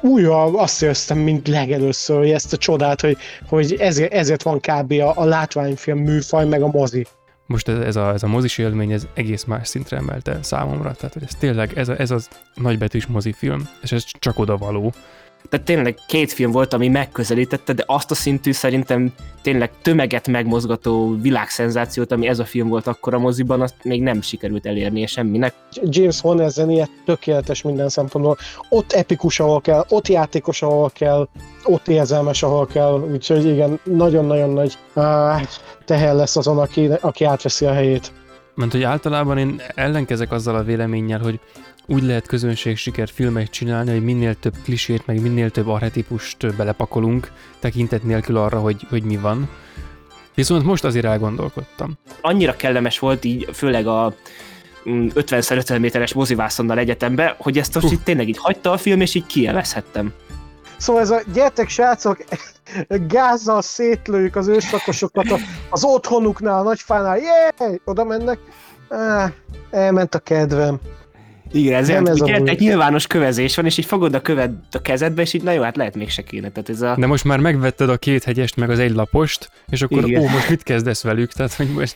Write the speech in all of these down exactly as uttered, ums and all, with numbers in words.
újra azt éreztem, mint legelőször, hogy ezt a csodát, hogy, hogy ezért, ezért van kb. A, a látványfilm műfaj, meg a mozi. Most ez, ez, a, ez a mozis élmény, ez egész más szintre emelte számomra, tehát hogy ez tényleg, ez, a, ez az nagybetűs mozifilm, és ez csak odavaló. Tehát tényleg két film volt, ami megközelítette, de azt a szintű szerintem tényleg tömeget megmozgató világszenzációt, ami ez a film volt akkor a moziban, azt még nem sikerült elérnie semminek. James Horner zenéje tökéletes minden szempontból. Ott epikus, ahol kell, ott játékos, ahol kell, ott érzelmes, ahol kell, úgyhogy igen, nagyon-nagyon nagy uh, teher lesz azon, aki, aki átveszi a helyét. Mert hogy általában én ellenkezek azzal a véleménnyel, hogy úgy lehet közönségsiker filmet csinálni, hogy minél több klisét, meg minél több archetipust belepakolunk, tekintet nélkül arra, hogy, hogy mi van. Viszont most azért elgondolkodtam. Annyira kellemes volt így, főleg a ötven szer ötven méteres mozivászonnal egyetembe, hogy ezt most uh. így tényleg így hagyta a film, és így kielezhettem. Szóval ez a gyertek srácok, gázzal szétlőjük az őslakosokat az otthonuknál, a nagyfánál, jéj, oda mennek, ah, elment a kedvem. Igen, ez, ez egy, egy nyilvános kövezés van, és így fogod a követ a kezedbe, és így na jó, hát lehet még se kéne. Tehát ez a... De most már megvetted a két hegyest, meg az egy lapost, és akkor igen. Ó, most mit kezdesz velük? Tehát, hogy most...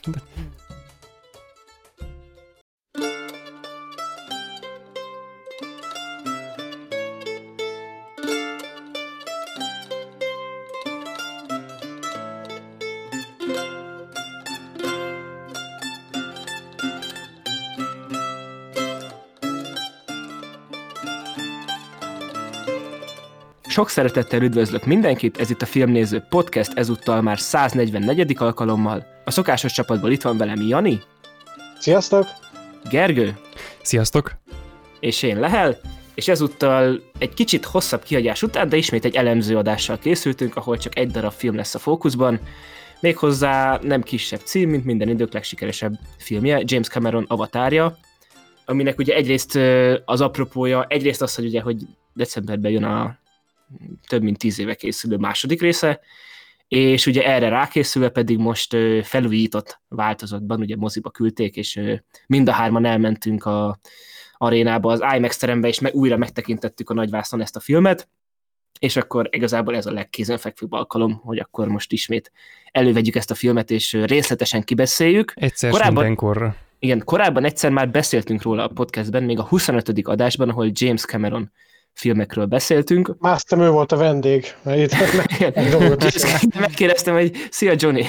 Sok szeretettel üdvözlök mindenkit, ez itt a Filmnéző Podcast, ezúttal már száznegyvennegyedik alkalommal. A szokásos csapatból itt van velem Jani. Sziasztok! Gergő. Sziasztok! És én Lehel, és ezúttal egy kicsit hosszabb kihagyás után, de ismét egy elemző adással készültünk, ahol csak egy darab film lesz a fókuszban. Méghozzá nem kisebb cím, mint minden idők legsikeresebb filmje, James Cameron Avatarja, aminek ugye egyrészt az apropója, egyrészt az, hogy ugye, hogy decemberben jön a több mint tíz éve készülő második része, és ugye erre rákészülve pedig most felújított változatban, ugye moziba küldték, és mind a hárman elmentünk a arénába, az IMAX terembe, és meg, újra megtekintettük a nagyvászon ezt a filmet, és akkor igazából ez a legkézenfekvőbb alkalom, hogy akkor most ismét elővegyük ezt a filmet, és részletesen kibeszéljük. Egyszer korábban, mindenkorra. Igen, korábban egyszer már beszéltünk róla a podcastben, még a huszonötödik adásban, ahol James Cameron filmekről beszéltünk. Másztam, ő volt a vendég. Megkérdeztem, hogy szia Johnny.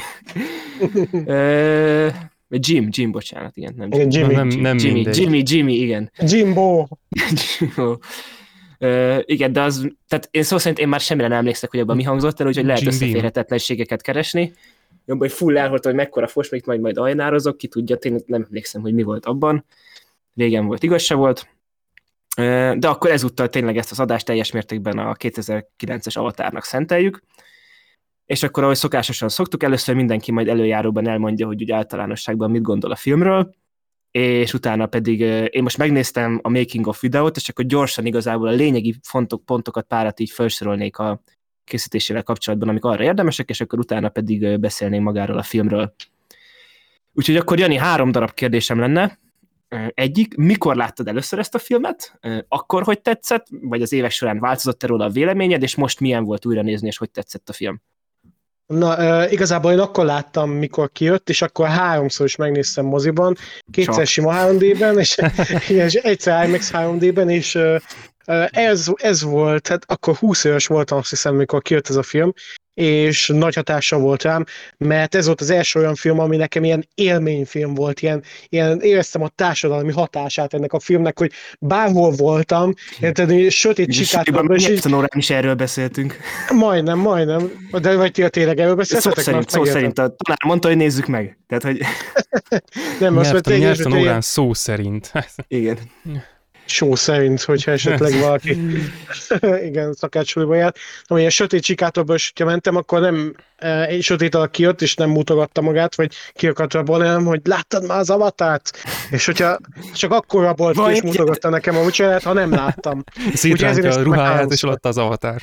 Jim, Jim, bocsánat, igen. Nem, igen, Jimmy, nem, nem Jimmy, Jimmy, Jimmy, igen. Jimbo. Jimbo. Uh, igen, de az, tehát én szó szerint én már semmire nem emlékszek, hogy abban mi hangzott el, úgyhogy lehet Jim összeférhetetlenségeket keresni. Jobban, hogy full elholtam, hogy mekkora fos, még majd, majd ajnározok, ki tudja, én nem emlékszem, hogy mi volt abban. Régen volt, igaz se volt. De akkor ezúttal tényleg ezt az adást teljes mértékben a kétezer-kilences Avatárnak szenteljük. És akkor, ahogy szokásosan szoktuk, először mindenki majd előjáróban elmondja, hogy úgy általánosságban mit gondol a filmről, és utána pedig én most megnéztem a making of videót, és akkor gyorsan igazából a lényegi fontok, pontokat párat így felsorolnék a készítésével kapcsolatban, amik arra érdemesek, és akkor utána pedig beszélnénk magáról a filmről. Úgyhogy akkor Jani, három darab kérdésem lenne. Egyik, mikor láttad először ezt a filmet? Akkor hogy tetszett? Vagy az évek során változott-e róla a véleményed, és most milyen volt újra nézni, és hogy tetszett a film? Na, igazából én akkor láttam, mikor kijött, és akkor háromszor is megnéztem moziban, kétszer Csak. sima három dé-ben, és, és egyszer IMAX három dé-ben, és ez, ez volt, hát akkor húsz éves voltam, azt hiszem, mikor kijött ez a film, és nagy hatása volt rám, mert ez volt az első olyan film, ami nekem ilyen élményfilm volt, ilyen, ilyen éreztem a társadalmi hatását ennek a filmnek, hogy bárhol voltam, érted, sötét csikátban. És így... órán is erről beszéltünk. Majdnem, majdnem, de vagy ti tényleg erről beszéltetek? Szó szerint, szó szerint a tanár mondta, hogy nézzük meg. Tehát, hogy... Nem, nyertem, nyertem órán szó szerint. Igen. Só szerint, hogyha esetleg valaki igen, szakácsuliba járt. Amilyen sötét csikátóból is, ha mentem, akkor nem egy sötét alak kijött, és nem mutogatta magát, vagy ki akart rabolni, hanem, hogy láttad már az Avatárt? És hogyha csak akkor rabolt ki, és mutogatta nekem a mucserát, ha nem láttam. Szétrántja a ruháját, és alatta az Avatárt.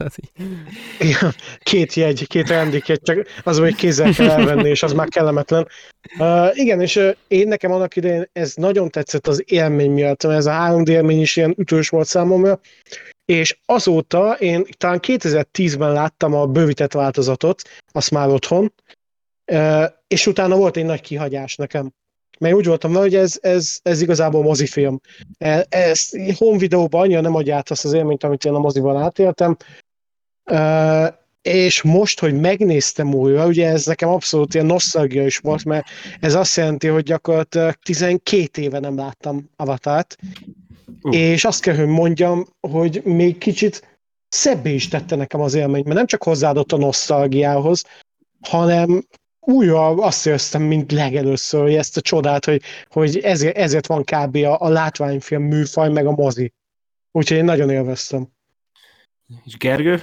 Igen, két jegy, két rendikjegy, csak az, hogy kézzel kell elvenni, és az már kellemetlen. Uh, igen, és uh, én nekem annak idején ez nagyon tetszett az élmény miatt, mert ez a három dé élmény is ilyen ütős volt számomra, és azóta én talán kétezer-tízben láttam a bővített változatot, azt már otthon, és utána volt egy nagy kihagyás nekem. Mert úgy voltam vele, hogy ez, ez, ez igazából mozifilm. Ez home videóban annyira nem adja át azt az élményt, amit én a moziban átéltem. És most, hogy megnéztem újra, ugye ez nekem abszolút ilyen nosztalgia is volt, mert ez azt jelenti, hogy gyakorlatilag tizenkét éve nem láttam Avatart, uh. és azt kell, hogy mondjam, hogy még kicsit szebbé is tette nekem az élményt, mert nem csak hozzáadott a nosztalgiához, hanem újra azt éreztem, mint legelőször, hogy ezt a csodát, hogy, hogy ezért, ezért van kb. A, a látványfilm műfaj, meg a mozi. Úgyhogy én nagyon élveztem. És Gergő?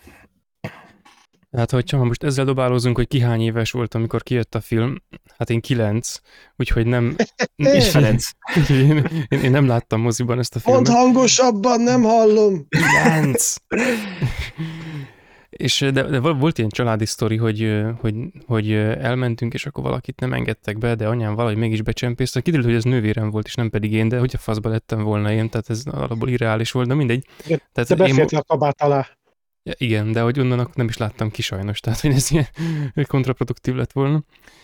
Hát, hogyha most ezzel dobálózunk, hogy ki hány éves volt, amikor kijött a film, hát én kilenc, úgyhogy nem... És Ferenc. Én, én, én nem láttam moziban ezt a filmet. Mondd hangosabban, nem hallom! kilenc! És de, de volt ilyen családi sztori, hogy, hogy, hogy elmentünk, és akkor valakit nem engedtek be, de anyám valahogy mégis becsempészte. Kiderült, hogy ez nővérem volt, és nem pedig én, de hogy a faszba lettem volna én, tehát ez alapból irreális volt, de mindegy. Igen, tehát de befértél a kabát alá. Ja, igen, de hogy onnan nem is láttam ki sajnos, tehát hogy ez ilyen kontraproduktív lett volna.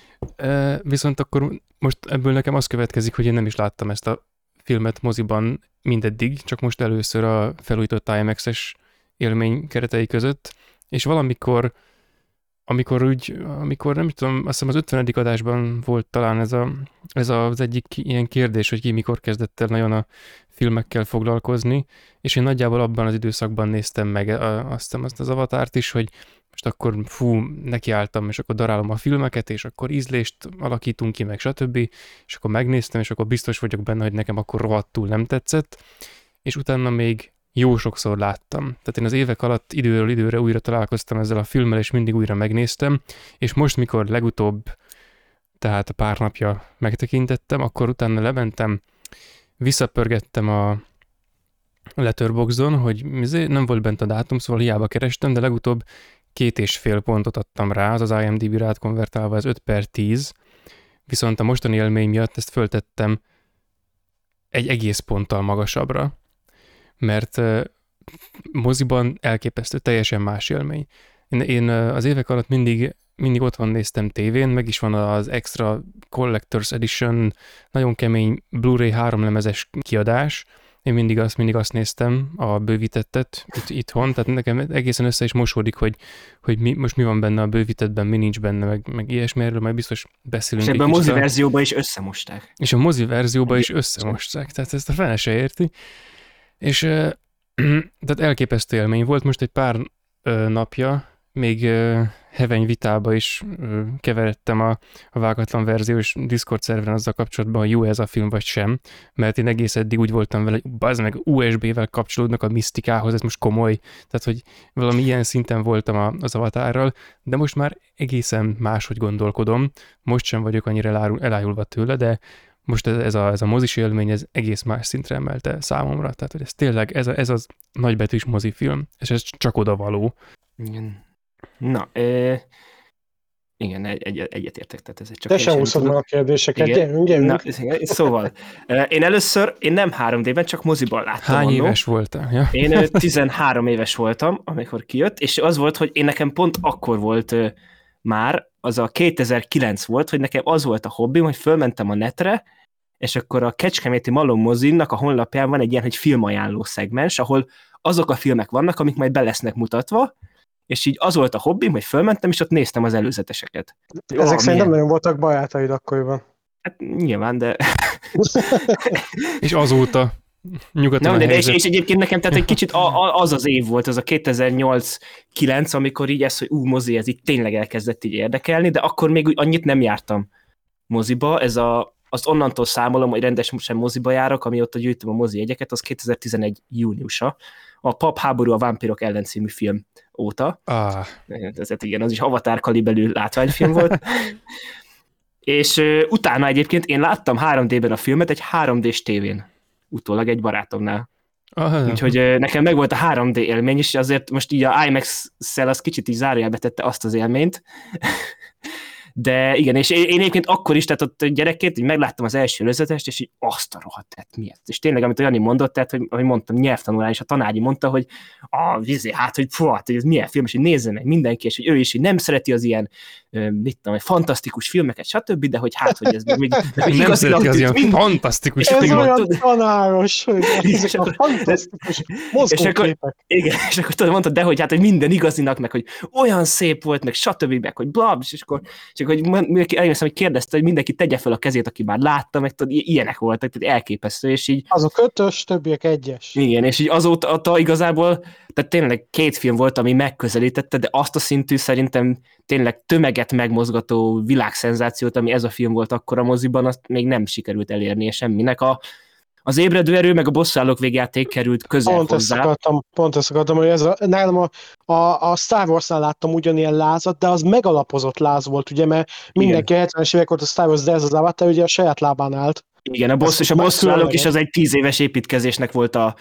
E, viszont akkor most ebből nekem az következik, hogy én nem is láttam ezt a filmet moziban mindeddig, csak most először a felújított I M X-es élmény keretei között, és valamikor, amikor úgy, amikor nem tudom, azt hiszem az ötvenedik adásban volt talán ez, a, ez az egyik ilyen kérdés, hogy ki mikor kezdett el nagyon a filmekkel foglalkozni, és én nagyjából abban az időszakban néztem meg azt hiszem azt az Avatárt is, hogy most akkor fú, nekiálltam, és akkor darálom a filmeket, és akkor ízlést alakítunk ki, meg stb. És akkor megnéztem, és akkor biztos vagyok benne, hogy nekem akkor rohadtul nem tetszett, és utána még jó sokszor láttam. Tehát én az évek alatt időről időre újra találkoztam ezzel a filmmel, és mindig újra megnéztem, és most, mikor legutóbb, tehát a pár napja megtekintettem, akkor utána lementem, visszapörgettem a Letterboxdon, hogy nem volt bent a dátum, szóval hiába kerestem, de legutóbb két és fél pontot adtam rá, az az IMDb-re átkonvertálva az öt per tíz, viszont a mostani élmény miatt ezt föltettem egy egész ponttal magasabbra, mert uh, moziban elképesztő, teljesen más élmény. Én, én uh, az évek alatt mindig, mindig otthon néztem tévén, meg is van az Extra Collector's Edition, nagyon kemény Blu-ray háromlemezes kiadás. Én mindig azt, mindig azt néztem, a bővítettet itt, itthon, tehát nekem egészen össze is mosódik, hogy, hogy mi, most mi van benne a bővítettben, mi nincs benne, meg, meg ilyesmiről, majd biztos beszélünk. És ebben a mozi verzióban is összemosták. És a mozi verzióban is összemosták, tehát ezt a fene se érti. És tehát elképesztő élmény volt, most egy pár ö, napja, még ö, heveny vitába is ö, keveredtem a, a vágatlan verziós Discord szerveren azzal kapcsolatban, hogy jó ez a film vagy sem, mert én egész eddig úgy voltam vele, hogy bazd meg u es bé-vel kapcsolódnak a misztikához, ez most komoly, tehát hogy valami ilyen szinten voltam a, az Avatárral, de most már egészen máshogy gondolkodom, most sem vagyok annyira elájulva tőle, de most ez, ez, a, ez a mozis élmény, ez egész más szintre emelte számomra, tehát hogy ez tényleg, ez, a, ez az nagybetűs mozifilm, és ez csak odavaló. Igen. Na, e, igen, egy, egy, egyetértek, tehát ez egy csak... Te sem úszod meg a kérdéseket, gyerünk, gyerünk. Na, szóval, én először, én nem három dében, csak moziban láttam. Hány annó. éves voltál? Ja. Én tizenhárom éves voltam, amikor kijött, és az volt, hogy én nekem pont akkor volt uh, már, az a kétezer-kilenc volt, hogy nekem az volt a hobbim, hogy fölmentem a netre, és akkor a Kecskeméti Malom mozinak a honlapján van egy ilyen, hogy filmajánló szegmens, ahol azok a filmek vannak, amik majd be lesznek mutatva, és így az volt a hobbim, hogy fölmentem, és ott néztem az előzeteseket. Ezek ah, szerint nem nagyon voltak barátaid akkoriban. Hát nyilván, de... És azóta nyugaton nem, a de és, és egyébként nekem tehát egy kicsit a, a, az az év volt, az a kétezer-nyolc kilenc, amikor így ez, hogy ú, mozi, ez így tényleg elkezdett így érdekelni, de akkor még úgy annyit nem jártam moziba. Ez a, azt onnantól számolom, hogy rendesen moziba járok, amióta gyűjtöm a mozi jegyeket, az kétezer-tizenegy júniusa. A Pap háború a vámpirok ellen című film óta. Ah. Ez, igen, az is Avatar kalibelű látványfilm volt. És uh, utána egyébként én láttam három dében a filmet egy három dés tévén. Utólag egy barátomnál. Ah, úgyhogy uh, nekem meg volt a három dé élmény, és azért most így a IMAX-szel az kicsit így zárójelbe tette azt az élményt. De igen, és én, én egyébként akkor is, tehát ott gyerekként, hogy megláttam az első előzetest, és így azt a rohadt, tehát mi ez? És tényleg, amit Jani mondott, tehát, hogy, hogy mondtam, nyelvtanulán, és a tanári mondta, hogy a vizé, hát, hogy fú, hát, hogy ez milyen film, és hogy nézze meg mindenki, és hogy ő is hogy nem szereti az ilyen, mit tudom, fantasztikus filmeket, stb., de hogy hát, hogy ez még, még nem szereti az ilyen mind... fantasztikus ez filmet. olyan tanáros, hogy ezek a fantasztikus mozgóképek. Igen, és akkor tudod, mondtad, de hogy hát, hogy minden igazinak, meg hogy olyan szép volt, meg stb., meg hogy blab, és akkor, és akkor hogy eljösszem, hogy kérdezte, hogy mindenki tegye fel a kezét, aki már látta, meg tudod, ilyenek voltak, tehát elképesztő, és így... Azok ötös, többiek egyes. Igen, és így azóta igazából, tehát tényleg két film volt, ami megközelítette, de azt a szintű szerintem tényleg tömeget megmozgató világszenzációt, ami ez a film volt akkor a moziban, azt még nem sikerült elérnie semminek. A, az ébredő erő, meg a bosszúállók végjáték került közel pont hozzá. Ezt akartam, pont ezt akartam, hogy ez a, nálam a, a, a Star Wars-nál láttam ugyanilyen lázat, de az megalapozott láz volt, ugye, mert mindenki a hetvenes évek volt a Star Wars, de ez az Avatar ugye a saját lábán állt. Igen, a bossz és a bosszúállók is az egy tíz éves építkezésnek volt a,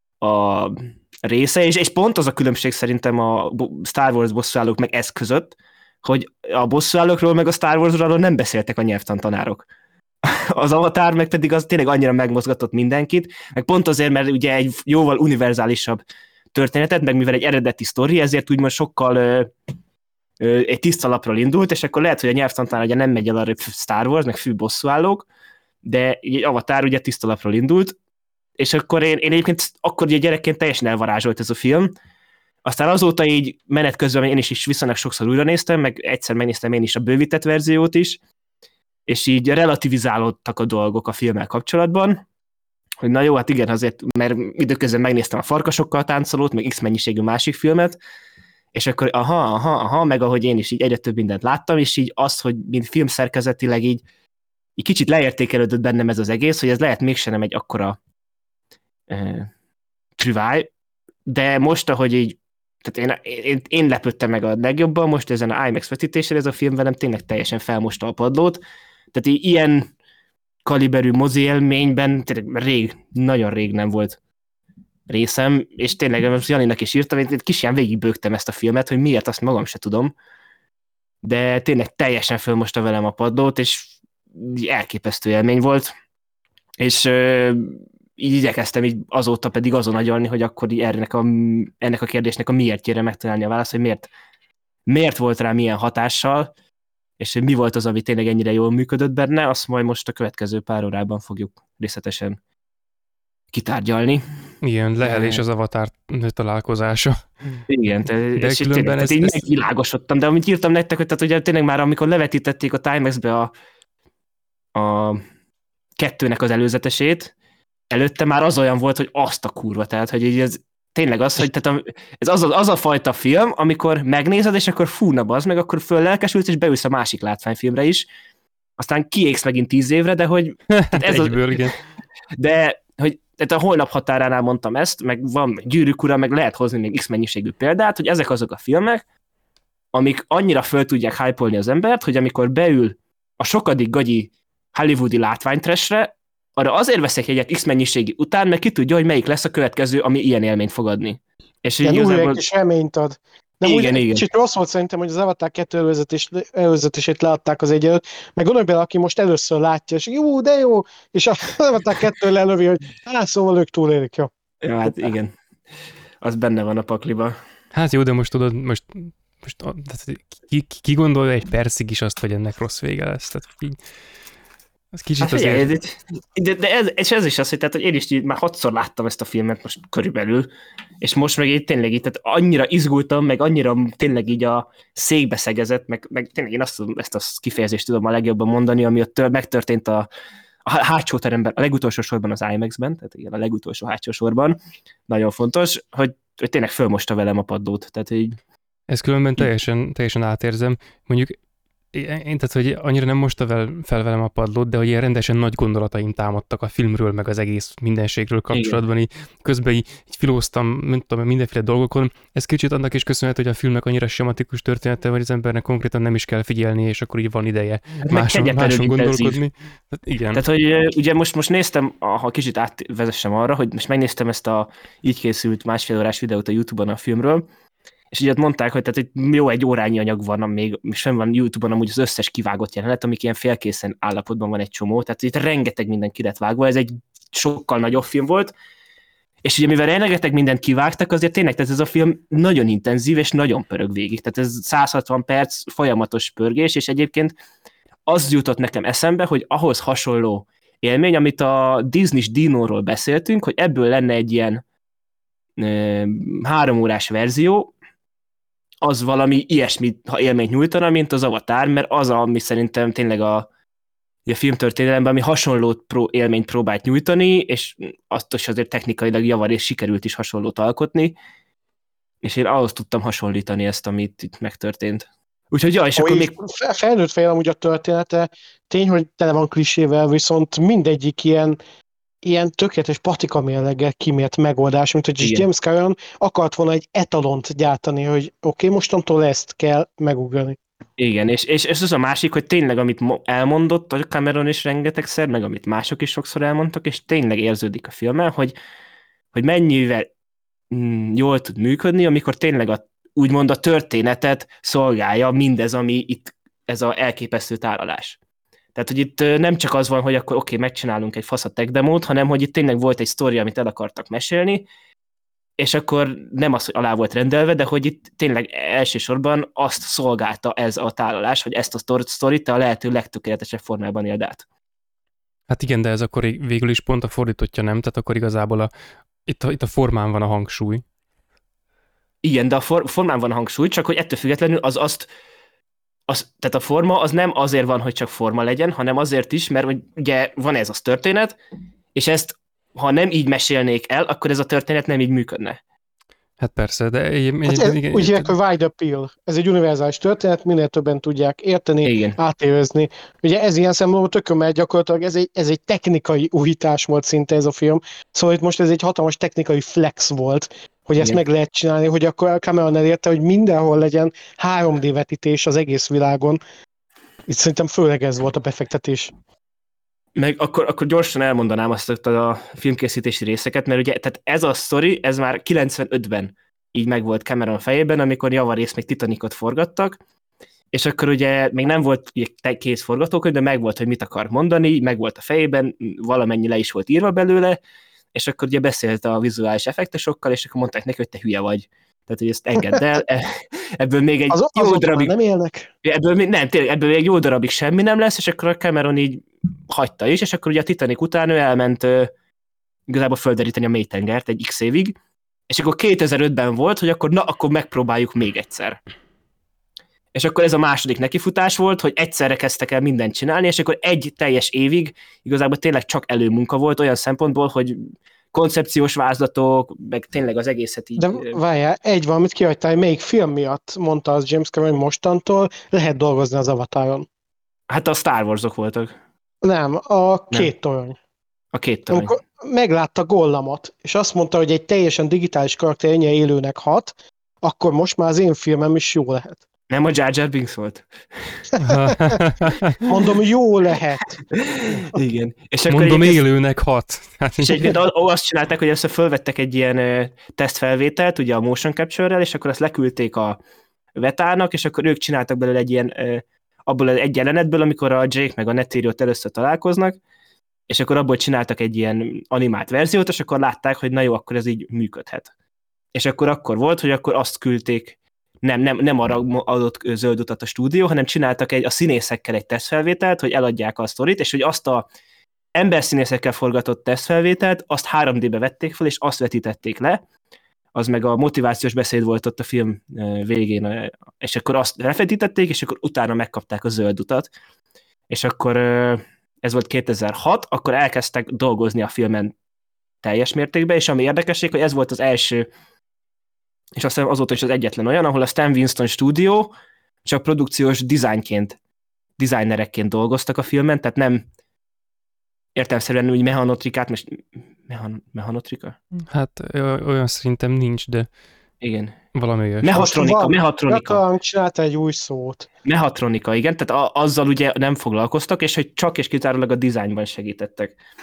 a része, és, és pont az a különbség szerintem a Star Wars bosszúállók meg ez között, hogy a bosszúállókról meg a Star Warsról nem beszéltek a nyelvtantanárok. Az Avatar meg pedig az tényleg annyira megmozgatott mindenkit, meg pont azért, mert ugye egy jóval univerzálisabb történetet, meg mivel egy eredeti sztori, ezért úgymond sokkal ö, ö, egy tiszta lapról indult, és akkor lehet, hogy a nyelvtantanár ugye nem megy el arra Star Wars, meg fű bosszúállók, de egy Avatar ugye tiszta lapról indult, és akkor én, én egyébként akkor ugye gyerekként teljesen elvarázsolt ez a film, aztán azóta így menet közben én is, is viszonylag sokszor újra néztem, meg egyszer megnéztem én is a bővített verziót is, és így relativizálódtak a dolgok a filmmel kapcsolatban, hogy na jó, hát igen, azért, mert időközben megnéztem a Farkasokkal táncolót, meg X mennyiségű másik filmet, és akkor aha, aha, aha, meg ahogy én is így egyre több mindent láttam, és így az, hogy mint filmszerkezetileg így, így kicsit leértékelődött bennem ez az egész, hogy ez lehet mégsem nem egy akkora eh, trüváj, de most, ahogy így, tehát én, én, én lepődtem meg a legjobban, most ezen a IMAX vetítésre ez a film velem tényleg teljesen felmosta a padlót, tehát így, ilyen kaliberű mozi élményben tényleg rég, nagyon rég nem volt részem, és tényleg most Janinak is írtam, én kis ilyen végigbőgtem ezt a filmet, hogy miért, azt magam se tudom, de tényleg teljesen fölmosta velem a padlót, és elképesztő élmény volt, és euh, így igyekeztem így azóta pedig azon agyalni, hogy akkor ennek a, ennek a kérdésnek a miértjére megtalálni a választ, hogy miért, miért volt rá milyen hatással, és mi volt az, ami tényleg ennyire jól működött benne, azt majd most a következő pár órában fogjuk részletesen kitárgyalni. Igen, Lehel és az Avatar találkozása. Igen, te, de és tényleg, ez, így ez... megvilágosodtam, de amit írtam nektek, hogy tehát ugye tényleg már amikor levetítették a Timex-be a, a kettőnek az előzetesét, előtte már az olyan volt, hogy azt a kurva, tehát hogy így ez tényleg az, hogy tehát a, ez az, az a fajta film, amikor megnézed, és akkor fú, na bazd meg, akkor föllelkesülsz, és beülsz a másik látványfilmre is, aztán kiégsz megint tíz évre, de hogy... Ez Egyből, az, igen. De, hogy tehát a Holnap határánál mondtam ezt, meg van Gyűrűk ura, meg lehet hozni még X mennyiségű példát, hogy ezek azok a filmek, amik annyira föl tudják hype-olni az embert, hogy amikor beül a sokadik gagyi hollywoodi látványtrashre, arra azért veszek egyet X mennyiségi után, mert ki tudja, hogy melyik lesz a következő, ami ilyen élményt fog adni. És igen, újra igazából... egy kis reményt ad. De igen, igen. Kicsit rossz volt szerintem, hogy az Avatar kettő előzetés, előzetését leadták az egy előtt, meg gondolj bele, aki most először látja, és jó, de jó, és az Avatar kettő lelövi, hogy hát szóval ők túlélik, jó. Ja, hát igen. Az benne van a pakliba. Hát jó, de most tudod, most, most ki, ki gondolja egy percig is azt, hogy ennek rossz vége lesz, tehát így... Ez kicsit hát, azért... Figyelj, de, de ez, és ez is az, hogy, tehát, hogy én is így, már hatszor láttam ezt a filmet most körülbelül, és most meg így tényleg így, tehát annyira izgultam, meg annyira tényleg így a székbe szegezett, meg, meg tényleg én azt, ezt a kifejezést tudom a legjobban mondani, ami ott megtörtént a, a hátsó teremben, a legutolsó sorban az IMAX-ben, tehát igen, a legutolsó hátsó sorban, nagyon fontos, hogy, hogy tényleg fölmosta velem a padlót, tehát így... Ez különben teljesen, teljesen átérzem, mondjuk Én, tehát, hogy annyira nem mosta fel velem a padlót, de hogy ilyen rendesen nagy gondolataim támadtak a filmről, meg az egész mindenségről kapcsolatban, így közben így, így filóztam, nem tudom, mindenféle dolgokon. Ez kicsit annak is köszönhető, hogy a filmnek annyira sematikus története, hogy az embernek konkrétan nem is kell figyelni, és akkor így van ideje máson, máson gondolkodni. Tehát, igen. Tehát, hogy ugye most, most néztem, ha kicsit átvezessem arra, hogy most megnéztem ezt a így készült másfél órás videót a YouTube-on a filmről, És ugye mondták, hogy tehát egy jó egy órányi anyag van, még sem van YouTube-on amúgy az összes kivágott jelenet, amik ilyen félkészen állapotban van egy csomó, tehát itt rengeteg minden ki lett vágva, ez egy sokkal nagyobb film volt, és ugye mivel rengeteg mindent kivágtak, azért tényleg tehát ez a film nagyon intenzív, és nagyon pörög végig, tehát ez száz hatvan perc folyamatos pörgés, és egyébként az jutott nekem eszembe, hogy ahhoz hasonló élmény, amit a Disney-s Dinóról beszéltünk, hogy ebből lenne egy ilyen e, három órás verzió, az valami ilyesmi ha élményt nyújtana, mint az Avatar, mert az, ami szerintem tényleg a, a filmtörténelemben, ami hasonló pró, élményt próbált nyújtani, és azt is azért technikailag javar és sikerült is hasonlót alkotni, és én ahhoz tudtam hasonlítani ezt, amit itt megtörtént. Úgyhogy ja, és Ó, akkor még... Felnőtt fejlem úgy a története, tény, hogy tele van klisével, viszont mindegyik ilyen, ilyen tökéletes patika mérleggel kimért megoldás, mint hogy Igen. James Cameron akart volna egy etalont gyártani, hogy oké, okay, mostantól ezt kell megugrani. Igen, és, és, és az a másik, hogy tényleg, amit elmondott a Cameron is rengetegszer, meg amit mások is sokszor elmondtak, és tényleg érződik a filmen, hogy, hogy mennyivel mm, jól tud működni, amikor tényleg a, úgymond a történetet szolgálja mindez, ami itt ez az elképesztő tálalás. Tehát, hogy itt nem csak az van, hogy akkor oké, okay, megcsinálunk egy fasz a tech demót, hanem, hogy itt tényleg volt egy sztori, amit el akartak mesélni, és akkor nem az, hogy alá volt rendelve, de hogy itt tényleg elsősorban azt szolgálta ez a tálalás, hogy ezt a sztorit a lehető legtökéletesebb formában éld át. Hát igen, de ez akkor végül is pont a fordítottja, nem? Tehát akkor igazából a, itt, a, itt a formán van a hangsúly. Igen, de a for, formán van a hangsúly, csak hogy ettől függetlenül az azt, az, tehát a forma az nem azért van, hogy csak forma legyen, hanem azért is, mert ugye van ez az történet, és ezt ha nem így mesélnék el, akkor ez a történet nem így működne. Hát persze, de... Én, hát ez, igen, úgy hívják, hogy wide appeal. Ez egy univerzális történet, minél többen tudják érteni, igen. átérezni. Ugye ez ilyen szempontból tökön, mert gyakorlatilag ez egy, ez egy technikai újítás volt szinte ez a film. Szóval itt most ez egy hatalmas technikai flex volt, hogy ezt igen. meg lehet csinálni, hogy akkor Cameron elérte, hogy mindenhol legyen három dé vetítés az egész világon. Itt szerintem főleg ez volt a befektetés. Meg akkor, akkor gyorsan elmondanám azt a filmkészítési részeket, mert ugye tehát ez a sztori, ez már kilencvenötben így meg volt Cameron fejében, amikor javarészt még Titanicot forgattak, és akkor ugye még nem volt kész forgatókönyv, de meg volt, hogy mit akar mondani, meg volt a fejében, valamennyi le is volt írva belőle, és akkor ugye beszélt a vizuális effektusokkal, és akkor mondták neki, hogy te hülye vagy. Tehát, hogy ezt engedd el, ebből még egy az, jó darabig... nem élnek? Ebből még, nem, tényleg, ebből még egy jó darabig semmi nem lesz, és akkor a Cameron így hagyta is, és akkor ugye a Titanic után ő elment uh, igazából földeríteni a mélytengert egy x évig, és akkor kétezer-ötben volt, hogy akkor na, akkor megpróbáljuk még egyszer. És akkor ez a második nekifutás volt, hogy egyszerre kezdtek el mindent csinálni, és akkor egy teljes évig igazából tényleg csak előmunka volt olyan szempontból, hogy koncepciós vázlatok, meg tényleg az egészet így... De várjál, egy valamit kihagytál, melyik film miatt mondta az James Cameron, mostantól lehet dolgozni az Avataron? Hát a Star Warsok voltak. Nem, a két Nem. torony. A két torony. Amikor meglátta Gollamot, és azt mondta, hogy egy teljesen digitális karakter ennyire élőnek hat, akkor most már az én filmem is jó lehet. Nem a Jar Jar Binks volt? Mondom, jó lehet. Igen. És akkor Mondom, egyébként, élőnek hat. és egyébként azt csinálták, hogy ezt fölvettek egy ilyen uh, tesztfelvételt, ugye a motion capture-rel, és akkor azt leküldték a Vetának, és akkor ők csináltak belőle egy ilyen, uh, abból egy jelenetből, amikor a Jake meg a Netériót először találkoznak, és akkor abból csináltak egy ilyen animált verziót, és akkor látták, hogy na jó, akkor ez így működhet. És akkor akkor volt, hogy akkor azt küldték, nem, nem, nem arra adott zöld utat a stúdió, hanem csináltak egy, a színészekkel egy tesztfelvételt, hogy eladják a sztorit, és hogy azt a emberszínészekkel forgatott tesztfelvételt, azt három dé-be vették fel, és azt vetítették le, az meg a motivációs beszéd volt ott a film végén, és akkor azt lefetítették, és akkor utána megkapták a zöld utat, és akkor ez volt kétezer-hat, akkor elkezdtek dolgozni a filmen teljes mértékben, és ami érdekesség, hogy ez volt az első, és azt hiszem azóta is az egyetlen olyan, ahol a Stan Winston stúdió csak produkciós dizájnként, designerekként dolgoztak a filmen, tehát nem értelemszerűen úgy mechanotrikát, most mechan, mechanotrika? Hát olyan szerintem nincs, de igen. Valami olyas. Mechatronika, mechatronika. Gyakran csinálta egy új szót. Mechatronika, igen, tehát a, azzal ugye nem foglalkoztak, és hogy csak és kizárólag a dizájnban segítettek.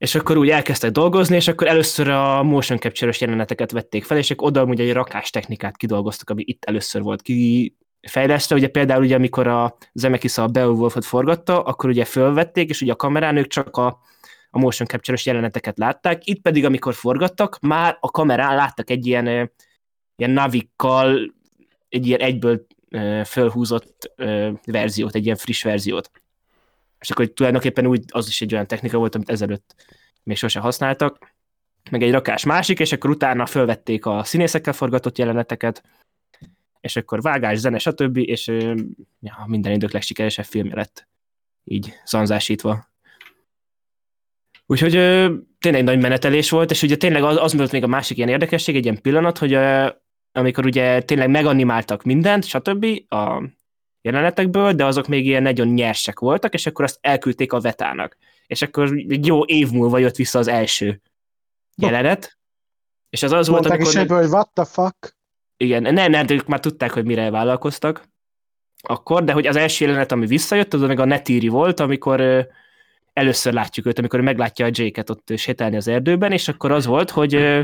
És akkor úgy elkezdtek dolgozni, és akkor először a motion capture-ös jeleneteket vették fel, és akkor oda ugye egy rakás technikát kidolgoztak, ami itt először volt kifejlesztve. Ugye például ugye, amikor a Zemeckis a Beowulfot forgatta, akkor ugye fölvették, és ugye a kamerán ők csak a, a motion capture-ös jeleneteket látták. Itt pedig, amikor forgattak, már a kamerán láttak egy ilyen, ilyen navikkal, egy ilyen egyből fölhúzott verziót, egy ilyen friss verziót. És akkor tulajdonképpen úgy az is egy olyan technika volt, amit ezelőtt még sose használtak, meg egy rakás másik, és akkor utána fölvették a színészekkel forgatott jeleneteket, és akkor vágás, zene, stb., és ja, minden idők legsikeresebb filmje lett így szanzásítva. Úgyhogy tényleg nagy menetelés volt, és ugye tényleg az, az volt még a másik ilyen érdekesség, egy ilyen pillanat, hogy amikor ugye tényleg meganimáltak mindent, stb. A jelenetekből, de azok még ilyen nagyon nyersek voltak, és akkor azt elküldték a vetának. És akkor egy jó év múlva jött vissza az első jelenet, és az az volt, amikor... Mondták is ebből, hogy what the fuck? Igen, nem, nem, ők már tudták, hogy mire vállalkoztak akkor, de hogy az első jelenet, ami visszajött, az meg a Neytiri volt, amikor ö, először látjuk őt, amikor meglátja a Jake-et ott sétálni az erdőben, és akkor az volt, hogy ö,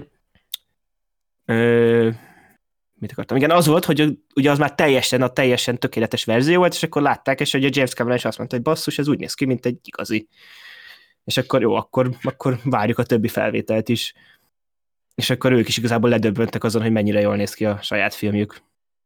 ö, mit akartam? Igen, az volt, hogy ugye az már teljesen, a teljesen tökéletes verzió volt, és akkor látták, és hogy a James Cameron is azt mondta, hogy basszus, ez úgy néz ki, mint egy igazi. És akkor jó, akkor, akkor várjuk a többi felvételt is. És akkor ők is igazából ledöbböntek azon, hogy mennyire jól néz ki a saját filmjük.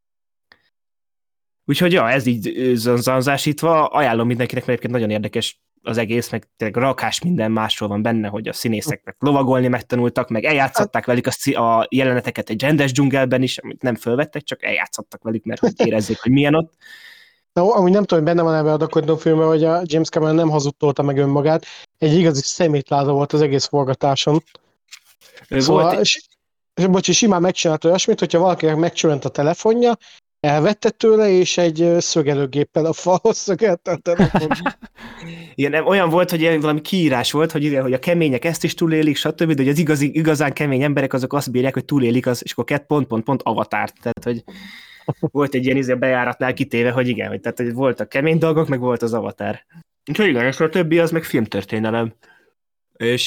Úgyhogy ja, ez így zanzásítva, ajánlom mindenkinek, mert egyébként nagyon érdekes az egész, meg tényleg rakás minden másról van benne, hogy a színészeknek lovagolni megtanultak, meg eljátszották velük a, a jeleneteket egy rendes dzsungelben is, amit nem fölvettek, csak eljátszottak velük, mert hogy érezzék, hogy milyen ott. Na, amúgy nem tudom, hogy benne van ebben a dokumentumfilmben, hogy a James Cameron nem hazudtolta meg önmagát, egy igazi szemétláda volt az egész forgatáson. Szóval, volt... és, és bocsi, simán megcsinálta olyasmit, hogyha valakinek megcsörönt a telefonja, elvette tőle, és egy szögelőgéppel a falhoz szögelte a telefon. Igen, olyan volt, hogy valami kiírás volt, hogy, igen, hogy a kemények ezt is túlélik, stb., de hogy az igazi, igazán kemény emberek azok azt bírják, hogy túlélik, az, és akkor két pont-pont-pont avatárt. Tehát, hogy volt egy ilyen izé bejáratnál kitéve, hogy igen, hogy, tehát, hogy voltak kemény dolgok, meg volt az avatár. Úgyhogy igen, és a többi az meg filmtörténelem. És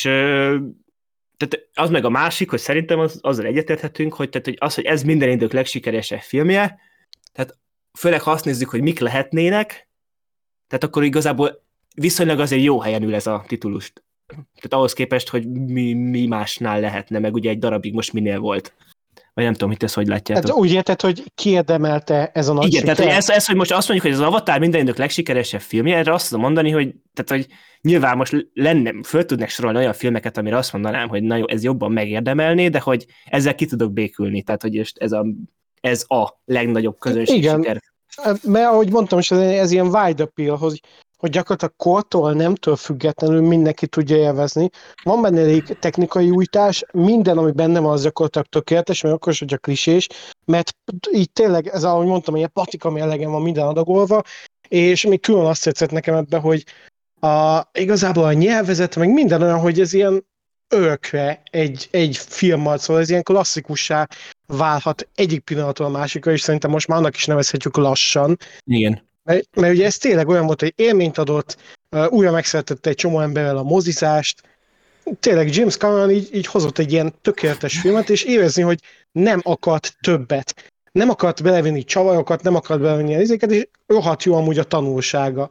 tehát az meg a másik, hogy szerintem az, azzal egyetérthetünk, hogy, tehát, hogy az, hogy ez minden idők legsikeresebb filmje, tehát főleg ha azt nézzük, hogy mik lehetnének, tehát akkor igazából viszonylag azért jó helyen ül ez a titulust. Tehát ahhoz képest, hogy mi, mi másnál lehetne, meg ugye egy darabig most minél volt. Vagy nem tudom, hogy ezt hogy látjátok. Hát úgy érted, hogy kiérdemelte ez a nagy igen, siker? Tehát hogy ez, ez, hogy most azt mondjuk, hogy az Avatar minden idők legsikeresebb filmje, erre azt tudom mondani, hogy, tehát, hogy nyilván most lenne, föl tudnak sorolni olyan filmeket, amire azt mondanám, hogy na jó, ez jobban megérdemelné, de hogy ezzel ki tudok békülni, tehát hogy ez a, ez a legnagyobb közönség igen, siker. Mert ahogy mondtam, és ez, ez ilyen wide appeal, hogy, hogy gyakorlatilag kortól, nemtől függetlenül mindenki tudja élvezni. Van benne elég technikai újítás, minden, ami benne van, az gyakorlatilag tökéletes, mert akkor is, hogy a klisés, mert így tényleg, ez ahogy mondtam, ilyen patika mérlegen van minden adagolva, és még külön azt tetszett nekem ebben, hogy a, igazából a nyelvezet, meg minden olyan, hogy ez ilyen örökre egy, egy filmmel, szóval ez ilyen klasszikussá válhat egyik pillanatról a másikra, és szerintem most már annak is nevezhetjük lassan. Igen. Mert, mert ugye ez tényleg olyan volt, hogy élményt adott, uh, újra megszeretette egy csomó emberrel a mozizást, tényleg James Cameron így, így hozott egy ilyen tökéletes filmet, és érezni, hogy nem akart többet. Nem akart belevenni csavarokat, nem akart belevenni a izéket, és rohadt jó amúgy a tanulsága.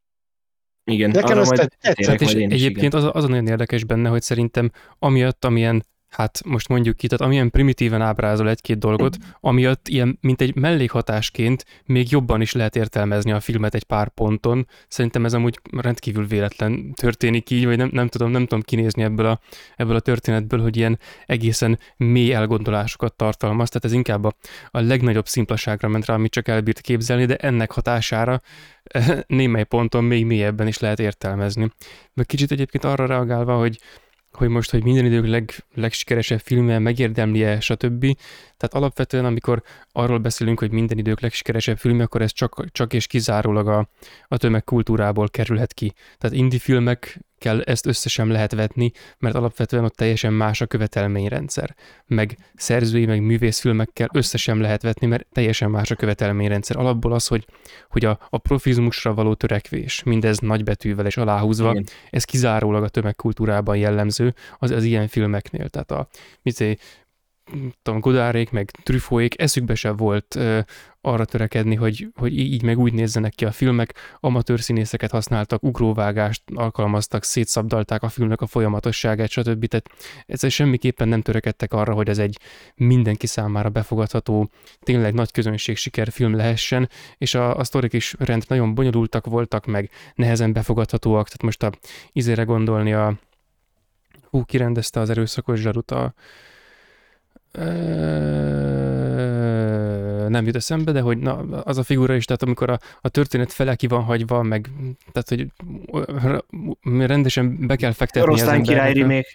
Igen, nekem ez tetszett. És egyébként az, az a nagyon érdekes benne, hogy szerintem amiatt, amilyen, hát most mondjuk ki, tehát amilyen primitíven ábrázol egy-két dolgot, amiatt ilyen, mint egy mellékhatásként még jobban is lehet értelmezni a filmet egy pár ponton. Szerintem ez amúgy rendkívül véletlen történik így, vagy nem, nem tudom, nem tudom kinézni ebből a, ebből a történetből, hogy ilyen egészen mély elgondolásokat tartalmaz, tehát ez inkább a, a legnagyobb szimplaságra ment rá, amit csak elbírt képzelni, de ennek hatására némely ponton még mélyebben is lehet értelmezni. Meg kicsit egyébként arra reagálva, hogy hogy most, hogy minden idők leg, legsikeresebb filmje megérdemli-e, stb. Tehát alapvetően, amikor arról beszélünk, hogy minden idők legsikeresebb filmje, akkor ez csak, csak és kizárólag a, a tömegkultúrából kerülhet ki. Tehát indie filmek filmekkel ezt össze sem lehet vetni, mert alapvetően ott teljesen más a követelményrendszer. Meg szerzői, meg művészfilmekkel össze sem lehet vetni, mert teljesen más a követelményrendszer. Alapból az, hogy, hogy a, a profizmusra való törekvés, mindez nagybetűvel és aláhúzva, igen. Ez kizárólag a tömegkultúrában jellemző az, az ilyen filmeknél. Tehát a micé, tudom, Godárék, meg Truffautjék eszükbe se volt ö, arra törekedni, hogy, hogy így meg úgy nézzenek ki a filmek, amatőr színészeket használtak, ugróvágást alkalmaztak, szétszabdalták a filmnek a folyamatosságát, stb. Tehát ezzel semmiképpen nem törekedtek arra, hogy ez egy mindenki számára befogadható, tényleg nagy közönség sikerfilm lehessen, és a, a sztorik is rend nagyon bonyolultak voltak, meg nehezen befogadhatóak, tehát most a izére gondolni a hú, kirendezte az erőszakos zsarut a nem jut eszembe, de hogy na, az a figura is, tehát amikor a, a történet fele ki van hagyva, meg tehát, hogy rendesen be kell fektetni az embernek. Oroszlán király remake.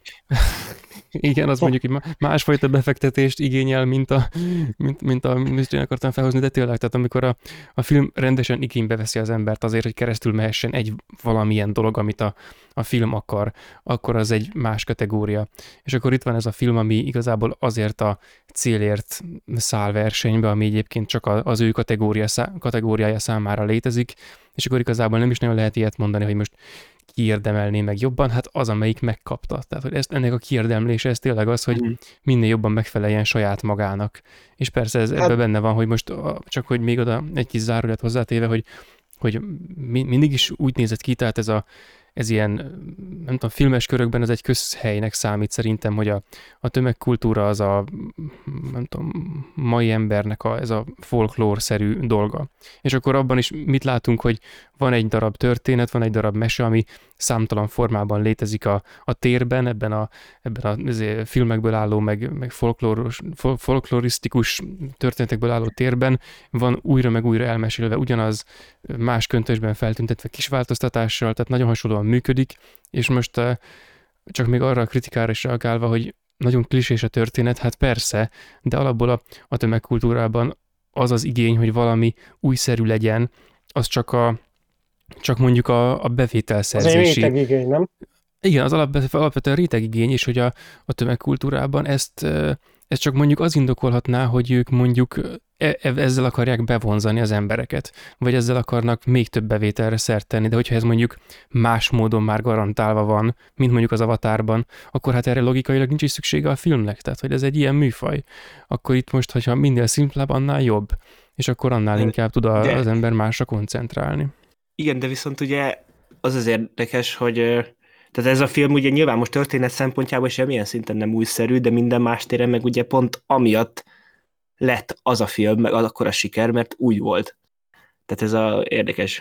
Igen, az mondjuk egy másfajta befektetést igényel, mint a, mint, mint a mit akartam felhozni, de tényleg, tehát amikor a, a film rendesen igénybe veszi az embert azért, hogy keresztül mehessen egy valamilyen dolog, amit a, a film akar, akkor az egy más kategória. És akkor itt van ez a film, ami igazából azért a célért száll versenybe, ami egyébként csak az ő kategória, kategóriája számára létezik, és akkor igazából nem is nagyon lehet ilyet mondani, hogy most kiérdemelné meg jobban, hát az, amelyik megkapta. Tehát hogy ezt, ennek a kiérdemlése, ez tényleg az, hogy minél jobban megfeleljen saját magának. És persze ez ebben benne van, hogy most csak hogy még oda egy kis záróját hozzátéve, hogy, hogy mindig is úgy nézett ki, tehát ez a ez ilyen, nem tudom, filmes körökben ez egy közhelynek számít szerintem, hogy a, a tömegkultúra az a, nem tudom, mai embernek a, ez a folklórszerű dolga. És akkor abban is mit látunk, hogy van egy darab történet, van egy darab mese, ami számtalan formában létezik a, a térben, ebben a, ebben a filmekből álló, meg, meg folklóros, fol, folklorisztikus történetekből álló térben, van újra meg újra elmesélve ugyanaz, más köntösben feltüntetve kis változtatással, tehát nagyon hasonlóan működik, és most csak még arra a kritikára is reagálva, hogy nagyon klisés a történet, hát persze, de alapból a, a tömegkultúrában az az igény, hogy valami újszerű legyen, az csak a csak mondjuk a, a bevételszerzési... Az egy rétegigény, nem? Igen, az alap, alapvetően rétegigény, és hogy a, a tömegkultúrában ezt, ezt csak mondjuk az indokolhatná, hogy ők mondjuk ezzel akarják bevonzani az embereket, vagy ezzel akarnak még több bevételre szert tenni, de hogyha ez mondjuk más módon már garantálva van, mint mondjuk az Avatárban, akkor hát erre logikailag nincs is szüksége a filmnek, tehát hogy ez egy ilyen műfaj. Akkor itt most, hogyha minél szimplább, annál jobb, és akkor annál inkább tud a, az ember másra koncentrálni. Igen, de viszont ugye az az érdekes, hogy tehát ez a film ugye nyilván most történet szempontjából semmilyen szinten nem újszerű, de minden más téren meg ugye pont amiatt lett az a film, meg az akkora siker, mert úgy volt. Tehát ez a érdekes.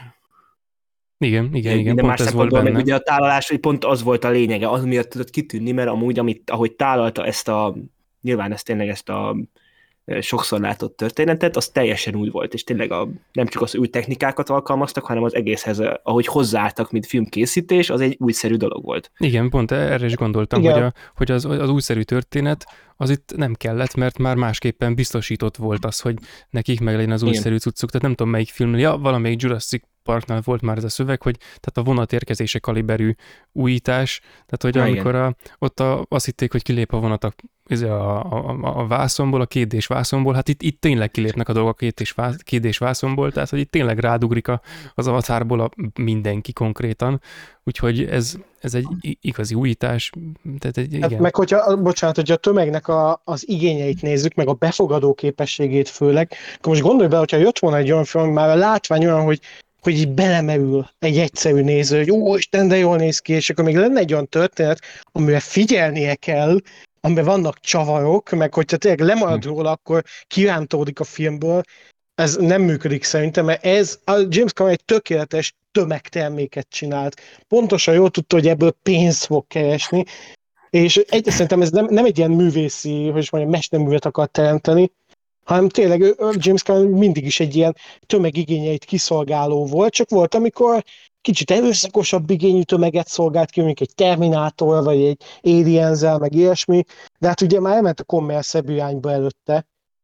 Igen, igen, igen, pont ez volt benne. Meg ugye a tálalás, hogy pont az volt a lényege, az miatt tudott kitűnni, mert amúgy, amit, ahogy tálalta ezt a, nyilván ez tényleg ezt a sokszor látott történetet, az teljesen úgy volt, és tényleg a, nem csak az új technikákat alkalmaztak, hanem az egészhez, ahogy hozzáálltak, mint filmkészítés, az egy újszerű dolog volt. Igen, pont erre is gondoltam, hogy, a, hogy az, az újszerű történet, az itt nem kellett, mert már másképpen biztosított volt az, hogy nekik meg legyen az újszerű cuccuk, tehát nem tudom melyik filmnél, ja, valamelyik Jurassic Parknál volt már ez a szöveg, hogy tehát a vonat érkezése kaliberű újítás, tehát hogy Há, amikor a, ott a, azt hitték, hogy kilép a vonat a, a, a, a vászonból, a kétdés vászonból, hát itt, itt tényleg kilépnek a dolgok a kétdés, kétdés vászonból, tehát hogy itt tényleg rádugrik a, az Avatárból a mindenki konkrétan, úgyhogy ez, ez egy igazi újítás. Tehát egy, igen. Hát meg hogyha, bocsánat, hogyha a tömegnek a, az igényeit nézzük, meg a befogadó képességét főleg, akkor most gondolj be, hogyha jött volna egy olyan film, már a látvány olyan, hogy hogy így belemerül egy egyszerű néző, hogy ó, Isten, de jól néz ki, és akkor még lenne egy olyan történet, amire figyelnie kell, amiben vannak csavarok, meg hogyha tényleg lemarad róla, akkor kirántódik a filmből, ez nem működik szerintem, mert ez, a James Cameron egy tökéletes tömegterméket csinált. Pontosan jól tudta, hogy ebből pénzt fog keresni, és egy, szerintem ez nem, nem egy ilyen művészi, hogy mondjam, mesterművet akar teremteni, hanem tényleg James Cameron mindig is egy ilyen tömegigényeit kiszolgáló volt, csak volt, amikor kicsit erőszakosabb igényű tömeget szolgált ki, mondjuk egy Terminátor, vagy egy Aliens-el, meg ilyesmi, de hát ugye már elment a kommerszebb irányba előtte.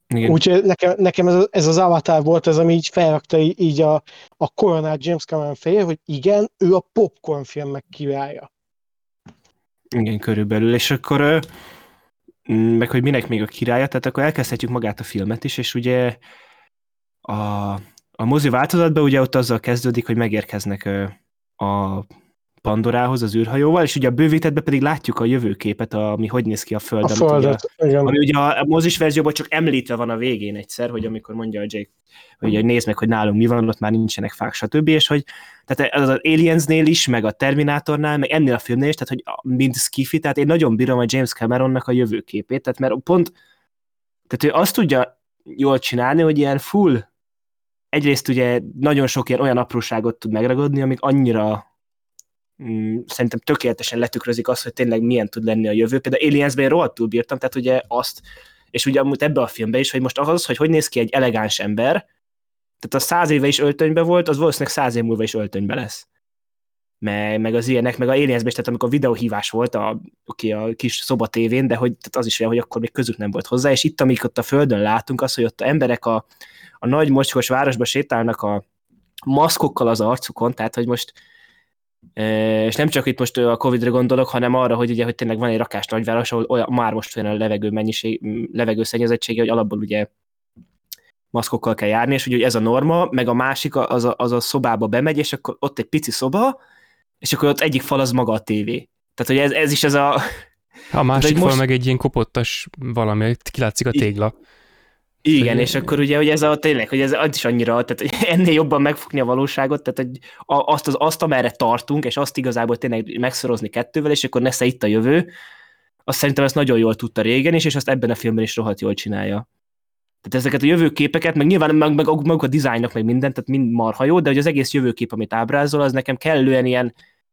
Úgyhogy nekem, nekem ez, ez az Avatar volt az, ami így felrakta így a, a koronát James Cameron fejére, hogy igen, ő a popcorn filmek királya. Igen, körülbelül, és akkor meg hogy minek még a királya, tehát akkor elkezdhetjük magát a filmet is, és ugye a, a mozi változatban ugye ott azzal kezdődik, hogy megérkeznek a Pandorához az űrhajóval, és ugye a bővítettben pedig látjuk a jövőképet, ami hogy néz ki a Földön. A Földet, ugye, igen. ami ugye a mozis verzióban csak említve van a végén egyszer, hogy amikor mondja a Jake, hogy nézd meg, hogy nálunk mi van, ott már nincsenek fák, stb. És hogy tehát az az Aliensnél is, meg a Terminátornál, meg ennél a filmnél is, tehát hogy mind skifi, tehát én nagyon bírom a James Cameronnak a jövőképét, tehát mert pont, tehát ő azt tudja jól csinálni, hogy ilyen full, egyrészt ugye nagyon sok ilyen olyan apróságot tud megragadni, amik annyira Mm, szerintem tökéletesen letükrözik azt, hogy tényleg milyen tud lenni a jövő. Például Aliensben én rohadtul bírtam, tehát ugye azt, és ugye amúgy ebbe a filmbe is, hogy most az, hogy hogy néz ki egy elegáns ember, tehát a száz éve is öltönybe volt, az valószínűleg száz év múlva is öltönybe lesz. Meg, meg az ilyenek, meg a Aliensben is, tehát amikor videóhívás volt a, okay, a kis szoba tévén, de hogy tehát az is olyan, hogy akkor még közük nem volt hozzá, és itt, amik ott a Földön látunk, az, hogy ott a emberek a, a nagy mocskos városba sétálnak a maszkokkal az arcukon, tehát hogy most és nem csak itt most a Covidra gondolok, hanem arra, hogy ugye, hogy tényleg van egy rakás nagyváros, ahol olyan, már most olyan a levegő mennyiség, levegőszennyezettsége, hogy alapból ugye maszkokkal kell járni, és ugye ez a norma, meg a másik az a, az a szobába bemegy, és akkor ott egy pici szoba, és akkor ott egyik fal az maga a tévé. Tehát, hogy ez, ez is ez a... A másik fal most... meg egy ilyen kopottas valami, kilátszik a tégla. Igen, hogy... és akkor ugye, hogy ez a tényleg, hogy ez az is annyira, tehát hogy ennél jobban megfogni a valóságot, tehát hogy azt, az, azt, amerre tartunk, és azt igazából tényleg megszorozni kettővel, és akkor nesze itt a jövő, azt szerintem ezt nagyon jól tudta régen is, és azt ebben a filmben is rohadt jól csinálja. Tehát ezeket a jövőképeket, meg nyilván meg, meg, meg a dizájnok, meg mindent, tehát mind marha jó, de hogy az egész jövőkép, amit ábrázol, az nekem kellően ilyen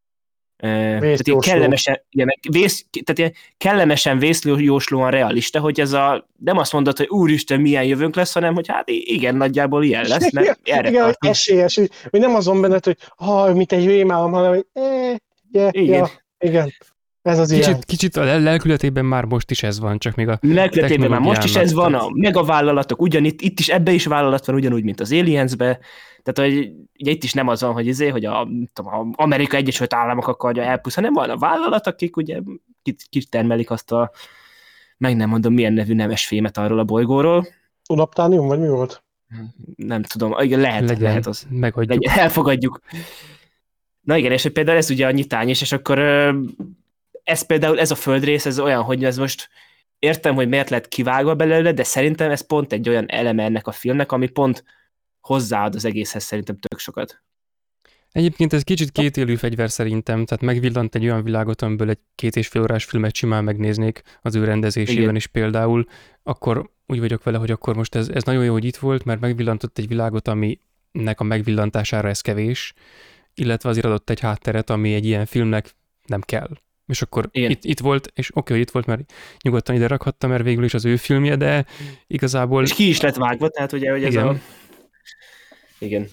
tehát ilyen kellemesen, ilyen, vész, tehát ilyen kellemesen vészjóslóan realista, hogy ez a, nem azt mondod, hogy úristen, milyen jövőnk lesz, hanem hogy hát igen, nagyjából ilyen lesz, mert erre igen, hogy esélyes, hogy, hogy nem azon benned, hogy ha, mint egy rémálom, hanem hogy eh, yeah, igen. Ja, igen. Ez az kicsit, ilyen. Kicsit a lelkületében már most is ez van, csak még a lelkületében már most is ez van, a megavállalatok, ugyanitt, itt is ebbe is vállalat van, ugyanúgy, mint az Aliensbe. Tehát, hogy ugye itt is nem az van, hogy izé, hogy a, tudom, a Amerika Egyesült Államok akarja elpusz, hanem van a vállalat, akik ugye kitermelik azt a, meg nem mondom, milyen nevű nemes fémet arról a bolygóról. Unaptánium, vagy mi volt? Nem tudom, igen, lehet, legyen, lehet az. Megadjuk. Legyen, elfogadjuk. Na igen, és hogy például ez ugye a nyitány is, és akkor ez például, ez a földrész, ez olyan, hogy ez most értem, hogy miért lett kivágva belőle, de szerintem ez pont egy olyan eleme ennek a filmnek, ami pont hozzáad az egészhez szerintem tök sokat. Egyébként ez kicsit kétélű fegyver szerintem, tehát megvillant egy olyan világot, amiből egy két és fél órás filmet simán megnéznék az ő rendezésében igen. is például, akkor úgy vagyok vele, hogy akkor most ez, ez nagyon jó, hogy itt volt, mert megvillantott egy világot, aminek a megvillantására ez kevés, illetve azért adott egy hátteret, ami egy ilyen filmnek nem kell. És akkor itt, itt volt, és oké, okay, hogy itt volt, mert nyugodtan ide rakhattam, mert végül is az ő filmje, de igazából... És ki is lett vágva, tehát ugye, hogy ez igen. a... Igen.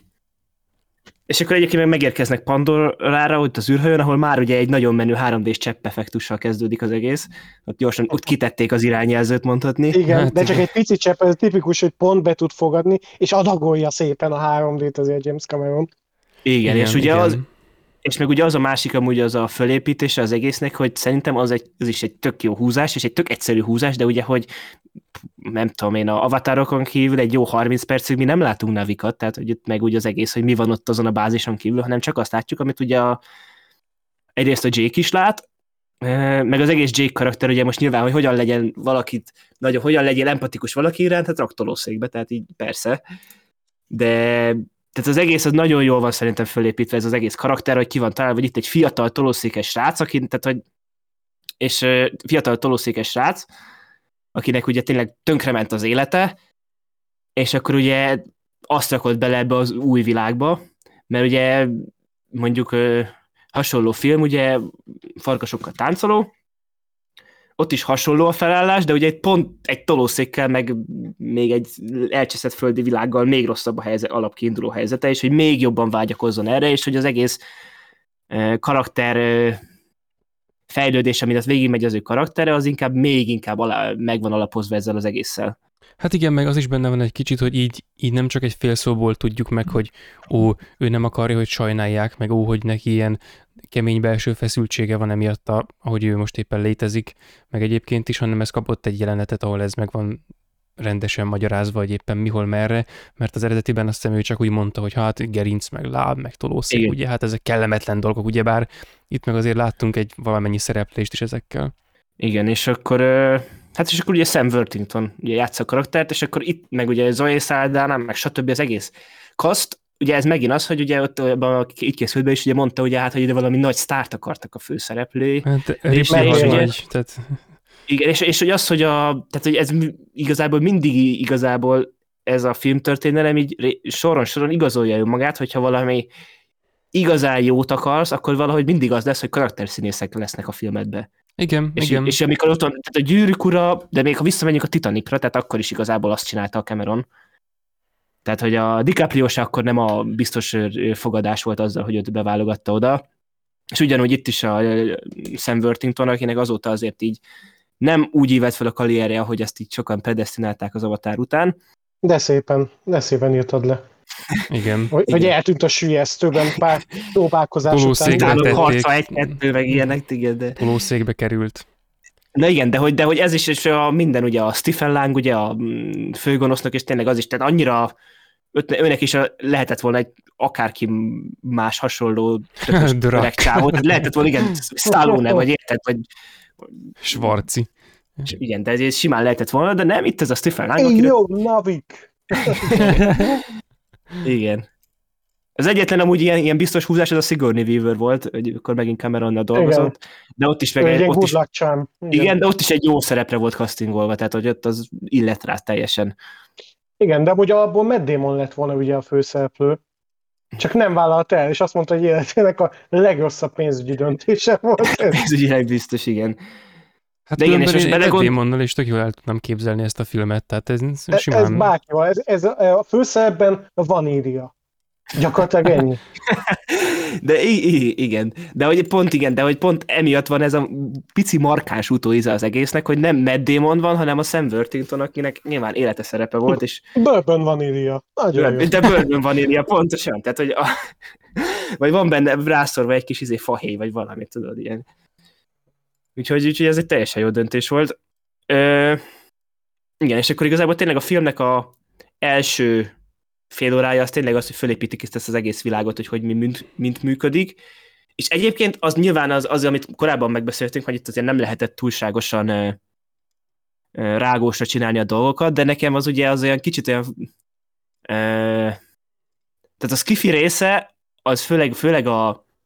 És akkor egyébként meg megérkeznek Pandorára, ott az űrhajón, ahol már ugye egy nagyon menő három dés csepp effektussal kezdődik az egész. Ott gyorsan ott kitették az irányjelzőt, mondhatni. Igen, hát, de csak egy pici csepp, ez tipikus, hogy pont be tud fogadni, és adagolja szépen a három dét azért James Cameron. Igen, igen és ugye igen. az... És meg ugye az a másik amúgy az a fölépítése az egésznek, hogy szerintem az, egy, az is egy tök jó húzás, és egy tök egyszerű húzás, de ugye, hogy nem tudom én, a avatárokon kívül egy jó harminc percig mi nem látunk navikat, tehát hogy itt meg úgy az egész, hogy mi van ott azon a bázison kívül, hanem csak azt látjuk, amit ugye a, egyrészt a Jake is lát, meg az egész Jake karakter, ugye most nyilván, hogy hogyan legyen valakit, nagyon, hogyan legyél empatikus valaki iránt, hát raktolószékbe, tehát így persze, de tehát az egész az nagyon jól van szerintem fölépítve, ez az egész karakter, hogy ki van találva, hogy itt egy fiatal tolószékes srác, aki, tehát, hogy, és uh, fiatal tolószékes srác, akinek ugye tényleg tönkrement az élete, és akkor ugye azt rakott bele ebbe az új világba, mert ugye mondjuk uh, hasonló film, ugye farkasokkal táncoló, ott is hasonló a felállás, de ugye egy pont egy tolószékkel, meg még egy elcseszett földi világgal még rosszabb a helyzet, alapkiinduló helyzete, és hogy még jobban vágyakozzon erre, és hogy az egész uh, karakter uh, fejlődés, amit végigmegy az ő karaktere, az inkább még inkább alá, megvan alapozva ezzel az egésszel. Hát igen, meg az is benne van egy kicsit, hogy így, így nem csak egy fél szóból tudjuk meg, hogy ó, ő nem akarja, hogy sajnálják, meg ó, hogy neki ilyen kemény belső feszültsége van emiatt, a, ahogy ő most éppen létezik, meg egyébként is, hanem ez kapott egy jelenetet, ahol ez meg van rendesen magyarázva, hogy éppen mihol merre, mert az eredetiben azt hiszem ő csak úgy mondta, hogy hát gerinc, meg láb, meg tolószék, igen. Ugye, hát ezek kellemetlen dolgok, ugyebár itt meg azért láttunk egy valamennyi szereplést is ezekkel. Igen, és akkor, hát és akkor ugye Sam Worthington ugye játsza a karaktert, és akkor itt meg ugye Zoe Saldana, meg stb. Az egész cast, ugye ez megint az, hogy ugye ott így készült be, és ugye mondta, ugye hát, hogy ide valami nagy sztárt akartak a főszereplői. Hát Rishi Hadnagy, tehát... Igen, és, és hogy az, hogy, a, tehát, hogy ez igazából mindig igazából ez a filmtörténelem így soron-soron igazolja önmagát, hogyha valami igazán jót akarsz, akkor valahogy mindig az lesz, hogy karakterszínészek lesznek a filmedbe. Igen, és, igen. És amikor ott van, tehát a Gyűrűk ura, de még ha visszamegyünk a Titanicra, tehát akkor is igazából azt csinálta a Cameron. Tehát, hogy a DiCaprio se akkor nem a biztos fogadás volt azzal, hogy őt beválogatta oda. És ugyanúgy itt is a Sam Worthington, akinek azóta azért így nem úgy ívelt fel a karrierje, hogy ezt így sokan predesztinálták az Avatar után. De szépen, de szépen írtad le. Igen. Hogy, igen. hogy eltűnt a sülyeztőben pár próbálkozás után. Tálok harca egy-kettő, meg ilyenek, igen, de... Tolószékbe került. Na igen, de hogy, de hogy ez is, és a minden, ugye a Stephen Lang, ugye a főgonosznak, és tényleg az is, tehát annyira őnek is lehetett volna egy akárki más hasonló öreg csávot, lehetett volna, igen, Stallone, vagy érted, vagy Schwarzi. Igen, de ez simán lehetett volna, de nem, itt ez a Stephen Lang, akiről... Jó, Navik! Igen. Az egyetlen amúgy ilyen, ilyen biztos húzás, az a Sigourney Weaver volt, hogy akkor megint Cameronnal dolgozott, igen. De ott is meg egy, ott is, igen. igen, de ott is egy jó szerepre volt castingolva, tehát hogy ott az illet rá teljesen. Igen, de ugye abból Matt Damon lett volna ugye a főszereplő, csak nem vállalta el, és azt mondta, hogy életének a legrosszabb pénzügyi döntése volt. Pénzügyileg biztos, igen. Hát de igen, és most belegond... Damonnal is tök jól el tudnám képzelni ezt a filmet, tehát ez simán... Ez bárkival, ez, ez a, a főszerepben vanília. Gyakorlatilag ennyi. De igen, de hogy pont igen, de hogy pont emiatt van ez a pici markáns utóíze az egésznek, hogy nem Matt Damon van, hanem a Sam Worthington, akinek nyilván élete szerepe volt, és... Bourbon vanília. Nagyon jó. De Bourbon vanília, pontosan, tehát hogy a... vagy van benne rászorva egy kis izé fahéj, vagy valamit, tudod, ilyen. Úgyhogy, úgyhogy ez egy teljesen jó döntés volt. Ö... Igen, és akkor igazából tényleg a filmnek a első fél órája az tényleg az, hogy fölépítik ezt az egész világot, hogy hogy mi mint, mint működik. És egyébként az nyilván az, az, amit korábban megbeszéltünk, hogy itt azért nem lehetett túlságosan ö, ö, rágósra csinálni a dolgokat, de nekem az ugye az olyan kicsit olyan... Ö, tehát a skifi része, az főleg, főleg a,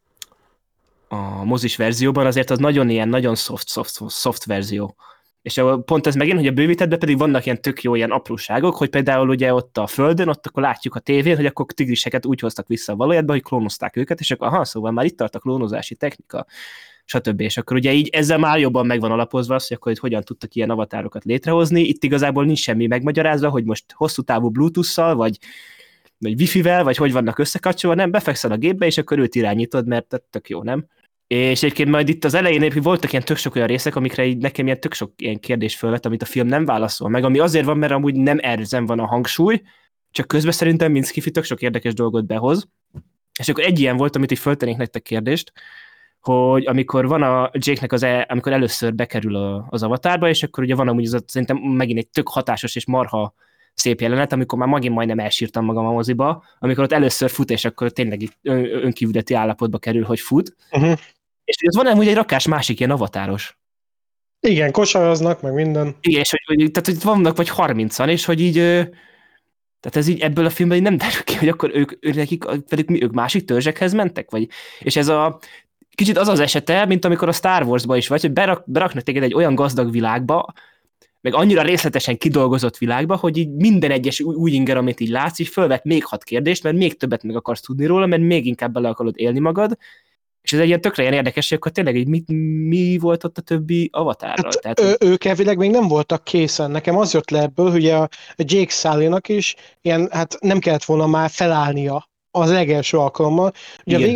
a mozis verzióban azért az nagyon ilyen, nagyon soft, soft, soft verzió. És pont ez megint, hogy a bővítettben pedig vannak ilyen tök jó ilyen apróságok, hogy például ugye ott a Földön, ott akkor látjuk a tévén, hogy akkor tigriseket úgy hoztak vissza a valójában, hogy klónozták őket, és akkor aha, szóval már itt tart a klónozási technika, stb. És akkor ugye így ezzel már jobban megvan alapozva az, hogy akkor hogy hogyan tudtak ilyen avatárokat létrehozni. Itt igazából nincs semmi megmagyarázva, hogy most hosszú távú Bluetooth-szal, vagy, vagy Wi-Fi-vel, vagy hogy vannak összekapcsolva, nem, befekszel a gépbe, és akkor őt irányítod, mert tök jó, nem? És egyébként majd itt az elején voltak ilyen tök sok olyan részek, amikre így nekem ilyen tök sok ilyen kérdés fölvett, amit a film nem válaszol meg, ami azért van, mert amúgy nem ezen van a hangsúly, csak közben szerintem Minsky tök sok érdekes dolgot behoz. És akkor egy ilyen volt, amit így föltennék nektek kérdést, hogy amikor van a Jake-nek az, e, amikor először bekerül a, az avatárba, és akkor ugye van amúgy az, szerintem megint egy tök hatásos és marha szép jelenet, amikor már megint majdnem elsírtam magam a moziba, amikor ott először fut, és akkor tényleg önkívületi állapotba kerül, hogy fut. Uh-huh. És ott van amúgy egy rakás másik ilyen avatáros. Igen, kosaraznak, meg minden. Igen, és hogy, tehát, hogy vannak vagy harmincan, és hogy így, tehát ez így ebből a filmben így nem derül ki, hogy akkor ők, ők nekik, pedig mi, ők másik törzsekhez mentek, vagy, és ez a kicsit az az esete, mint amikor a Star Wars-ba is vagy, hogy berak, beraknak téged egy olyan gazdag világba, meg annyira részletesen kidolgozott világba, hogy így minden egyes új inger, amit így látsz, így fölvet még hat kérdést, mert még többet meg akarsz tudni róla, mert még inkább bele akarod élni magad, és ez egy ilyen tökre ilyen érdekes, hogy akkor tényleg így mi, mi volt ott a többi avatárral? Hát, Tehát, ő, ők elvileg még nem voltak készen. Nekem az jött le ebből, hogy a Jake Sullynak is ilyen, hát nem kellett volna már felállnia az legelső alkalommal. Ugye a végén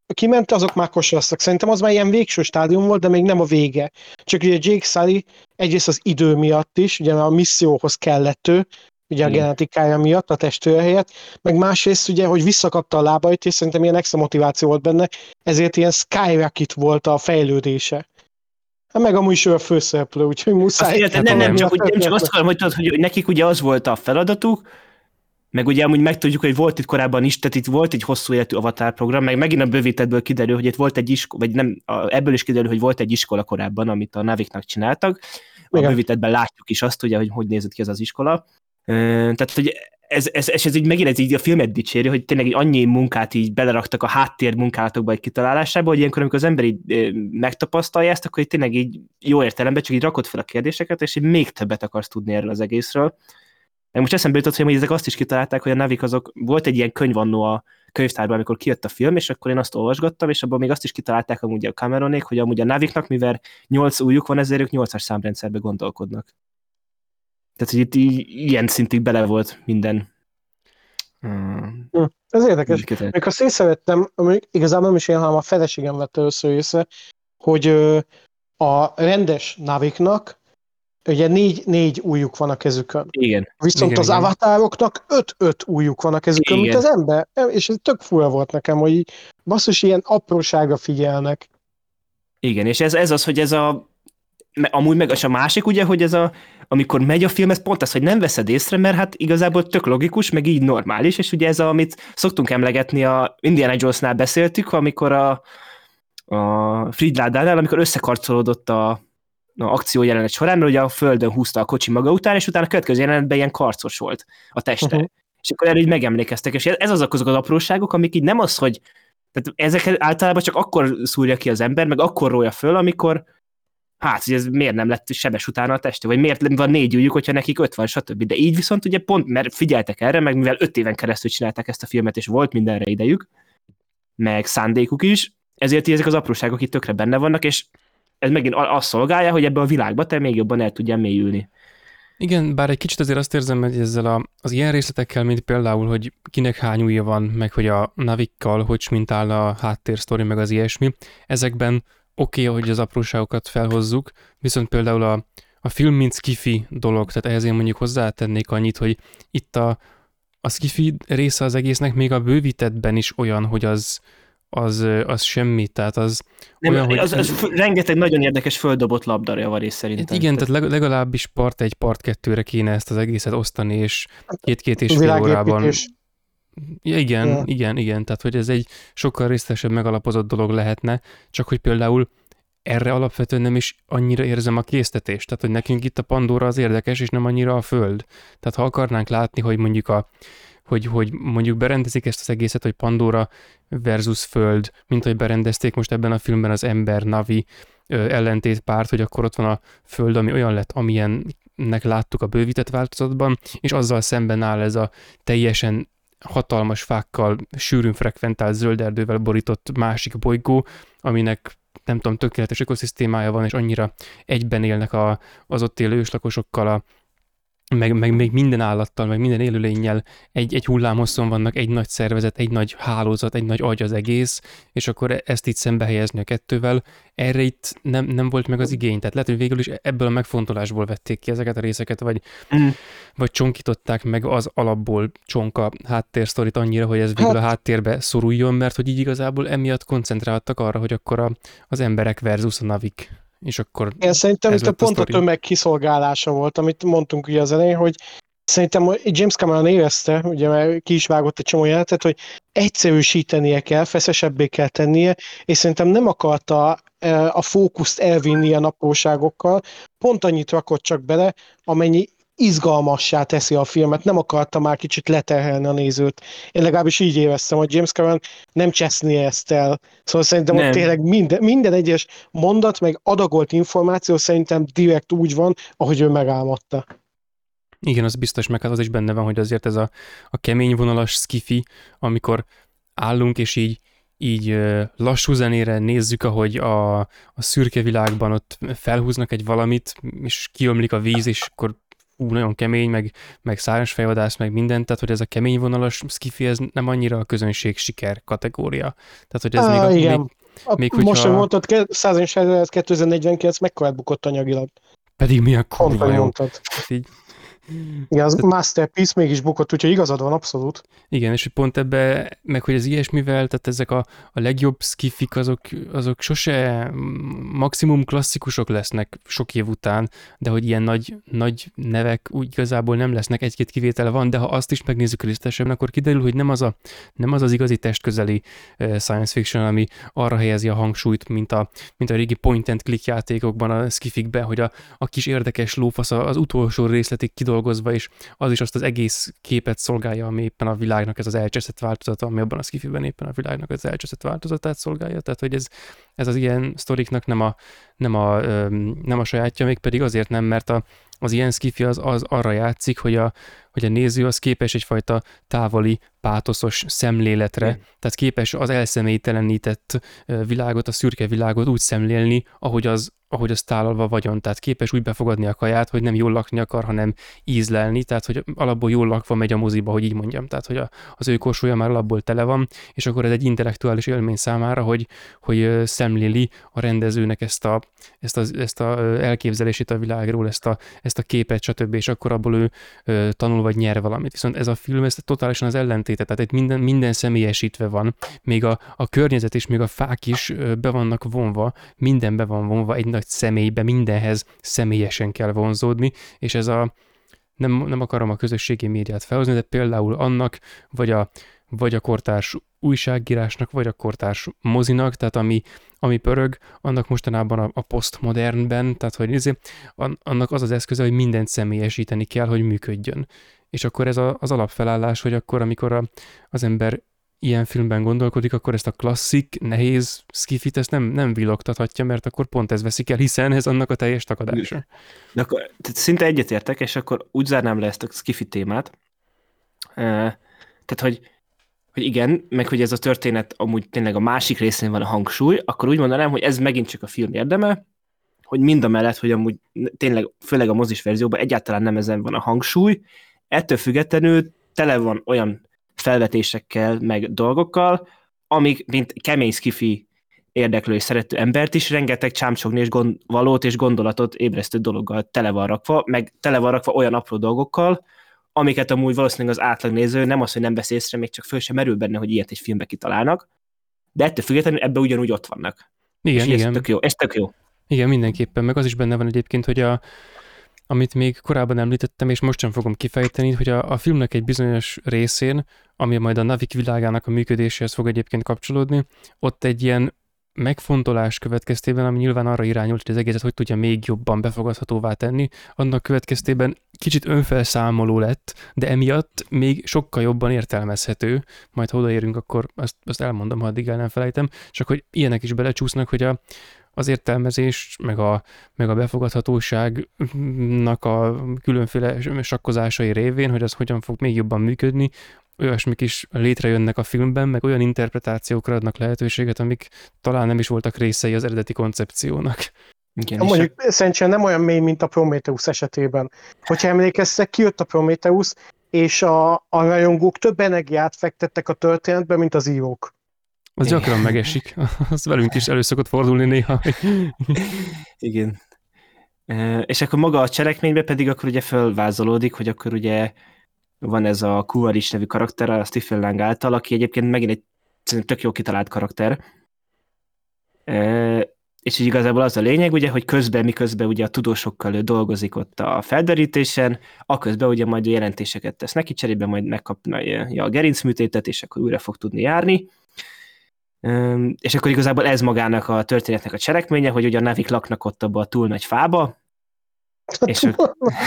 kiment, azok már kosarasztak. Szerintem az már ilyen végső stádium volt, de még nem a vége. Csak ugye Jake Sully egyrészt az idő miatt is, ugye a misszióhoz kellett ő, ugye a Igen. genetikája miatt, a testőre helyett, meg másrészt ugye, hogy visszakapta a lábait, és szerintem ilyen extra motiváció volt benne, ezért ilyen skyrocket volt a fejlődése. Hát meg amúgy is ő a főszereplő, úgyhogy muszáj. Azt érted, nem, nem, csak, úgy, nem csak azt akarom, hogy, tudod, hogy nekik ugye az volt a feladatuk, meg ugye amúgy megtudjuk, hogy volt itt korábban is, tehát itt volt egy hosszú életű Avatar program, meg megint a bővítettből kiderül, hogy itt volt egy iskola, vagy nem, ebből is kiderül, hogy volt egy iskola korábban, amit a Naviknak csináltak. A Igen. bővítettben látjuk is azt, ugye, hogy hogy nézett ki az az iskola. Tehát, hogy ez, ez, ez, ez így megint ez így a filmet dicséri, hogy tényleg így annyi munkát így beleraktak a háttér munkálatokba egy kitalálásába, hogy ilyenkor, amikor az ember így megtapasztalja ezt, akkor így tényleg így jó értelemben csak így rakod fel a kérdéseket, és így még többet akarsz tudni erről az egészről. Meg most eszembe jutott, hogy ezek azt is kitalálták, hogy a Navik azok, volt egy ilyen könyvannó a könyvtárban, amikor kijött a film, és akkor én azt olvasgattam, és abban még azt is kitalálták amúgy a Cameronék, hogy amúgy a Naviknak, mivel nyolc újjuk van, ezért ők nyolcas számrendszerbe gondolkodnak. Tehát, hogy itt így, ilyen szintig bele volt minden. Hmm. Ez érdekes. Még azt észrevettem, igazából nem is én, hanem a feleségem vette először észre, hogy a rendes Naviknak ugye négy, négy ujjuk van a kezükön. Igen. Viszont igen, az igen. avatároknak öt-öt ujjuk van a kezükön, Igen. mint az ember. És ez tök fura volt nekem, hogy így basszus ilyen apróságra figyelnek. Igen, és ez, ez az, hogy ez a amúgy meg az a másik, ugye, hogy ez a, amikor megy a film, ez pont az, hogy nem veszed észre, mert hát igazából tök logikus, meg így normális, és ugye ez a, amit szoktunk emlegetni, a Indiana Jonesnál beszéltük, amikor a, a Fridládánál, amikor összekarcolódott a, a akció jelenet során, mert ugye a földön húzta a kocsi maga után, és utána a következő jelenetben ilyen karcos volt a teste. Uh-huh. És akkor erre így megemlékeztek, és ez azok azok az apróságok, amik így nem az, hogy tehát ezeket általában csak akkor szúrja ki az ember, meg akkor rója föl, amikor hát, hogy ez miért nem lett sebes utána a teste, vagy miért van négy ujjuk, hogyha nekik öt van, stb. De így viszont ugye pont, mert figyeltek erre, meg mivel öt éven keresztül csinálták ezt a filmet, és volt mindenre idejük, meg szándékuk is, ezért ezek az apróságok itt tökre benne vannak, és ez megint azt szolgálja, hogy ebben a világban te még jobban el tudjál mélyülni. Igen, bár egy kicsit azért azt érzem, hogy ezzel a, az ilyen részletekkel, mint például, hogy kinek hány ujja van, meg hogy a Navikkal, hogy smintál a háttérsztori, meg az ilyesmi, ezekben oké, okay, hogy az apróságokat felhozzuk, viszont például a, a film mint sci-fi dolog, tehát ehhez én mondjuk hozzátennék annyit, hogy itt a, a sci-fi része az egésznek még a bővítettben is olyan, hogy az, az, az semmi, tehát az nem, olyan, az, hogy... az, az rengeteg nagyon érdekes földobott labdarja rész szerintem. Igen, tehát legalábbis part egy, part kettőre kéne ezt az egészet osztani, és két-két és fél órában... Ja, igen, ja. igen, igen, tehát hogy ez egy sokkal részletesebb, megalapozott dolog lehetne, csak hogy például erre alapvetően nem is annyira érzem a késztetést, tehát hogy nekünk itt a Pandora az érdekes, és nem annyira a Föld. Tehát ha akarnánk látni, hogy mondjuk a hogy, hogy mondjuk berendezik ezt az egészet, hogy Pandora versus Föld, mint hogy berendezték most ebben a filmben az ember-navi ellentétpárt, hogy akkor ott van a Föld, ami olyan lett, amilyennek láttuk a bővített változatban, és azzal szemben áll ez a teljesen hatalmas fákkal, sűrűn frekventált zöld erdővel borított másik bolygó, aminek nem tudom, tökéletes ökoszisztémája van, és annyira egyben élnek a, az ott élő őslakosokkal, a, meg, meg még minden állattal, meg minden élőlénnyel egy, egy hullámhosszon vannak, egy nagy szervezet, egy nagy hálózat, egy nagy agy az egész, és akkor ezt itt szembe helyezni a kettővel, erre itt nem, nem volt meg az igény. Tehát lehet, hogy végül is ebből a megfontolásból vették ki ezeket a részeket, vagy, mm. vagy csonkították meg az alapból csonka háttérsztorit annyira, hogy ez végül a háttérbe szoruljon, mert hogy így igazából emiatt koncentráltak arra, hogy akkor a, az emberek versus a navik. És akkor én szerintem itt a pont a tömeg kiszolgálása volt, amit mondtunk ugye az elején, hogy szerintem James Cameron érezte, ugye mert ki is vágott egy csomó jelenetet, hogy egyszerűsítenie kell, feszesebbé kell tennie, és szerintem nem akarta a fókuszt elvinni a apróságokkal, pont annyit rakott csak bele, amennyi izgalmassá teszi a filmet, nem akarta már kicsit leterhelni a nézőt. Én legalábbis így éreztem, hogy James Cameron nem cseszni ezt el. Szóval szerintem nem. Ott tényleg minden, minden egyes mondat, meg adagolt információ szerintem direkt úgy van, ahogy ő megálmodta. Igen, az biztos, meg az is benne van, hogy azért ez a, a kemény vonalas skifi, amikor állunk, és így így lassú zenére nézzük, ahogy a, a szürke világban ott felhúznak egy valamit, és kiömlik a víz, és akkor ú, nagyon kemény, meg, meg szárnyas fejvadász, meg minden, tehát hogy ez a kemény vonalas skifi, ez nem annyira a közönség siker kategória. Tehát, hogy ez Á, még, a, igen. még, A, még most, hogy hogyha... mondtad, százas kétezer-negyvenkilenc mekkorát bukott anyagilag. Pedig mi a Pont, kurva hogy jó. mondtad. Hát így, Igen, az Masterpiece mégis bukott, úgyhogy igazad van, abszolút. igen, és hogy pont ebbe, meg hogy az ilyesmivel, tehát ezek a, a legjobb skifik, azok, azok sose maximum klasszikusok lesznek sok év után, de hogy ilyen nagy, nagy nevek úgy igazából nem lesznek, egy-két kivétele van, de ha azt is megnézzük részletesebben, akkor kiderül, hogy nem az, a, nem az az igazi testközeli uh, science fiction, ami arra helyezi a hangsúlyt, mint a, mint a régi point and click játékokban, a skifikben, hogy a, a kis érdekes lófasz az utolsó részletig kidolgozva, és az is azt az egész képet szolgálja, ami éppen a világnak ez az elcseszett változata, ami abban a skifiben éppen a világnak az elcseszett változatát szolgálja. Tehát, hogy ez, ez az ilyen sztoriknak nem a, nem, a, nem a sajátja, még pedig azért nem, mert a, az ilyen skifi az, az arra játszik, hogy a, hogy a néző az képes egyfajta távoli, pátoszos szemléletre, mm. tehát képes az elszemélytelenített világot, a szürke világot úgy szemlélni, ahogy az, ahogy az tálalva vagyon, tehát képes úgy befogadni a kaját, hogy nem jól lakni akar, hanem ízlelni, tehát hogy alapból jól lakva megy a moziba, hogy így mondjam, tehát hogy a, az ő korsója már alapból tele van, és akkor ez egy intellektuális élmény számára, hogy, hogy szemléli a rendezőnek ezt a, ezt a, ezt a elképzelését a világról, ezt a, ezt a képet, stb., és akkor abból ő tanul vagy nyer valamit. Viszont ez a film, ez totálisan az ellentéte, tehát itt minden, minden személyesítve van, még a, a környezet és még a fák is be vannak vonva, minden be van vonva egy nagy személybe, mindenhez személyesen kell vonzódni, és ez a, nem, nem akarom a közösségi médiát felhozni, de például annak, vagy a, vagy a kortárs újságírásnak, vagy a kortárs mozinak, tehát ami, ami pörög, annak mostanában a, a posztmodernben, tehát hogy ezért, annak az az eszköze, hogy mindent személyesíteni kell, hogy működjön. És akkor ez a, az alapfelállás, hogy akkor, amikor a, az ember ilyen filmben gondolkodik, akkor ezt a klasszik, nehéz skifit, ezt nem, nem villogtathatja, mert akkor pont ez veszik el, hiszen ez annak a teljes takadása. De akkor tehát szinte egyetértek, és akkor úgy zárnám le ezt a skifi témát. Uh, tehát, hogy, hogy igen, meg hogy ez a történet amúgy tényleg a másik részén van a hangsúly, akkor úgy mondanám, hogy ez megint csak a film érdeme, hogy mind a mellett, hogy amúgy tényleg, főleg a mozis verzióban egyáltalán nem ezen van a hangsúly, ettől függetlenül tele van olyan felvetésekkel, meg dolgokkal, amik, mint kemény skifi érdeklő és szerető embert is, rengeteg csámcsogni és gond, valót és gondolatot ébresztő dologgal tele van rakva, meg tele van rakva olyan apró dolgokkal, amiket amúgy valószínűleg az átlagnéző nem az, hogy nem vesz észre, még csak föl sem merül benne, hogy ilyet egy filmbe kitalálnak, de ettől függetlenül ebben ugyanúgy ott vannak. Igen, és igen. Ez tök jó, ez tök jó. Igen, mindenképpen, meg az is benne van egyébként, hogy a amit még korábban említettem, és most sem fogom kifejteni, hogy a, a filmnek egy bizonyos részén, ami majd a Navik világának a működéséhez fog egyébként kapcsolódni, ott egy ilyen megfontolás következtében, ami nyilván arra irányult, hogy az egészet hogy tudja még jobban befogadhatóvá tenni, annak következtében kicsit önfelszámoló lett, de emiatt még sokkal jobban értelmezhető, majd ha odaérünk, akkor azt, azt elmondom, ha addig el nem felejtem, csak hogy ilyenek is belecsúsznak, hogy a az értelmezés, meg a, meg a befogadhatóságnak a különféle sakkozásai révén, hogy az hogyan fog még jobban működni, olyasmik is létrejönnek a filmben, meg olyan interpretációkra adnak lehetőséget, amik talán nem is voltak részei az eredeti koncepciónak. Igen, ja, mondjuk szerintem nem olyan mély, mint a Prometheus esetében. Hogyha emlékeztek, kijött a Prometheus, és a, a rajongók több energiát fektettek a történetbe, mint az írók. Az gyakran megesik. Az velünk is elő szokott fordulni néha. Igen. E, és akkor maga a cselekményben pedig akkor ugye fölvázolódik, hogy akkor ugye van ez a Kuvaris nevű karakter, a Stephen Lang által, aki egyébként megint egy tök jó kitalált karakter. E, és így igazából az a lényeg, ugye, hogy közben, miközben ugye a tudósokkal ő dolgozik ott a felderítésen, aközben ugye majd jelentéseket tesz neki, cserébe majd megkapna a gerincműtétet, és akkor újra fog tudni járni. És akkor igazából ez magának a történetnek a cselekménye, hogy ugye a Navik laknak ott abba a túl nagy fába, és ők...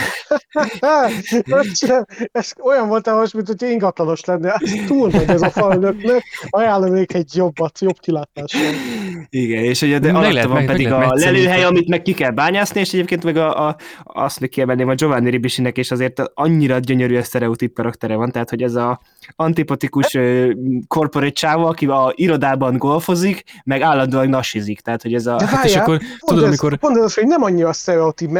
Ez olyan volt most, mint hogy ingatlanos lenne. Ez túl nagy ez a fa önöknek, ajánlom még egy jobbat, jobb kilátással. Igen, és ugye de alatta van meg, pedig meg a lelőhely, amit meg ki kell bányászni, és egyébként meg a, a, azt még kiemelném a Giovanni Ribisinek, és azért annyira gyönyörű a sztereotíp karaktere van, tehát hogy ez a antipatikus corporate csáva, aki a irodában golfozik, meg állandóan nasizik, tehát hogy ez a... De várjál, és akkor tudod, amikor... Pont az, hogy nem annyira sztereotíp, mert van neki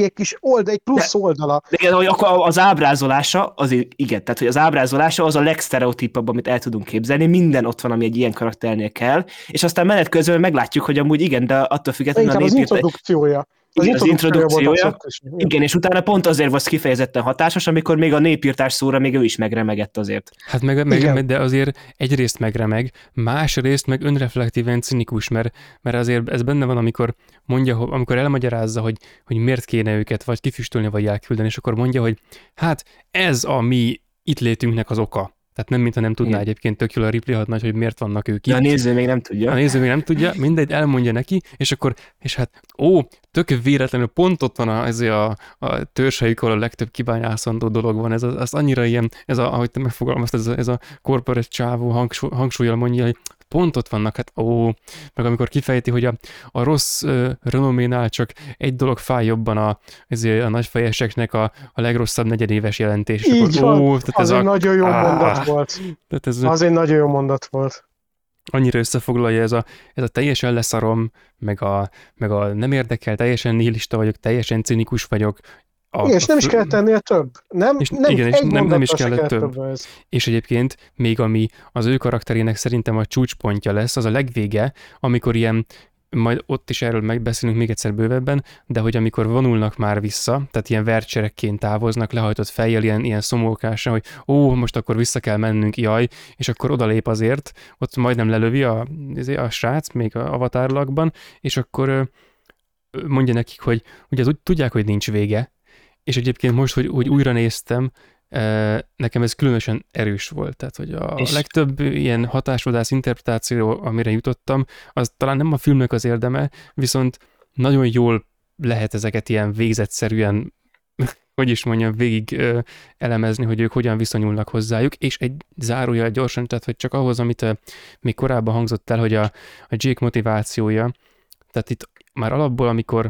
neki egy kis old, egy plusz de, oldala. De igen, hogy akkor az ábrázolása, azért igen, tehát hogy az ábrázolása az a legsztereotípabb, amit el tudunk képzelni, minden ott van, ami egy ilyen karakternél kell, és aztán menet közben meglátjuk, hogy amúgy igen, de attól függetlenül inkább a az népírtás... introdukciója. Az, igen, az introdukciója, az igen, és utána pont azért volt kifejezetten hatásos, amikor még a népírtás szóra még ő is megremegett azért. Hát meg, meg de azért egyrészt megremeg, másrészt meg önreflektíven cinikus, mert, mert azért ez benne van, amikor mondja, amikor elmagyarázza, hogy, hogy miért kéne őket vagy kifüstölni, vagy elküldeni, és akkor mondja, hogy hát ez a mi itt létünknek az oka. Tehát nem, mintha nem tudná igen. Egyébként tök jól a Ripley hadnagy, hogy miért vannak ők itt. De a néző még nem tudja. A néző még nem tudja, mindegy, elmondja neki, és akkor, és hát, ó, tök véletlenül pont ott van a, ez a, a törzshelyük, ahol a legtöbb kibányászandó dolog van, ez az, az annyira ilyen, ez a, ahogy te megfogalmaztad, ez a, ez a corporate csávó hangsúly, hangsúlyjal mondja, hogy pont ott vannak, hát ó, meg amikor kifejti, hogy a, a rossz uh, renoménál csak egy dolog fáj jobban a, a nagyfejeseknek a, a legrosszabb negyedéves jelentés. Így akkor, van, ó, az ez egy a, nagyon jó áh, mondat volt. Ez, az egy nagyon jó mondat volt. Annyira összefoglalja ez a, ez a teljesen leszarom, meg a, meg a nem érdekel, teljesen nihilista vagyok, teljesen cinikus vagyok. A, igen, és nem a, is kellett ennél több. Nem, és nem, igen, és nem, nem is kellett több. több és egyébként még ami az ő karakterének szerintem a csúcspontja lesz, az a legvége, amikor ilyen, majd ott is erről megbeszélünk még egyszer bővebben, de hogy amikor vonulnak már vissza, tehát ilyen vercserekként távoznak, lehajtott fejjel, ilyen, ilyen szomókásra, hogy ó, most akkor vissza kell mennünk, jaj, és akkor odalép azért, ott majdnem lelövi a, a srác, még a avatárlakban, és akkor mondja nekik, hogy ugye tudják, hogy nincs vége, és egyébként most, hogy, hogy újra néztem, nekem ez különösen erős volt. Tehát, hogy a és... legtöbb ilyen hatásvadász interpretáció, amire jutottam, az talán nem a filmnek az érdeme, viszont nagyon jól lehet ezeket ilyen végzetszerűen, hogy is mondjam, végig elemezni, hogy ők hogyan viszonyulnak hozzájuk, és egy zárójel gyorsan, tehát, hogy csak ahhoz, amit még korábban hangzott el, hogy a, a Jake motivációja, tehát itt már alapból, amikor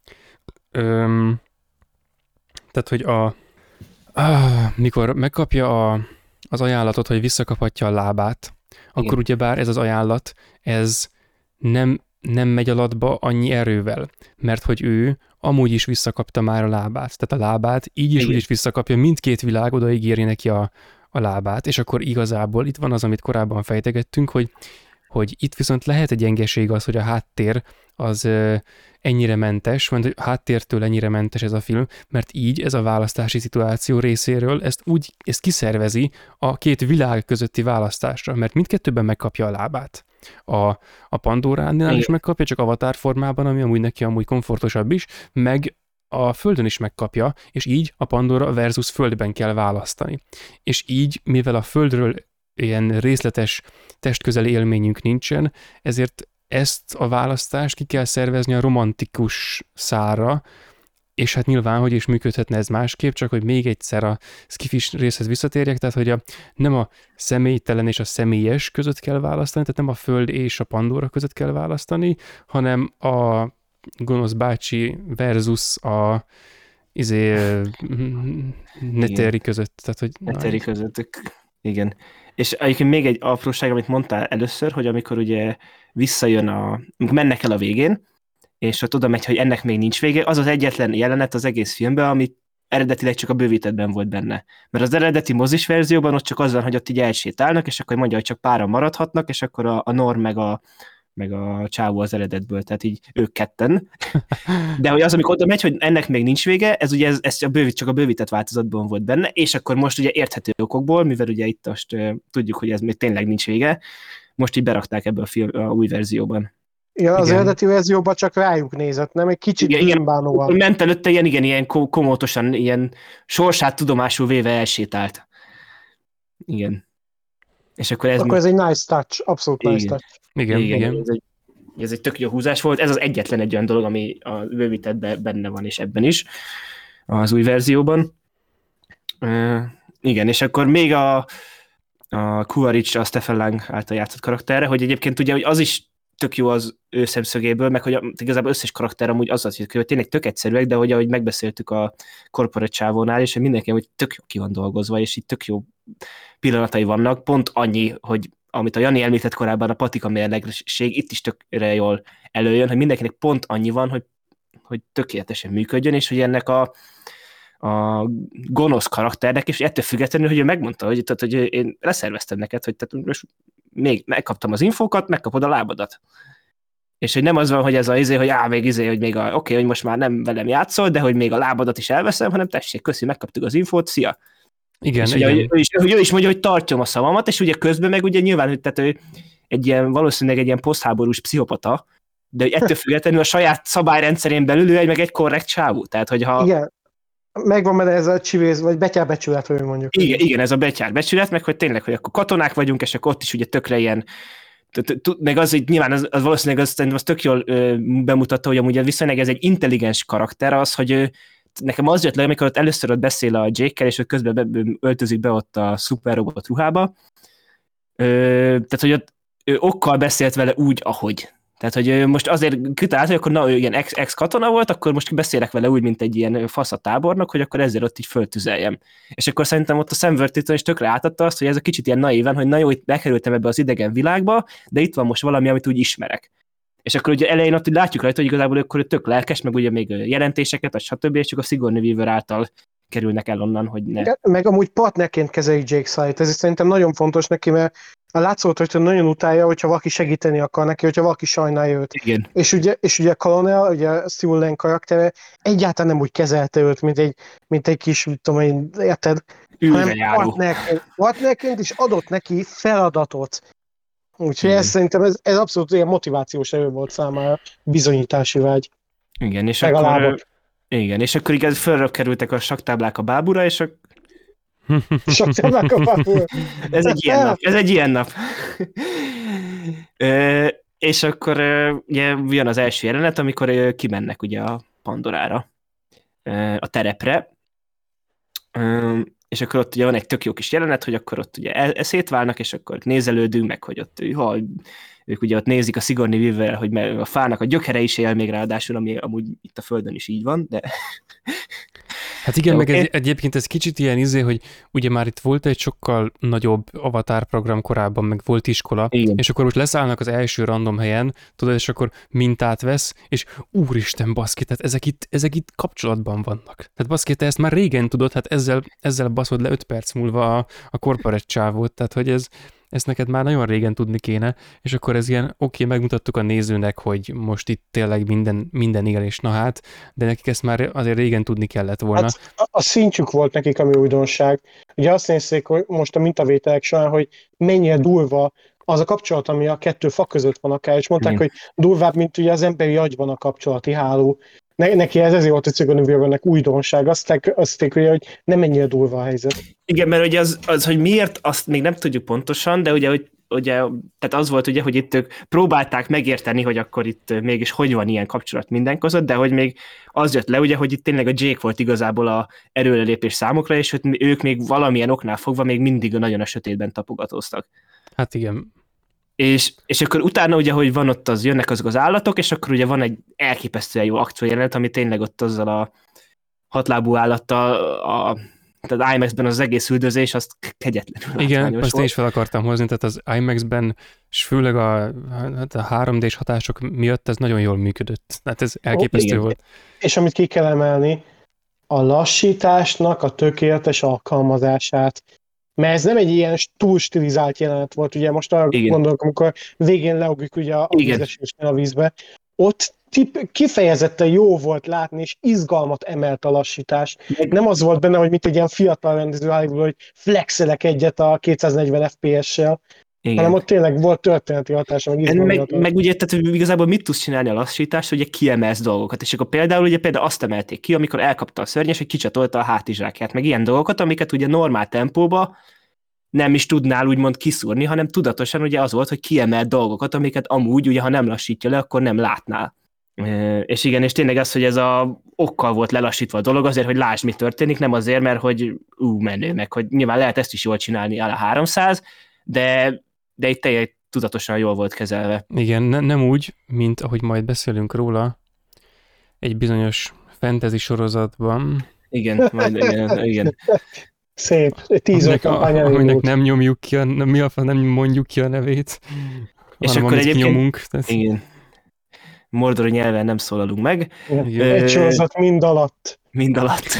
öm, tehát, hogy a Ah, mikor megkapja a, az ajánlatot, hogy visszakaphatja a lábát, igen. Akkor ugyebár ez az ajánlat, ez nem, nem megy alatba annyi erővel, mert hogy ő amúgy is visszakapta már a lábát. Tehát a lábát így is, úgy is visszakapja, mindkét világ odaígéri neki a, a lábát, és akkor igazából itt van az, amit korábban fejtegettünk, hogy, hogy itt viszont lehet egy gyengeség az, hogy a háttér az ennyire mentes, vagy a háttértől ennyire mentes ez a film, mert így ez a választási szituáció részéről ezt úgy, ezt kiszervezi a két világ közötti választásra, mert mindkettőben megkapja a lábát. A, a Pandoránál is megkapja, csak avatar formában, ami amúgy neki amúgy komfortosabb is, meg a Földön is megkapja, és így a Pandora versus Földben kell választani. És így, mivel a Földről ilyen részletes testközeli élményünk nincsen, ezért ezt a választást ki kell szervezni a romantikus szára, és hát nyilván, hogy is működhetne ez másképp, csak hogy még egyszer a skifis részhez visszatérjek, tehát hogy a, nem a személytelen és a személyes között kell választani, tehát nem a Föld és a Pandora között kell választani, hanem a gonosz bácsi versus a izé, Neteri között. Tehát, hogy Neteri között, igen. És egyébként még egy apróság, amit mondtál először, hogy amikor ugye visszajön a... mennek el a végén, és ott oda megy, hogy ennek még nincs vége, az az egyetlen jelenet az egész filmben, ami eredetileg csak a bővítettben volt benne. Mert az eredeti mozis verzióban ott csak az van, hogy ott így elsétálnak, és akkor mondja, hogy csak páran maradhatnak, és akkor a, a Norm meg a, meg a csávó az eredetből, tehát így ők ketten. De hogy az, amikor oda megy, hogy ennek még nincs vége, ez ugye ez, ez a bővít, csak a bővített változatban volt benne, és akkor most ugye érthető okokból, mivel ugye itt most uh, tudjuk, hogy ez még tényleg nincs vége, most így berakták ebbe a, film, a új verzióban. Ja, az igen. Eredeti verzióban csak rájuk nézett, nem? Egy kicsit bűnbánóan. Ment előtte ilyen, igen, ilyen komótosan, ilyen sorsát tudomásul véve elsétált. Igen. És akkor ez... Akkor ez egy nice touch, abszolút igen. nice touch. Igen, igen. igen. Ez, egy, ez egy tök jó húzás volt. Ez az egyetlen egy olyan dolog, ami a bővítettben benne van, és ebben is, az új verzióban. Uh, igen, és akkor még a, a Quaritch, a Stephen Lang által játszott karakterre, hogy egyébként ugye, hogy az is tök jó az ő szemszögéből, meg hogy igazából összes karakter amúgy az az, hogy tényleg tök egyszerűek, de hogy ahogy megbeszéltük a corporate csávónál, és hogy mindenki hogy tök jó ki van dolgozva, és itt tök jó pillanatai vannak, pont annyi, hogy amit a Jani említett korábban, a patika mérlegség itt is tökre jól előjön, hogy mindenkinek pont annyi van, hogy hogy tökéletesen működjön, és hogy ennek a, a gonosz karakternek, és ettől függetlenül, hogy ő megmondta, hogy, tehát, hogy én leszerveztem neked, hogy tehát most még megkaptam az infókat, megkapod a lábadat. És hogy nem az van, hogy ez a izé, hogy á, még izé, hogy még a, oké, okay, hogy most már nem velem játszol, de hogy még a lábadat is elveszem, hanem tessék, köszi, megkaptuk az infót, szia. Igen, és igen. Ugye, ő, is, ő is mondja, hogy tartjam a szavamat, és ugye közben meg ugye nyilván, hogy tehát ő egy ilyen, valószínűleg egy ilyen posztháborús pszichopata, de hogy ettől függetlenül a saját szabályrendszerén belül ő egy meg egy korrekt csávú. Tehát, hogyha... Igen. Megvan benne ez a csivész, vagy betyárbecsület, hogy mondjuk. Igen, igen, ez a betyárbecsület, meg hogy tényleg, hogy akkor katonák vagyunk, és akkor ott is ugye tökre ilyen, meg az, hogy nyilván az, az valószínűleg az, az tök jól bemutatta, hogy amúgy viszonylag ez egy intelligens karakter az, hogy ő, nekem az jött le, amikor ott először ott beszél a Jake-kel, és ott közben be, öltözik be ott a szuperrobot ruhába, Ö, tehát, hogy ott ő okkal beszélt vele úgy, ahogy. Tehát, hogy most azért kitalált, hogy akkor na, ő ilyen ex, ex-katona volt, akkor most beszélek vele úgy, mint egy ilyen fasz a tábornok, hogy akkor ezzel ott így föltüzeljem. És akkor szerintem ott a Sam Worthington is tökre átadta azt, hogy ez a kicsit ilyen naíven, hogy na jó, itt bekerültem ebbe az idegen világba, de itt van most valami, amit úgy ismerek. És akkor ugye elején ott látjuk rajta, hogy igazából akkor ő tök lelkes, meg ugye még jelentéseket, vagy stb., és csak a Sigourney Weaver által kerülnek el onnan, hogy ne. De, meg amúgy partnerként kezeli Jake Sully-t, ez is szerintem nagyon fontos neki, mert a látszott, hogy nagyon utálja, hogyha valaki segíteni akar neki, hogyha valaki sajnálja őt. Igen. És ugye, és ugye Colonel, ugye Steven Lang karaktere egyáltalán nem úgy kezelte őt, mint egy, mint egy kis, tudom én, érted? Hanem partnerként, partnerként is adott neki feladatot. Úgyhogy ez szerintem ez, ez abszolút ilyen motivációs erő volt számára, bizonyítási vágy. Igen, és Legalább. akkor... Igen, és akkor igaz, fölre kerültek a saktáblák a bábúra, és a... saktáblák a bábúra. Ez egy ilyen nap, ez egy ilyen nap. Ö, és akkor ugye jön az első jelenet, amikor kimennek ugye a Pandorára, a terepre, ö, és akkor ott ugye van egy tök jó kis jelenet, hogy akkor ott ugye szétválnak, és akkor nézelődünk meg, hogy ott ha, ők ugye ott nézik a Sigourney Weaver-rel, hogy a fának a gyökere is él még ráadásul, ami amúgy itt a Földön is így van, de... Hát igen, de meg okay. ez, egyébként ez kicsit ilyen izé, hogy ugye már itt volt egy sokkal nagyobb Avatar program korábban, meg volt iskola, igen. És akkor most leszállnak az első random helyen, tudod, és akkor mintát vesz, és úristen baszki, tehát ezek itt, ezek itt kapcsolatban vannak. Tehát baszki, te ezt már régen tudod, hát ezzel, ezzel baszod le öt perc múlva a, a corporate csávót, tehát hogy ez, ezt neked már nagyon régen tudni kéne, és akkor ez ilyen, oké, okay, megmutattuk a nézőnek, hogy most itt tényleg minden, minden él és na hát, de nekik ezt már azért régen tudni kellett volna. Hát a, a szintjük volt nekik, ami újdonság. Ugye azt nézték, hogy most a mintavételek során, hogy mennyire durva az a kapcsolat, ami a kettő fa között van akár, és mondták, Igen. hogy durvább, mint ugye az emberi agyban a kapcsolati háló. Ne, neki ez ezért volt a Sigourney Weavernek újdonság. Azt mondták, hogy nem mennyire durva a helyzet. Igen, mert ugye az, az, hogy miért, azt még nem tudjuk pontosan, de ugye, hogy ugye, tehát az volt ugye, hogy itt ők próbálták megérteni, hogy akkor itt mégis hogy van ilyen kapcsolat minden között, de hogy még az jött le, ugye, hogy itt tényleg a Jake volt igazából a erőrelépés számukra, és hogy ők még valamilyen oknál fogva még mindig nagyon a sötétben tapogatóztak. Hát igen. És, és akkor utána ugye, hogy van ott az, jönnek azok az állatok, és akkor ugye van egy elképesztően jó akciójelenet, ami tényleg ott azzal a hatlábú állattal, a, tehát IMAX-ben az egész üldözés, azt kegyetlenül Igen, azt volt. én is fel akartam hozni, tehát az IMAX-ben, és főleg a, hát a három dés hatások miatt ez nagyon jól működött. Tehát ez elképesztő oh, volt. És amit ki kell emelni, a lassításnak a tökéletes alkalmazását. Mert ez nem egy ilyen túl stilizált jelenet volt, ugye most arra Igen. gondolok, amikor végén leugrik ugye a vízesésnél a vízbe. Ott tip, kifejezetten jó volt látni, és izgalmat emelt a lassítás. Nem az volt benne, hogy mint egy ilyen fiatal rendező Hollywoodból, hogy flexelek egyet a kétszáznegyven ef pé es-sel, Igen. hanem ott tényleg volt történeti hatása, meg izgalmi meg, hatása. meg ugye, tehát igazából mit tudsz csinálni a lassítást, ugye kiemelsz dolgokat, és akkor például ugye például azt emelték ki, amikor elkapta a szörnyes, hogy kicsatolta a hátizsákját, meg ilyen dolgokat, amiket ugye normál tempóba nem is tudnál úgymond kiszúrni, hanem tudatosan ugye az volt, hogy kiemelt dolgokat, amiket amúgy, ugye ha nem lassítja le, akkor nem látnál. E, és igen, és tényleg az, hogy ez a okkal volt lelassítva a dolog, azért, hogy lásd, mi történik, nem azért, mert hogy ú, menő, meg hogy nyilván lehet ezt is jól csinálni a háromszáz, de, de itt tényleg tudatosan jól volt kezelve. Igen, ne, nem úgy, mint ahogy majd beszélünk róla, egy bizonyos fantasy sorozatban. Igen, majd igen, igen. Szép, tíz aminek, a, aminek nem nyomjuk ki, a, mi a, nem mondjuk ki a nevét, és hanem akkor amit nyomunk. Igen. mordori nyelven nem szólalunk meg. Egy sorozat mind alatt. Mind alatt.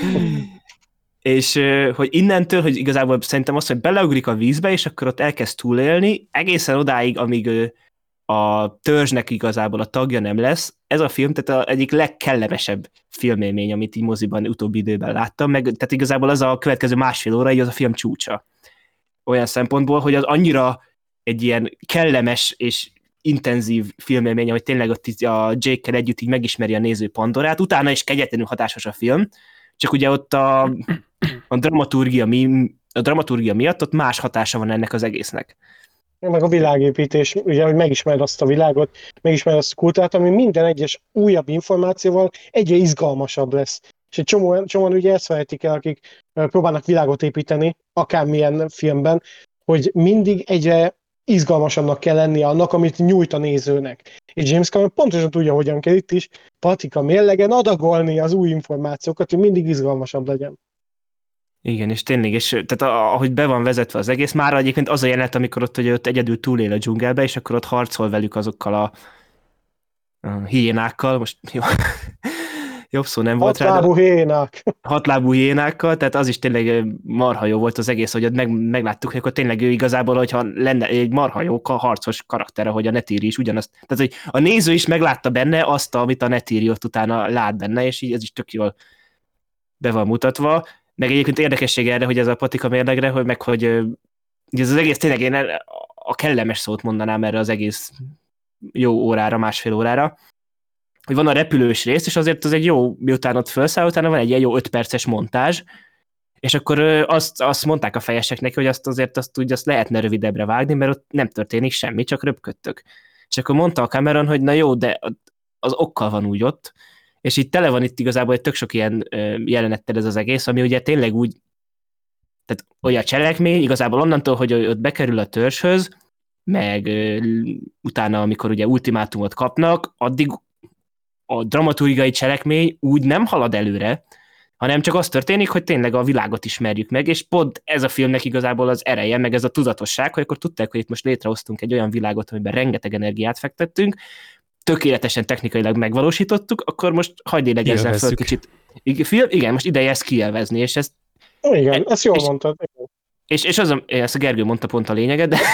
És hogy innentől, hogy igazából szerintem az, hogy beleugrik a vízbe, és akkor ott elkezd túlélni, egészen odáig, amíg a törzsnek igazából a tagja nem lesz. Ez a film, tehát az egyik legkellemesebb filmélmény, amit így moziban utóbbi időben láttam, meg tehát igazából az a következő másfél óra, így az a film csúcsa. Olyan szempontból, hogy az annyira egy ilyen kellemes és intenzív filmélmény, hogy tényleg ott a Jake-kel együtt így megismeri a néző Pandorát, utána is kegyetlenül hatásos a film, csak ugye ott a, a, dramaturgia, mi, a dramaturgia miatt ott más hatása van ennek az egésznek. Meg a világépítés, ugye, hogy megismered azt a világot, megismered azt a kultúrát, ami minden egyes újabb információval egyre izgalmasabb lesz. És egy csomó, csomóan ugye ezt felejtik el, akik próbálnak világot építeni, akármilyen filmben, hogy mindig egyre izgalmasabbnak kell lennie annak, amit nyújt a nézőnek. És James Cameron pontosan tudja, hogyan kell itt is patika mérlegen adagolni az új információkat, hogy mindig izgalmasabb legyen. Igen, és tényleg, és tehát ahogy be van vezetve az egész, már egyébként az a jelenet, amikor ott, hogy ott egyedül túlél a dzsungelbe, és akkor ott harcol velük azokkal a, a hiénákkal, most jó, jobb szó nem volt rá. Hatlábú hiénák. Hatlábú hiénákkal, tehát az is tényleg marha jó volt az egész, hogy ott meg, megláttuk, hogy akkor tényleg ő igazából, hogyha lenne egy marha jó harcos karaktere, hogy a Neytiri is ugyanazt, tehát hogy a néző is meglátta benne azt, amit a Neytiri ott utána lát benne, és így ez is tök jól be van mutatva. Meg egyébként érdekesség erre, hogy ez a patika mérlegre, hogy meg hogy ez az egész tényleg én a kellemes szót mondanám erre az egész jó órára, másfél órára, hogy van a repülős rész, és azért az egy jó, miután ott felszáll, utána van egy ilyen jó öt perces montázs, és akkor azt, azt mondták a fejesek neki, hogy azt azért azt, úgy, azt lehetne rövidebbre vágni, mert ott nem történik semmi, csak röpködtök. És akkor mondta a Cameron, hogy na jó, de az okkal van úgy ott, és itt tele van itt igazából egy tök sok ilyen jelenettel ez az egész, ami ugye tényleg úgy, tehát olyan cselekmény, igazából onnantól, hogy ott bekerül a törzshöz, meg utána, amikor ugye ultimátumot kapnak, addig a dramaturgiai cselekmény úgy nem halad előre, hanem csak az történik, hogy tényleg a világot ismerjük meg, és pont ez a filmnek igazából az ereje, meg ez a tudatosság, hogy akkor tudták, hogy itt most létrehoztunk egy olyan világot, amiben rengeteg energiát fektettünk, tökéletesen technikailag megvalósítottuk, akkor most hagyd lélegezzen föl kicsit. Igen, most ideje ezt kielvezni, és ezt... Igen, ezt jól és, mondtad. És, és az a, ezt a Gergő mondta pont a lényeget, de...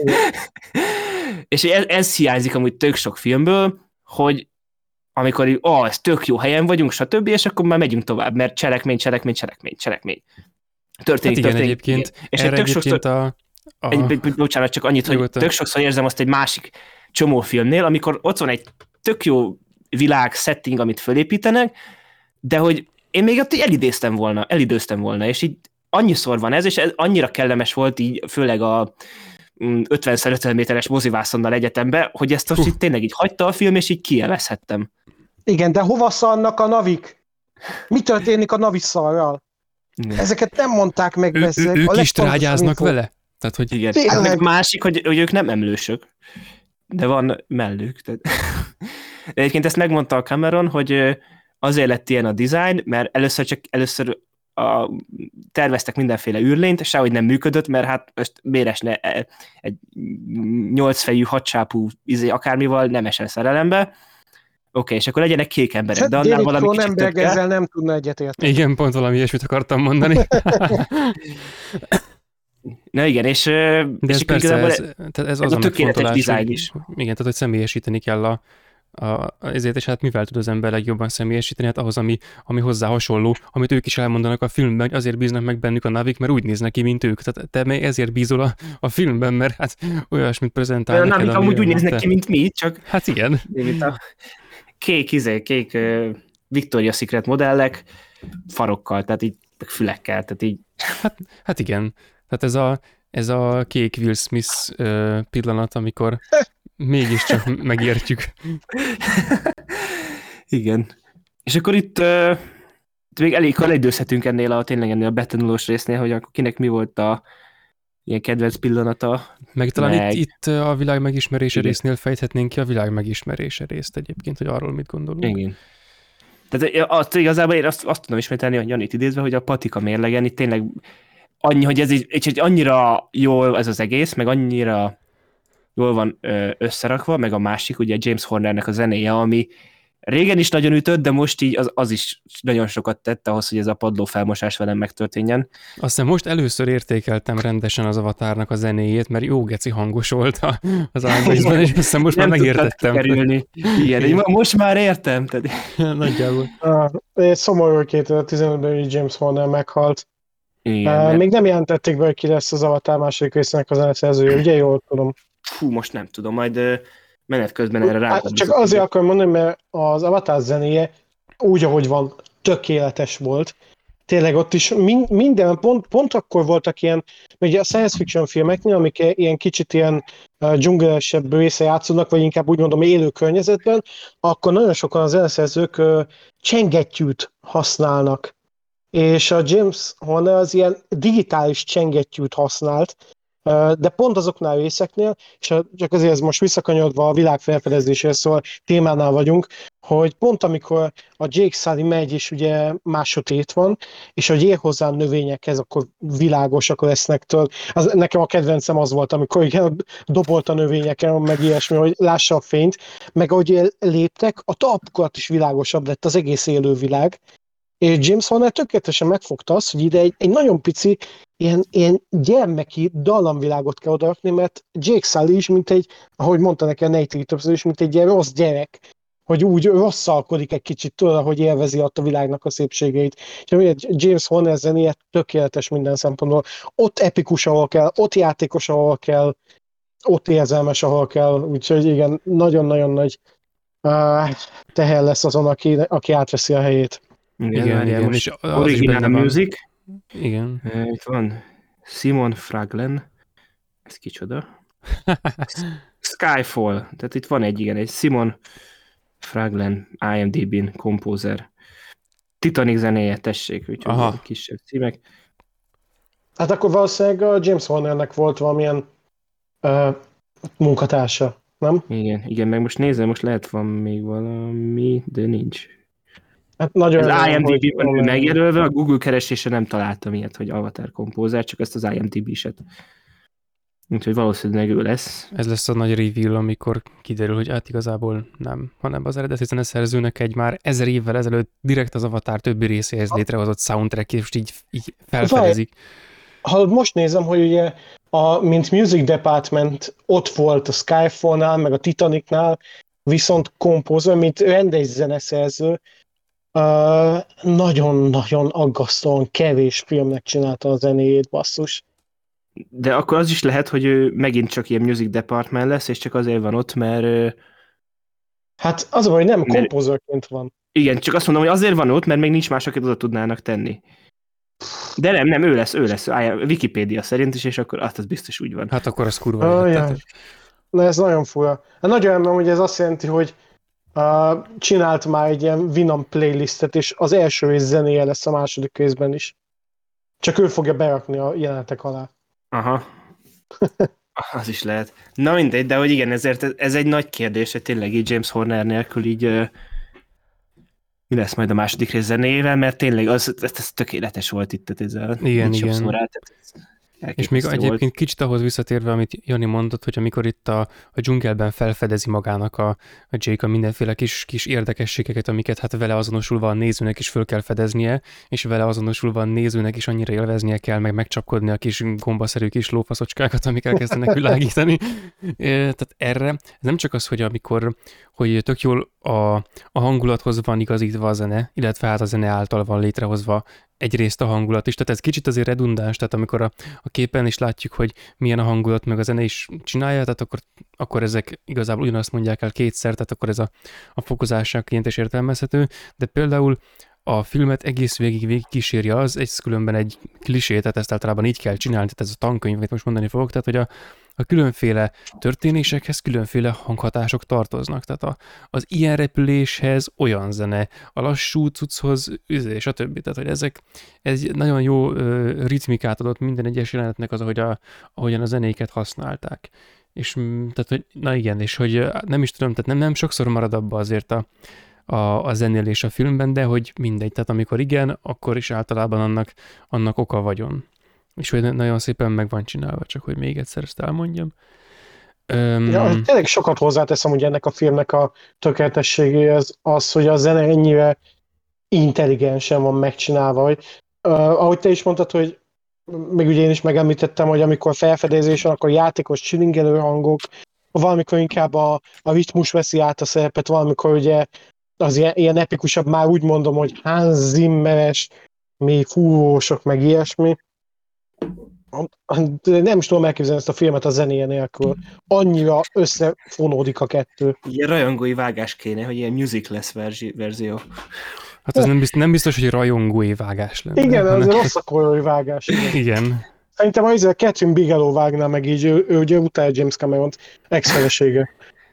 és ez, ez hiányzik amúgy tök sok filmből, hogy amikor így, ó, ez tök jó helyen vagyunk, stb., és akkor már megyünk tovább, mert cselekmény, cselekmény, cselekmény, cselekmény. Történik, hát igen, történik. Egyébként, és egy tök sokszor... A, a... Egy, bocsánat, csak annyit, hogy tök sokszor érzem azt egy másik csomó filmnél, amikor ott van egy tök jó világ, setting, amit fölépítenek, de hogy én még ott elidéztem volna, elidőztem volna, és így annyiszor van ez, és ez annyira kellemes volt így, főleg a ötven szer ötven méteres mozivászonnal egyetembe, hogy ezt most így tényleg így hagyta a film, és így kielvezhettem. Igen, de hova szannak a navik? Mi történik a navisszalral? Ezeket nem mondták meg. Ő, ő, ők is trágyáznak vele? Tehát, hogy... Igen. Hát meg másik, hogy, hogy ők nem emlősök, de van mellük. Tehát... De egyébként ezt megmondta a Cameron, hogy azért lett ilyen a design, mert először csak először a, terveztek mindenféle űrlényt, sehogy nem működött, mert hát most méresne egy nyolcfejű hadsápú izé, akármival nem esel szerelembe. Oké, okay, és akkor legyenek kék emberek, hát de annál valami kicsit több kell. Ezzel nem tudna egyetérteni. Igen, pont valami ilyesmit akartam mondani. Na igen, és, de és ez persze, ez, tehát ez, ez az a tökéletes dizájn is. Igen, tehát hogy személyesíteni kell a, a, ezért, és hát mivel tud az ember legjobban személyesíteni, hát ahhoz, ami, ami hozzá hasonló, amit ők is elmondanak a filmben, hogy azért bíznak meg bennük a navik, mert úgy néznek ki, mint ők. Tehát te még ezért bízol a, a filmben, mert hát olyasmit prezentál. A navik amúgy úgy néznek te... ki, mint mi, csak... Hát igen. Kék, izé, kék uh, Victoria's Secret modellek, farokkal, tehát így fülekkel, tehát így... Hát, hát igen. Tehát ez a, ez a kék Will Smith uh, pillanat, amikor mégiscsak megértjük. Igen. És akkor itt uh, még elég elidőzhetünk ennél a tényleg ennél a betanulós résznél, hogy akkor kinek mi volt a ilyen kedvenc pillanata. Meg talán meg... Itt, itt a világ megismerése igen. résznél fejthetnénk ki a világ megismerése részt egyébként, hogy arról mit gondolunk. Igen. Tehát azt, igazából én azt, azt tudom ismételni, hogy Janit idézve, hogy a patika mérlegen itt tényleg annyi, hogy ez egy, egy annyira jó ez az egész, meg annyira jól van összerakva, meg a másik, ugye James Hornernek a zenéje, ami régen is nagyon ütött, de most így az, az is nagyon sokat tett ahhoz, hogy ez a padló felmosás velem megtörténjen. Aztán most először értékeltem rendesen az Avatárnak a zenéjét, mert jó geci hangos volt az iBase-ben, és aztán most nem már megértettem. Kerülni. Igen, így most már értem. Tehát... Nagyjából. Uh, szomorú, hogy kétezer-tizenötben James Horner meghalt. Igen, uh, mert... Még nem jelentették be, hogy ki lesz az Avatar második részének az zeneszerzője, ugye jól tudom? Fú, most nem tudom, majd uh, menet közben erre rá. Hát csak azért akarom mondani, mert az Avatar zenéje úgy, ahogy van, tökéletes volt. Tényleg ott is min- minden, pont, pont akkor voltak ilyen, ugye a science fiction filmeknél, amik ilyen kicsit ilyen uh, dzsungelesebb része játszódnak, vagy inkább úgy mondom élő környezetben, akkor nagyon sokan az zeneszerzők uh, csengettyűt használnak. És a James Horner az ilyen digitális csengettyűt használt, de pont azoknál a részeknél, és csak azért ez most visszakanyarodva a világ felfedezéshez, szóval témánál vagyunk, hogy pont amikor a Jake Sully megy, és ugye másodét van, és hogy ér hozzá növényekhez, akkor világosak lesznek től. Az, nekem a kedvencem az volt, amikor igen, dobolt a növényeken, meg ilyesmi, hogy lássa a fényt, meg ahogy léptek, a talpukat is világosabb lett az egész élővilág. És James Horner tökéletesen megfogta azt, hogy ide egy, egy nagyon pici, ilyen, ilyen gyermeki dallamvilágot kell odarakni, mert Jake Sully is, mint egy, ahogy mondta neki a Nate többször is, mint egy ilyen rossz gyerek, hogy úgy rosszalkodik egy kicsit tőle, hogy élvezi ott a világnak a szépségeit. És James Horner zenéje tökéletes minden szempontból. Ott epikus, ahol kell, ott játékos, ahol kell, ott érzelmes, ahol kell. Úgyhogy igen, nagyon-nagyon nagy uh, teher lesz azon, aki, aki átveszi a helyét. Igen, igen, igen. most És az originál music. Igen. Uh, itt van Simon Fraglen. Ez kicsoda? Skyfall. Tehát itt van egy, igen, egy Simon Fraglen IMDb-n kompózer. Titanic zenéje, tessék, úgyhogy kisebb címek. Hát akkor valószínűleg a James Hornernek volt valamilyen uh, munkatársa, nem? Igen, igen, meg most nézem, most lehet van még valami, de nincs. Hát nagyon az IMDb-ben ő megjelölve, a Google keresése nem találtam ilyet, hogy Avatar kompózer, csak ezt az IMDb-set. Úgyhogy valószínűleg ő lesz. Ez lesz a nagy reveal, amikor kiderül, hogy hát igazából nem, hanem az eredeti zeneszerzőnek egy már ezer évvel ezelőtt direkt az Avatar többi részéhez létrehozott soundtrack, és így, így felfedezik. Ha most nézem, hogy ugye a, mint Music Department ott volt a Skyfall-nál, meg a Titanicnál, viszont kompózer, mint rendes zeneszerző, Uh, nagyon-nagyon aggasztóan kevés filmnek csinálta a zenéjét, basszus. De akkor az is lehet, hogy ő megint csak ilyen music department lesz, és csak azért van ott, mert... Hát az a baj, hogy nem, mert... kompózerként van. Igen, csak azt mondom, hogy azért van ott, mert még nincs más, akit oda tudnának tenni. De nem, nem, ő lesz, ő lesz. Wikipédia szerint is, és akkor azt az biztos úgy van. Hát akkor az kurva. Oh, ja. Na ez nagyon fura. Hát nagyon nem, hogy ez azt jelenti, hogy Uh, csinált már egy ilyen Venom playlistet, és az első rész zenéje lesz a második részben is. Csak ő fogja berakni a jelenetek alá. Aha. Az is lehet. Na mindegy, de hogy igen, ezért ez egy nagy kérdés, hogy tényleg így James Horner nélkül így uh, mi lesz majd a második rész zenéjével, mert tényleg az, ez, ez tökéletes volt itt, tehát ez a igen, igen. Szórát, és még volt. Egyébként kicsit ahhoz visszatérve, amit Jani mondott, hogy amikor itt a, a dzsungelben felfedezi magának a, a Jake a mindenféle kis, kis érdekességeket, amiket hát vele azonosulva a nézőnek is föl kell fedeznie, és vele azonosulva a nézőnek is annyira élveznie kell, meg megcsapkodni a kis gombaszerű kis lófaszocskákat, amik elkezdenek világítani. Tehát erre, ez nem csak az, hogy amikor, hogy tök jól a, a hangulathoz van igazítva a zene, illetve hát a zene által van létrehozva egyrészt a hangulat is, tehát ez kicsit azért redundáns, tehát amikor a, a képen is látjuk, hogy milyen a hangulat, meg a zene is csinálja, tehát akkor, akkor ezek igazából ugyanazt mondják el kétszer, tehát akkor ez a, a fokozásaként is értelmezhető, de például a filmet egész végig végig kísérje az, egy különben egy klisé, tehát ezt általában így kell csinálni, tehát ez a tankönyv, amit most mondani fogok, tehát hogy a, a különféle történésekhez különféle hanghatások tartoznak, tehát a, az ilyen repüléshez olyan zene, a lassú cucchoz és a többi, tehát hogy ezek, ez nagyon jó ö, ritmikát adott minden egyes jelenetnek az, ahogy a, ahogyan a zenéket használták. És tehát, hogy na igen, és hogy nem is tudom, tehát nem, nem sokszor marad abba azért a A, a zenélés a filmben, de hogy mindegy, tehát amikor igen, akkor is általában annak, annak oka vagyon. És hogy nagyon szépen meg van csinálva, csak hogy még egyszer ezt elmondjam. Öm... Ja, tényleg sokat hozzáteszem, hogy ennek a filmnek a tökéletességéhez az, hogy a zene ennyire intelligensen van megcsinálva, hogy uh, ahogy te is mondtad, hogy meg ugye én is megemlítettem, hogy amikor felfedezés van, akkor játékos csilingelő hangok, valamikor inkább a, a ritmus veszi át a szerepet, valamikor ugye az ilyen, ilyen epikusabb, már úgy mondom, hogy Hans Zimmeres, mély fúrósok, meg ilyesmi. Nem is tudom elképzelni ezt a filmet a zenéje nélkül. Annyira összefonódik a kettő. Ilyen rajongói vágás kéne, hogy ilyen music-less verzi- verzió. Hát ez nem biztos, nem biztos, hogy rajongói vágás lenne. Igen, ez hanem... rossz a korai vágás. Igen. igen. Szerintem az a Catherine Bigelow vágná meg így, ő, ő ugye utálja James Cameront, ex-felesége.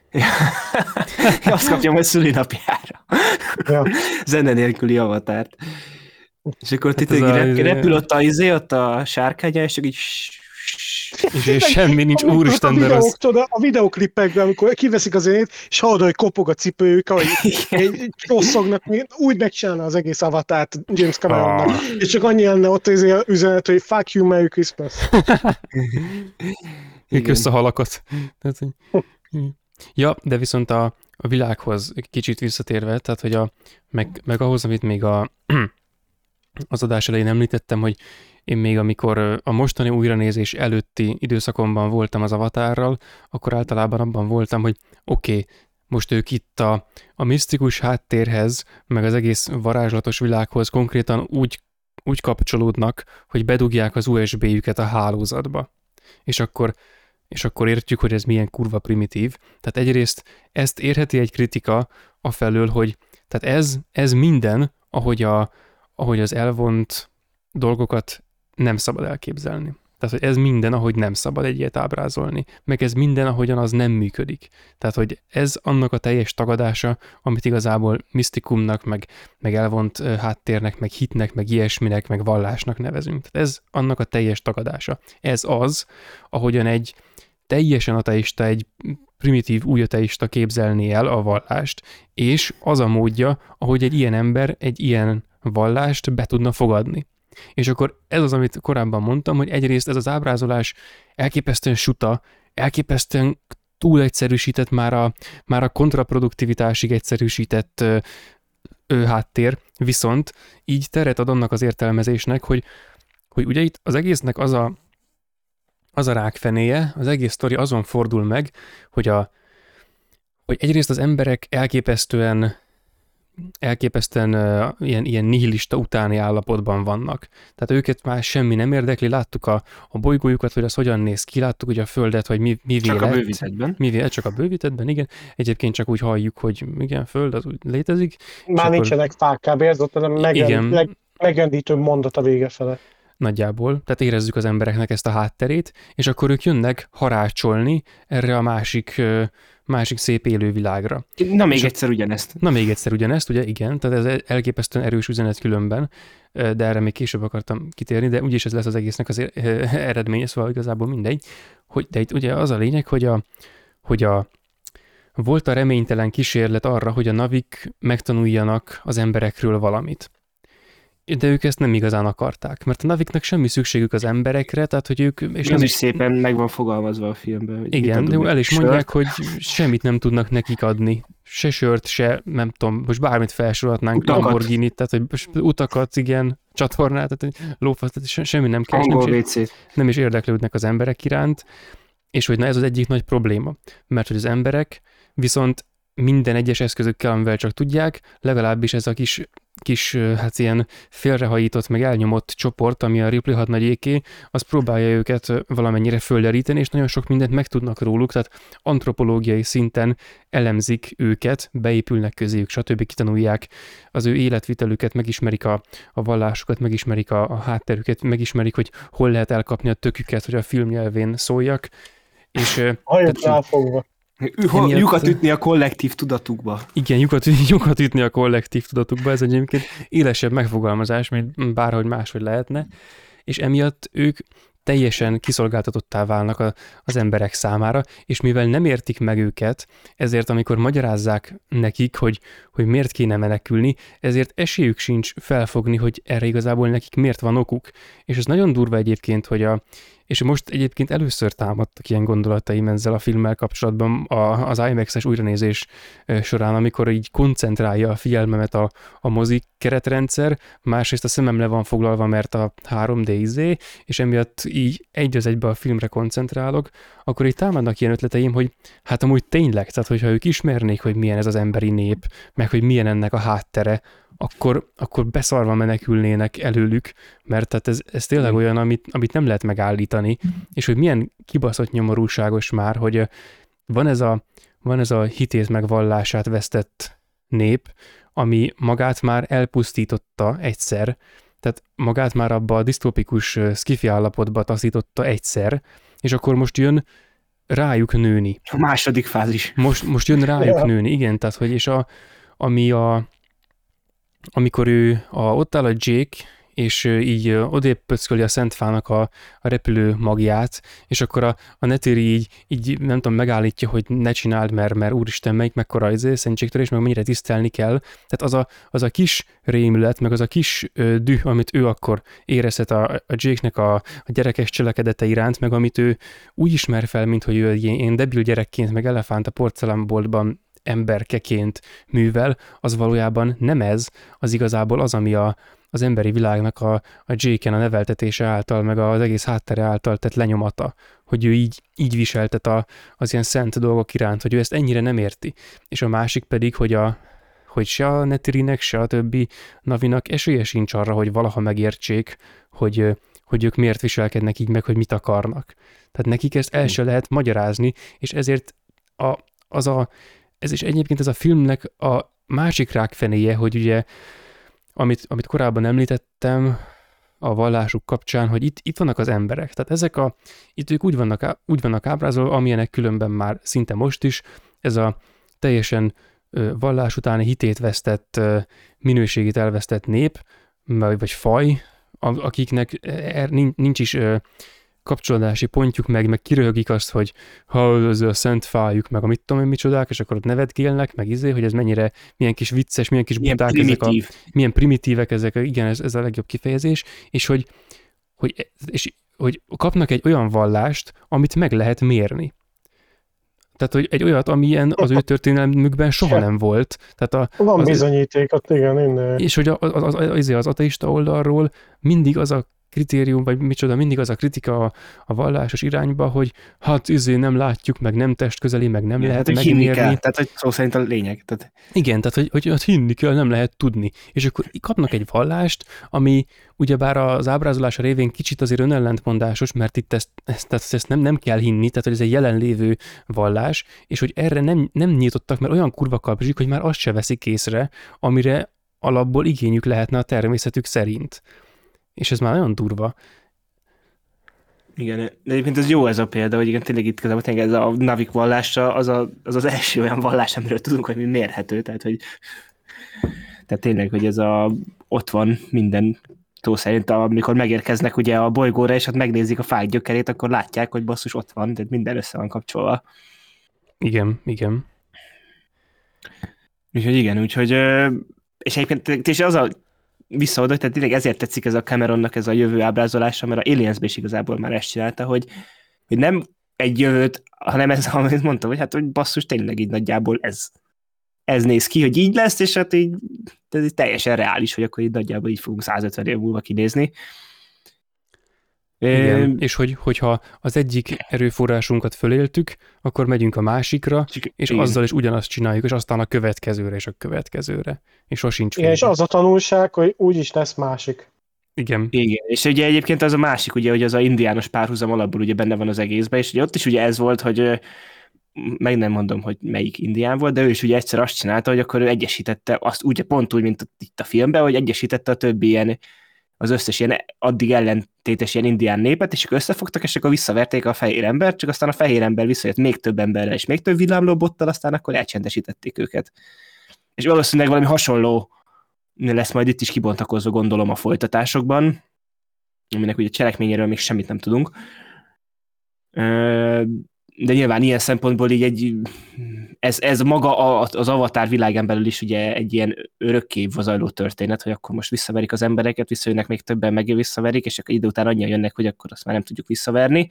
Azt kapja majd szülinapjára. Ja. Zene nélküli avatárt. És akkor Hát titől a- rep- repül ott a izé, ott a sárkánya, és csak így... És, és semmi nincs, Amikor úristen, a de videók, rossz. tudod, a videoklipekben, amikor kiveszik az zenét, és hallod, hogy kopog a cipőjük, ahogy így rosszognak, úgy megcsinálna az egész avatárt James Cameronnak. Ah. És csak annyi lenne ott az üzenet, hogy fuck you, Merry Christmas. Kösz a halakat. Tehát, hogy... Ja, de viszont a, a világhoz kicsit visszatérve, tehát hogy a, meg, meg ahhoz, amit még a, az adás elején említettem, hogy én még amikor a mostani újranézés előtti időszakomban voltam az Avatárral, akkor általában abban voltam, hogy oké, okay, most ők itt a, a misztikus háttérhez, meg az egész varázslatos világhoz konkrétan úgy, úgy kapcsolódnak, hogy bedugják az u es bé-jüket a hálózatba. És akkor és akkor értjük, hogy ez milyen kurva primitív. Tehát egyrészt ezt érheti egy kritika afelől, hogy tehát ez, ez minden, ahogy, a, ahogy az elvont dolgokat nem szabad elképzelni. Tehát, hogy ez minden, ahogy nem szabad egy ilyet ábrázolni. Meg ez minden, ahogyan az nem működik. Tehát, hogy ez annak a teljes tagadása, amit igazából misztikumnak, meg, meg elvont háttérnek, meg hitnek, meg ilyesminek, meg vallásnak nevezünk. Tehát ez annak a teljes tagadása. Ez az, ahogyan egy teljesen ateista, egy primitív új ateista képzelné el a vallást, és az a módja, ahogy egy ilyen ember egy ilyen vallást be tudna fogadni. És akkor ez az, amit korábban mondtam, hogy egyrészt ez az ábrázolás elképesztően suta, elképesztően túl egyszerűsített, már a, már a kontraproduktivitásig egyszerűsített ö, ö, háttér, viszont így teret ad annak az értelmezésnek, hogy, hogy ugye itt az egésznek az a az a rákfenéje, az egész sztori azon fordul meg, hogy, a, hogy egyrészt az emberek elképesztően, elképesztően uh, ilyen, ilyen nihilista utáni állapotban vannak. Tehát őket már semmi nem érdekli, láttuk a, a bolygójukat, hogy az hogyan néz ki, láttuk ugye a Földet, hogy mi, mi Csak lett. a bővítettben. Mi csak a bővítettben, igen. Egyébként csak úgy halljuk, hogy igen, Föld az úgy létezik. Már akkor... nincsenek fák kb. Ez ott a meg, megrendítő mondat a vége fele. Nagyjából, tehát érezzük az embereknek ezt a hátterét, és akkor ők jönnek harácsolni erre a másik, másik szép élővilágra. Na még és egyszer ugyanezt. Na még egyszer ugyanezt, ugye igen, tehát ez elképesztően erős üzenet különben, de erre még később akartam kitérni, de úgyis ez lesz az egésznek az eredménye, szóval igazából mindegy. Hogy, de itt ugye az a lényeg, hogy a, hogy a volt a reménytelen kísérlet arra, hogy a navik megtanuljanak az emberekről valamit. De ők ezt nem igazán akarták, mert a naviknak semmi szükségük az emberekre, tehát hogy ők... És És nem az is szépen meg van fogalmazva a filmben. Hogy igen, de el is sört. mondják, hogy semmit nem tudnak nekik adni. Se sört, se, nem tudom, most bármit felsorolhatnánk, Utakat. Lamborghini, tehát hogy most utakat, igen, csatornát, tehát lófasz, tehát semmi nem kell, nem Angol is, vé cé. nem is érdeklődnek az emberek iránt, és hogy na ez az egyik nagy probléma, mert hogy az emberek viszont minden egyes eszközökkel, amivel csak tudják, legalábbis ez a kis, kis hát ilyen félrehajított, meg elnyomott csoport, ami a Ripley hadnagyéké, az próbálja őket valamennyire földeríteni, és nagyon sok mindent megtudnak róluk, tehát antropológiai szinten elemzik őket, beépülnek közéjük, stb. Kitanulják az ő életvitelüket, megismerik a, a vallásukat, megismerik a, a hátterüket, megismerik, hogy hol lehet elkapni a töküket, hogy a filmnyelvén szóljak. És, Hajott ráfogva. Emiatt... Lyukat ütni a kollektív tudatukba. Igen, lyukat, lyukat ütni a kollektív tudatukba, ez egyébként élesebb megfogalmazás, mint bárhogy máshogy lehetne, és emiatt ők teljesen kiszolgáltatottá válnak a, az emberek számára, és mivel nem értik meg őket, ezért amikor magyarázzák nekik, hogy, hogy miért kéne menekülni, ezért esélyük sincs felfogni, hogy erre igazából nekik miért van okuk. És ez nagyon durva egyébként, hogy a És most egyébként először támadtak ilyen gondolataim ezzel a filmmel kapcsolatban a, az IMAX-es újranézés során, amikor így koncentrálja a figyelmemet a, a mozi keretrendszer, másrészt a szemem le van foglalva, mert a három dé izé, és emiatt így egy az egybe a filmre koncentrálok, akkor így támadnak ilyen ötleteim, hogy hát amúgy tényleg, tehát hogyha ők ismernék, hogy milyen ez az emberi nép, meg hogy milyen ennek a háttere, akkor, akkor beszarva menekülnének előlük, mert tehát ez, ez tényleg olyan, amit, amit nem lehet megállítani, és hogy milyen kibaszott nyomorúságos már, hogy van ez a, van ez a hitét meg vallását vesztett nép, ami magát már elpusztította egyszer, tehát magát már abba a disztópikus szkifi állapotba taszította egyszer, és akkor most jön rájuk nőni. A második fázis. Most, most jön rájuk nőni, igen, tehát hogy és a, ami a amikor ő a, ott áll a Jake, és így odébb pöcköli a Szentfának a, a repülő magját, és akkor a, a Neytiri így, így, nem tudom, megállítja, hogy ne csináld, mert, mert úristen, melyik mekkora izé, szentségtörés, meg mennyire tisztelni kell. Tehát az a, az a kis rémület, meg az a kis ö, düh, amit ő akkor érezhet a, a Jake-nek a, a gyerekes cselekedete iránt, meg amit ő úgy ismer fel, mint hogy ő ilyen, ilyen debil gyerekként, meg elefánt a porcelánboltban emberkeként művel, az valójában nem ez, az igazából az, ami a, az emberi világnak a, a Jake-en a neveltetése által, meg az egész háttere által tett lenyomata, hogy ő így, így viseltet a, az ilyen szent dolgok iránt, hogy ő ezt ennyire nem érti. És a másik pedig, hogy, a, hogy se a Neytirinek, se a többi Navinak esélye sincs arra, hogy valaha megértsék, hogy, hogy ők miért viselkednek így, meg hogy mit akarnak. Tehát nekik ezt el se lehet magyarázni, és ezért a, az a Ez is egyébként ez a filmnek a másik rákfenéje, hogy ugye, amit, amit korábban említettem a vallásuk kapcsán, hogy itt, itt vannak az emberek. Tehát ezek a, itt ők úgy vannak, úgy vannak ábrázolva, amilyenek különben már szinte most is, ez a teljesen vallás utáni hitét vesztett, minőségét elvesztett nép, vagy faj, akiknek nincs is kapcsolódási pontjuk, meg, meg kiröhögik azt, hogy ha ez a szent fájuk, meg a mit tudom én micsodák, és akkor ott nevetgélnek, meg izé, hogy ez mennyire, milyen kis vicces, milyen kis milyen buták primitív. ezek a, milyen primitívek ezek, igen, ez, ez a legjobb kifejezés, és hogy, hogy, és, hogy kapnak egy olyan vallást, amit meg lehet mérni. Tehát, hogy egy olyat, amilyen az ő történelmükben soha nem volt. Tehát a, Van az, bizonyítékot, igen, innen. és hogy az, az, az, az ateista oldalról mindig az a kritérium, vagy micsoda, mindig az a kritika a, a vallásos irányba, hogy hát izé nem látjuk, meg nem testközeli, meg nem igen, lehet hát, megmérni. Kell, tehát hogy szó szerint a lényeg. Tehát... Igen, tehát hogy, hogy, hogy hinni kell, nem lehet tudni. És akkor kapnak egy vallást, ami ugyebár az ábrázolása révén kicsit azért önellentmondásos, mert itt ezt, ezt, ezt, ezt nem, nem kell hinni, tehát hogy ez egy jelenlévő vallás, és hogy erre nem, nem nyitottak, mert olyan kurva kapzsik, hogy már azt se veszik észre, amire alapból igényük lehetne a természetük szerint. És ez már nagyon durva. Igen, de egyébként ez jó ez a példa, hogy igen, tényleg itt igazából tényleg ez a Navik vallása az, a, az az első olyan vallás, amiről tudunk, hogy mi mérhető, tehát hogy tehát tényleg, hogy ez a, ott van minden szó szerint, amikor megérkeznek ugye a bolygóra, és hát megnézik a fák gyökerét, akkor látják, hogy basszus ott van, tehát minden össze van kapcsolva. Igen, igen. Úgyhogy igen, úgyhogy és egyébként és az a visszaoda, tehát tényleg ezért tetszik ez a Cameronnak ez a jövő ábrázolása, mert a Aliensben is igazából már ezt csinálta, hogy, hogy nem egy jövőt, hanem ez, amit mondtam, hogy hát, hogy basszus, tényleg így nagyjából ez, ez néz ki, hogy így lesz, és hát így, ez így teljesen reális, hogy akkor így nagyjából így fogunk százötven év múlva kinézni. Igen, é... és hogy, hogyha az egyik erőforrásunkat föléltük, akkor megyünk a másikra, Csak, és igen. azzal is ugyanazt csináljuk, és aztán a következőre és a következőre. És sosincs igen, és az a tanulság, hogy úgyis lesz másik. Igen. Igen, és ugye egyébként az a másik, ugye, hogy az a indiános párhuzam alapból ugye benne van az egészben, és ugye ott is ugye ez volt, hogy meg nem mondom, hogy melyik indián volt, de ő is ugye egyszer azt csinálta, hogy akkor ő egyesítette azt úgy, pont úgy, mint itt a filmben, hogy egyesítette a többi ilyen, az összes ilyen addig ellentétes ilyen indián népet, és akkor összefogtak, és akkor visszaverték a fehér embert, csak aztán a fehér ember visszajött még több emberrel, és még több villámlóbottal, aztán akkor elcsendesítették őket. És valószínűleg valami hasonló lesz majd itt is kibontakozva, gondolom, a folytatásokban, aminek ugye cselekményéről még semmit nem tudunk. De nyilván ilyen szempontból így egy ez, ez maga az Avatar világán belül is ugye egy ilyen örökké zajló történet, hogy akkor most visszaverik az embereket, visszajönnek még többen, meg visszaverik, és akkor idő után annyian jönnek, hogy akkor azt már nem tudjuk visszaverni.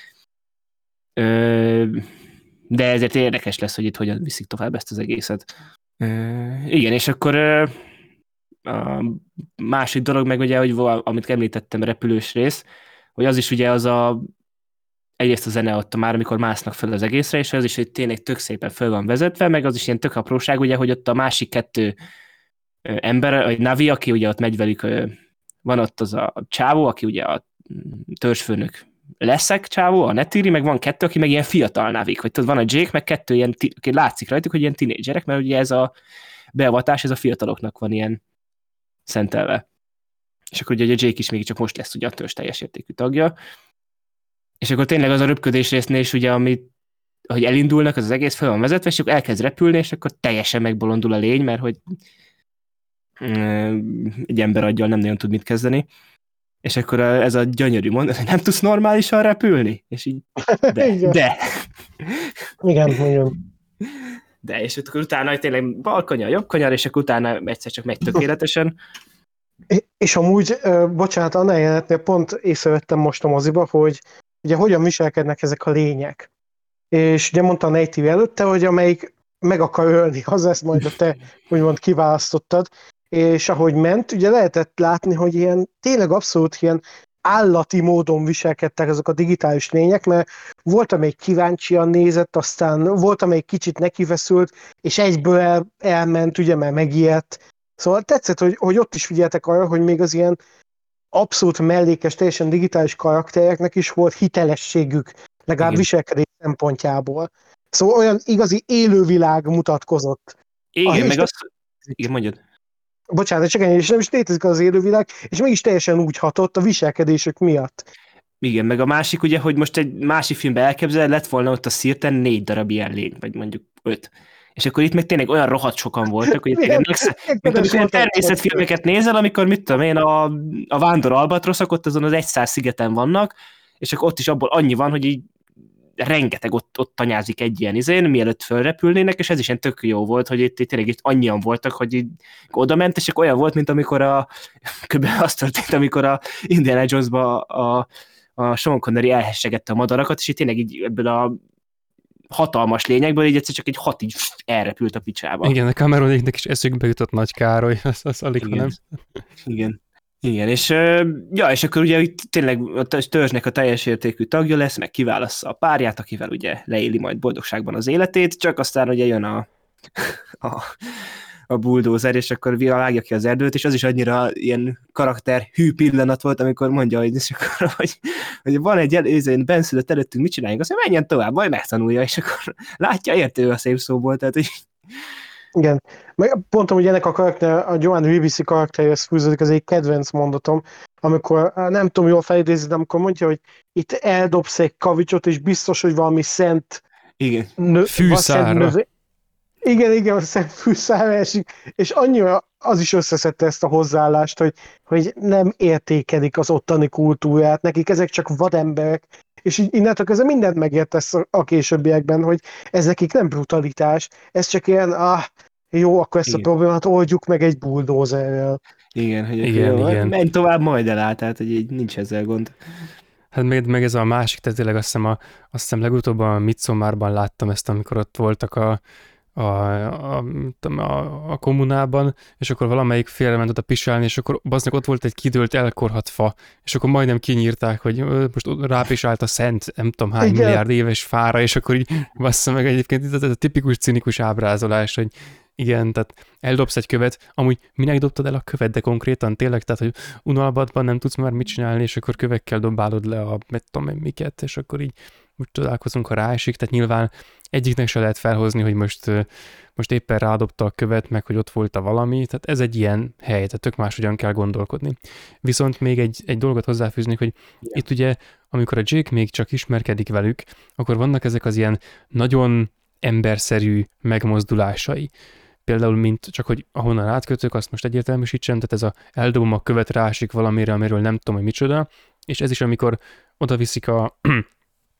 De ezért érdekes lesz, hogy itt hogyan viszik tovább ezt az egészet. Igen, és akkor a másik dolog meg ugye, hogy amit említettem, repülős rész, hogy az is ugye az a egyrészt a zene ott már, amikor másznak fel az egészre, és az is, hogy tényleg tök szépen föl van vezetve, meg az is ilyen tök apróság, ugye, hogy ott a másik kettő ember, vagy Navi, aki ugye ott megy velük, van ott az a csávó, aki ugye a törzsfőnök leszek csávó, a Netiri, meg van kettő, aki meg ilyen fiatal Navik, vagy tudod, van a Jake, meg kettő ilyen, aki látszik rajtuk, hogy ilyen tinédzserek, mert ugye ez a beavatás, ez a fiataloknak van ilyen szentelve. És akkor ugye a Jake is még csak most lesz ugye a törzs teljes értékű tagja. És akkor tényleg az a röpködés résznél is ugye, amit, hogy elindulnak, az az egész fel van vezetve, és akkor elkezd repülni, és akkor teljesen megbolondul a lény, mert hogy egy ember aggyal nem nagyon tud mit kezdeni. És akkor ez a gyönyörű mondat, hogy nem tudsz normálisan repülni? És így, de, de. Igen, igen. De, és akkor utána tényleg bal kanyar, jobb kanyar, és akkor utána egyszer csak megy tökéletesen. És amúgy, bocsánat, annál jelenetnél pont észrevettem most a moziba, hogy ugye hogyan viselkednek ezek a lények. És ugye mondta a Native előtte, hogy amelyik meg akar ölni, az ezt majd a te úgymond kiválasztottad, és ahogy ment, ugye lehetett látni, hogy ilyen tényleg abszolút ilyen állati módon viselkedtek azok a digitális lények, mert volt, amelyik kíváncsian nézett, aztán volt, amelyik kicsit nekifeszült, és egyből el, elment, ugye, mert megijedt. Szóval tetszett, hogy, hogy ott is figyeltek arra, hogy még az ilyen abszolút mellékes, teljesen digitális karaktereknek is volt hitelességük, legalább igen, viselkedés szempontjából. Szóval olyan igazi élővilág mutatkozott. Igen, ah, meg azt... Igen, mondjad. Bocsánat, csak ennyi, és nem is létezik az élővilág, és mégis teljesen úgy hatott a viselkedésük miatt. Igen, meg a másik ugye, hogy most egy másik filmben elképzel, lett volna ott a szirten négy darab ilyen lény, vagy mondjuk öt. És akkor itt meg tényleg olyan rohadt sokan voltak, hogy tényleg megsz... mint amikor természetfilmeket nézel, amikor mit tudom én, a, a vándor albatroszok ott azon az egyszáz szigeten vannak, és akkor ott is abból annyi van, hogy így rengeteg ott, ott tanyázik egy ilyen izén, mielőtt fölrepülnének, és ez is ilyen tök jó volt, hogy itt, itt tényleg itt annyian voltak, hogy így oda ment, és olyan volt, mint amikor a kb. Azt történt, amikor a Indiana Jones-ba a, a Sean Connery elhessegette a madarakat, és itt tényleg így ebből a hatalmas lényekből így egyszer csak egy hat így elrepült a picsába. Igen, a Cameronéknek is eszükbe jutott Nagy Károly, az, az alig, igen. nem. Igen. Igen, és, ja, és akkor ugye itt tényleg a törzsnek a teljes értékű tagja lesz, meg kiválassza a párját, akivel ugye leéli majd boldogságban az életét, csak aztán ugye jön a, a, a buldózer, és akkor vágja ki az erdőt, és az is annyira ilyen karakter hű pillanat volt, amikor mondja, hogy, és akkor, hogy, hogy van egy előzőn benszülött előttünk, mit csináljunk, azt mondja, menjen tovább, majd megtanulja, és akkor látja, értő a szép szóból, tehát hogy igen, meg pont amúgy ennek a karakter, a Joanne Ribisi karakterhez fűződik az egy kedvenc mondatom, amikor nem tudom jól felidézni, de amikor mondja, hogy itt eldobsz egy kavicsot, és biztos, hogy valami szent igen. Nö, fűszára. Szent igen, igen, a szent fűszára esik, és annyira az is összeszedte ezt a hozzáállást, hogy, hogy nem értékelik az ottani kultúrát, nekik ezek csak vademberek, és így innentől kezdve mindent megértesz a későbbiekben, hogy ez nekik nem brutalitás, ez csak ilyen, ah, jó, akkor ezt igen, a problémát oldjuk meg egy bulldózerrel. Igen, hogy igen, jó, igen. menj tovább, majd elállt, tehát hogy így nincs ezzel gond. Hát meg, meg ez a másik, tehát tényleg azt hiszem, a, azt hiszem legutóbb a Midsommarban láttam ezt, amikor ott voltak a A, a, a, a kommunában, és akkor valamelyik félrement oda pisálni, és akkor bazdnak ott volt egy kidőlt elkorhat fa, és akkor majdnem kinyírták, hogy most rápisált a szent, nem tudom hány igen, milliárd éves fára, és akkor így bassza meg egyébként, ez a tipikus cinikus ábrázolás, hogy igen, tehát eldobsz egy követ, amúgy minek dobtad el a követ, de konkrétan tényleg, tehát hogy unalmatban nem tudsz már mit csinálni, és akkor kövekkel dobálod le a mit tudom én miket, és akkor így úgy találkozunk, ha ráesik, tehát nyilván egyiknek se lehet felhozni, hogy most, most éppen rádobta a követ, meg hogy ott volt a valami, tehát ez egy ilyen hely, tehát tök máshogyan kell gondolkodni. Viszont még egy, egy dolgot hozzáfűznék, hogy yeah, itt ugye, amikor a Jake még csak ismerkedik velük, akkor vannak ezek az ilyen nagyon emberszerű megmozdulásai. Például, mint csak, hogy ahonnan átkötök, azt most egyértelműsítsem, tehát ez a eldobom a követ, rásik valamire, amiről nem tudom, hogy micsoda, és ez is, amikor oda viszik a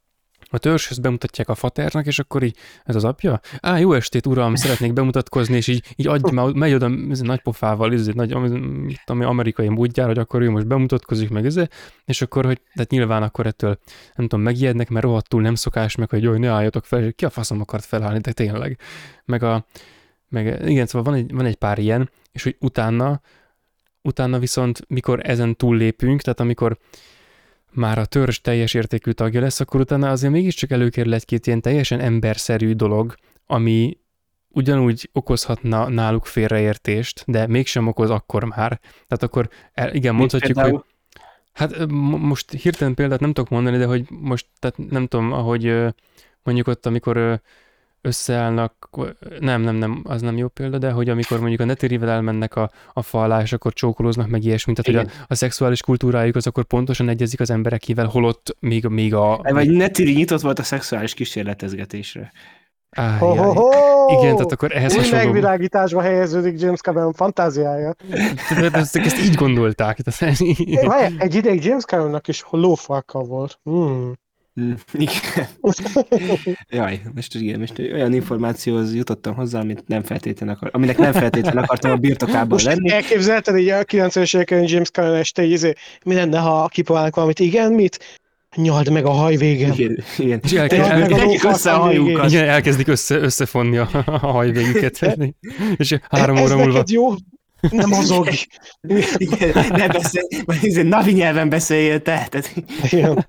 a törzshöz bemutatják a faternak, és akkor így, ez az apja? Á, jó estét, uram, szeretnék bemutatkozni, és így, így adj, már megy oda ez nagy pofával, ez egy nagy ami amerikai módjára, hogy akkor ő most bemutatkozik meg, ez, és akkor, hogy tehát nyilván akkor ettől, nem tudom, megijednek, mert rohadtul nem szokás, meg hogy jaj, ne álljatok fel, és ki a faszom akart felállni, de tényleg. Meg a, meg igen, szóval van egy, van egy pár ilyen, és hogy utána, utána viszont, mikor ezen túllépünk, tehát amikor már a törzs teljes értékű tagja lesz, akkor utána azért mégiscsak előkerül egy-két ilyen teljesen emberszerű dolog, ami ugyanúgy okozhatna náluk félreértést, de mégsem okoz akkor már. Tehát akkor el, igen, mondhatjuk, hogy hát most hirtelen példát nem tudok mondani, de hogy most, tehát nem tudom, ahogy mondjuk ott, amikor összeállnak, nem, nem, nem, az nem jó példa, de hogy amikor mondjuk a Netirivel elmennek a, a fa alá, és akkor csókolóznak meg ilyesmit, tehát igen. hogy a, a szexuális kultúrájuk az akkor pontosan egyezik az emberekével, holott még, még a... Vagy Netiri nyitott volt a szexuális kísérletezgetésre. Áj, ho, ho, ho! Igen, tehát akkor ehhez hasonló... megvilágításba helyeződik James Cameron fantáziája. De ezt, ezt így gondolták. Várj, egy ideig James Cameronnak is lófarka volt. Hmm. Mm, igen. Jaj, most igen, most olyan információhoz jutottam hozzá, amit nem feltétlenül akar, aminek nem feltétlenül akartam a birtokában most lenni. Elképzelted így a kilencvenes években James Cameron este, így izé, mi lenne, ha kipróbálnak valamit? Igen, mit? Nyald meg a haj végén. Igen, igen. És elkezd, el, el, össze a hajukat. Igen, elkezdik össze, összefonni a, a hajvégüket. És három ez óra múlva... neked jó? Nem mozog. Igen, ne beszélj, navi nyelven beszéljél te. Igen.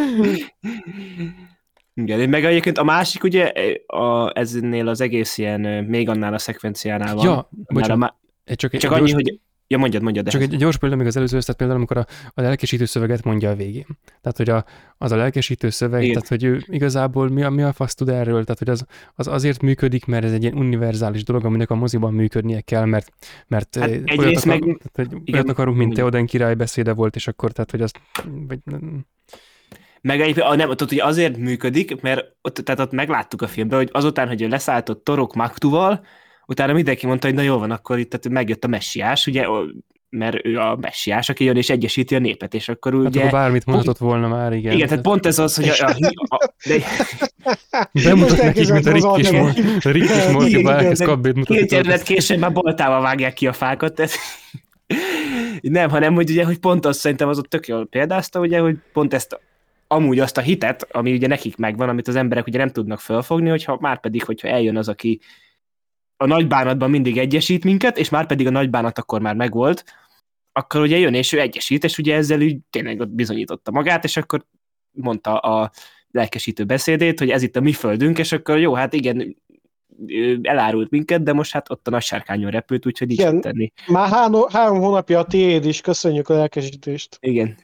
Igen, meg egyébként a másik ugye, a, eznél az egész ilyen, még annál a szekvenciánál van. Ja, bocsánat. Má... Csak, csak annyi, hogy... Ja, mondjad, mondjad. Csak egy gyors példa még az előző, tehát például amikor a, a lelkesítő szöveget mondja a végén. Tehát, hogy a, az a lelkesítő szöveg, igen. Tehát, hogy ő igazából mi a, mi a fasz tud erről, tehát, hogy az, az azért működik, mert ez egy ilyen univerzális dolog, aminek a moziban működnie kell, mert, mert hát olyat, akar, meg... tehát, hogy olyat akarunk, mint Theoden király beszéde volt, és akkor, tehát, hogy azt... Vagy, meg egyébként nem, ott ugye azért működik, mert ott, tehát ott megláttuk a filmben, hogy azután, hogy ő leszálltott Torok Maktuval, utána mindenki mondta, hogy na jó van, akkor itt tehát megjött a messiás, ugye, mert ő a messiás, aki jön és egyesíti a népet, és akkor ugye... Hát akkor bármit mondhatott volna már, igen. Igen, tehát pont ez az, hogy a... a, a de... Bemutat nekik, mint a Rick és Morty. A Rick és Morty-ba elkezd kabbét mutatni. Két évet később már boltával vágják ki a fákat, tehát... Nem, hanem, hogy ugye, hogy pont azt szerintem az ott tök jól példázta, ugye, hogy pont ezt amúgy azt a hitet, ami ugye nekik megvan, amit az emberek ugye nem tudnak felfogni, hogyha már pedig, hogyha eljön az, aki a nagybánatban mindig egyesít minket, és már pedig a nagybánat akkor már megvolt, akkor ugye jön és ő egyesít, és ugye ezzel úgy tényleg ott bizonyította magát, és akkor mondta a lelkesítő beszédét, hogy ez itt a mi földünk, és akkor jó, hát igen, elárult minket, de most hát ott a nagy sárkányon repült, úgyhogy így igen, tenni. Már három, három hónapja a tiéd is, köszönjük a lelkesítést. Igen.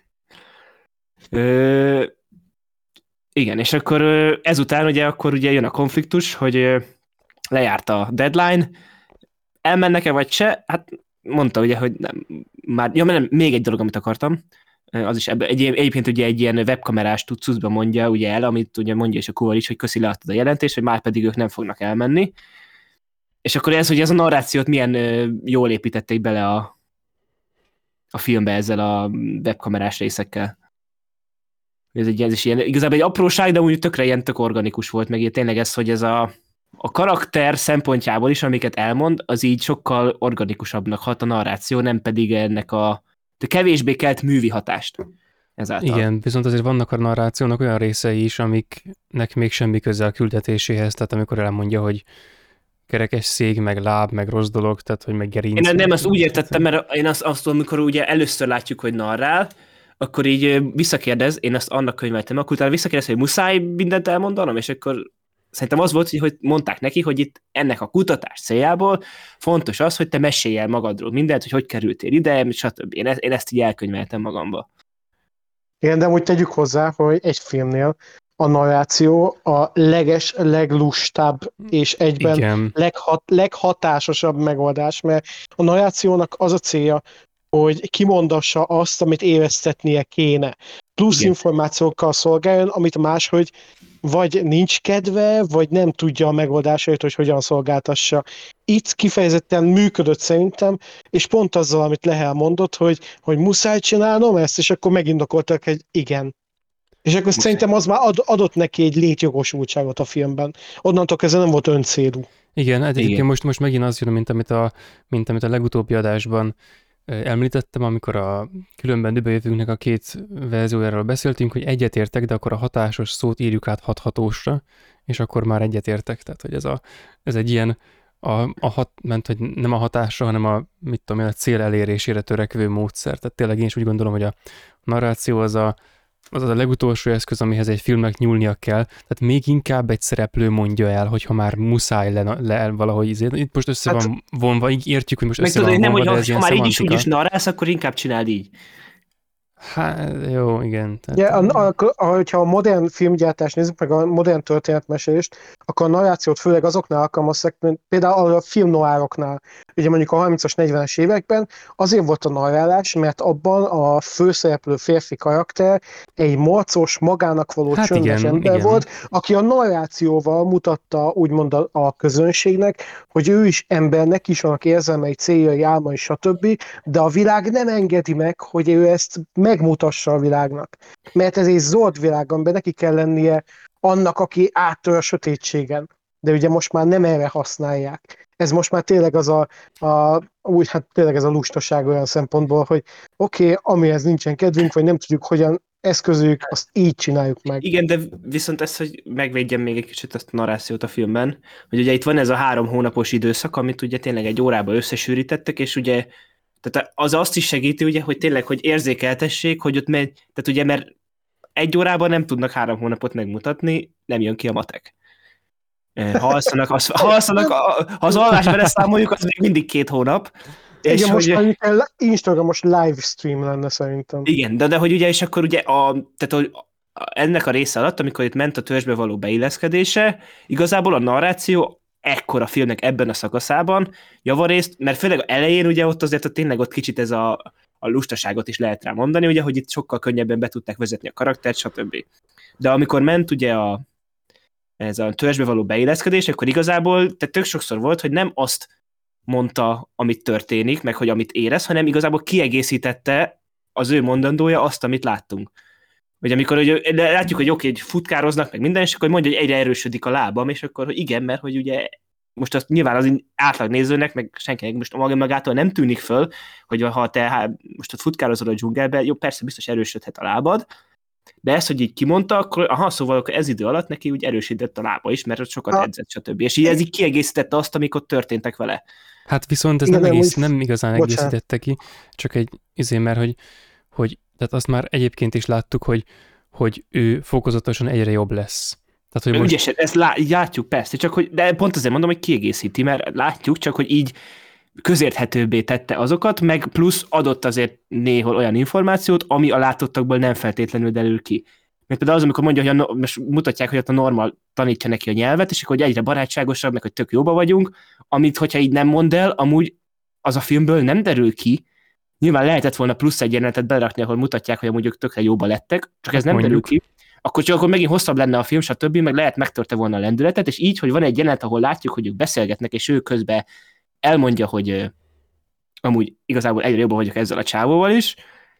Ö, igen, és akkor ezután ugye akkor ugye jön a konfliktus, hogy lejárt a deadline, elmennek-e vagy se? Hát mondta ugye, hogy nem, már, ja, nem, még egy dolog, amit akartam, az is ebbe, egy, egyébként ugye egy ilyen webkamerás tucuszba mondja ugye el, amit ugye mondja és a Kuval is, hogy köszi leadtad a jelentést, hogy már pedig ők nem fognak elmenni. És akkor ez, hogy ez a narrációt milyen jól építették bele a, a filmbe ezzel a webkamerás részekkel. Ez, egy, ez is ilyen, igazából egy apróság, de úgy tökre ilyen tök organikus volt, meg tényleg ez, hogy ez a a karakter szempontjából is, amiket elmond, az így sokkal organikusabbnak hat a narráció, nem pedig ennek a de kevésbé kelt művi hatást. Ezáltal. Igen, viszont azért vannak a narrációnak olyan részei is, amiknek még semmi köze a küldetéséhez, tehát amikor elmondja, hogy kerekes szég, meg láb, meg rossz dolog, tehát hogy meg gerinc. Én nem azt úgy értettem, mert én azt, azt amikor ugye először látjuk, hogy narrál, akkor így visszakérdez, én azt annak könyveltem, akkor utána visszakérdez, hogy muszáj mindent elmondanom, és akkor szerintem az volt, hogy mondták neki, hogy itt ennek a kutatás céljából fontos az, hogy te mesélj el magadról mindent, hogy hogy kerültél ide, stb. Én, ezt, én ezt így elkönyveltem magamba. Igen, de úgy tegyük hozzá, hogy egy filmnél a narráció a leges, leglustább és egyben leghat, leghatásosabb megoldás, mert a narrációnak az a célja, hogy kimondassa azt, amit éreztetnie kéne. Plusz igen. információkkal szolgáljon, amit máshogy vagy nincs kedve, vagy nem tudja a megoldásait, hogy hogyan szolgáltassa. Itt kifejezetten működött szerintem, és pont azzal, amit Lehel mondott, hogy, hogy muszáj csinálnom ezt, és akkor megindokoltak egy igen. És akkor Most szerintem az már ad, adott neki egy létjogosultságot a filmben. Onnantól kezdve nem volt öncélú. Igen, egyébként Igen. most, most megint az jön, mint amit a, mint amit a legutóbbi adásban ö, említettem, amikor a különben düböljövőnknek a két verziójáról beszéltünk, hogy egyetértek, de akkor a hatásos szót írjuk át hathatósra, és akkor már egyetértek. Tehát, hogy ez, a, ez egy ilyen, a, a hat, ment, hogy nem a hatásra, hanem a, mit tudom én, a cél elérésére törekvő módszer. Tehát tényleg én is úgy gondolom, hogy a narráció az a, az a legutolsó eszköz, amihez egy filmnek nyúlnia kell. Tehát még inkább egy szereplő mondja el, hogyha már muszáj le, le valahogy izé. Itt most össze Hát- van vonva, így értjük, hogy most Meg össze tudod, van hogy nem, vonva, hogy de ez ha, ilyen ha már így is úgy szemantika. is narrálsz, akkor inkább csináld így. Hát, jó, igen. Tehát, Ja, a, a, hogyha a modern filmgyártást nézzük, meg a modern történetmesélést, akkor a narrációt főleg azoknál alkalmazták, mint például a filmnoároknál. Ugye mondjuk a harmincas, negyvenes években azért volt a narrálás, mert abban a főszereplő férfi karakter egy morcos, magának való Hát csöndes igen, ember igen. volt, aki a narrációval mutatta úgymond a, a közönségnek, hogy ő is embernek is vannak érzelmei, céljai, álmai, stb., de a világ nem engedi meg, hogy ő ezt megmutassa a világnak. Mert ez egy zöld világ, amiben neki kell lennie annak, aki áttör a sötétségen. De ugye most már nem erre használják. Ez most már tényleg az a, a úgy, hát tényleg ez a lustaság olyan szempontból, hogy oké, okay, amihez nincsen kedvünk, vagy nem tudjuk, hogyan eszközük, azt így csináljuk meg. Igen, de viszont ezt, hogy megvédjem még egy kicsit azt a narrációt a filmben, hogy ugye itt van ez a három hónapos időszak, amit ugye tényleg egy órába összesűrítettek, és ugye tehát az azt is segíti, ugye, hogy tényleg, hogy érzékeltessék, hogy ott megy, tehát ugye, mert egy órában nem tudnak három hónapot megmutatni, nem jön ki a matek. Ha alszanak, az, ha, alszanak ha az alvás vele számoljuk, az még mindig két hónap. És Igen, most hogy, már Instagramos livestream lenne szerintem. igen, de, de hogy ugye, és akkor ugye a, tehát, hogy ennek a része alatt, amikor itt ment a törzsbe való beilleszkedése, igazából a narráció ekkor a filmnek ebben a szakaszában javarészt, mert főleg elején ugye ott azért ott tényleg ott kicsit ez a, a lustaságot is lehet rá mondani, ugye, hogy itt sokkal könnyebben be tudták vezetni a karaktert, stb. De amikor ment ugye a, ez a törzsbe való beilleszkedés, akkor igazából tehát tök sokszor volt, hogy nem azt mondta, amit történik, meg hogy amit érez, hanem igazából kiegészítette az ő mondandója azt, amit láttunk. Vagy amikor hogy látjuk, hogy oké, hogy futkároznak, meg minden, és akkor mondja, hogy egyre erősödik a lábam, és akkor hogy igen, mert hogy ugye most azt nyilván az átlag nézőnek, meg senkinek most maga magától nem tűnik föl, hogy ha te hát, most ott futkározol a dzsungelbe, jó, persze biztos erősödhet a lábad, de ezt, hogy így kimondta, akkor aha, szóval akkor ez idő alatt neki úgy erősített a lába is, mert ott sokat Ha. edzett, stb. És így ez így kiegészítette azt, amik ott történtek vele. Hát viszont ez Igen, nem, nem egész, úgy- nem igazán Bocsánat. egészítette ki, csak egy izé, mert hogy, hogy tehát azt már egyébként is láttuk, hogy, hogy ő fokozatosan egyre jobb lesz. Tehát, hogy Most... most, Ügyesen, ezt lá, látjuk persze, csak hogy, de pont azért mondom, hogy kiegészíti, mert látjuk, csak hogy így közérthetőbbé tette azokat, meg plusz adott azért néhol olyan információt, ami a látottakból nem feltétlenül derül ki. Mert például az, amikor mondja, hogy a, no- most mutatják, hogy ott a normal tanítja neki a nyelvet, és akkor hogy egyre barátságosabb, meg hogy tök jóba vagyunk, amit, hogyha így nem mond el, amúgy az a filmből nem derül ki. Nyilván lehetett volna plusz egy jelenetet berakni, ahol mutatják, hogy amúgy ők tökre jóba lettek, csak ez nem Mondjuk. derül ki. Akkor csak akkor megint hosszabb lenne a film, stb., meg lehet megtörte volna a lendületet, és így, hogy van egy jelenet, ahol látjuk, hogy ők beszélgetnek, és ő közben elmondja, hogy ö, amúgy igazából egyre jobban vagyok ezzel a csávóval is,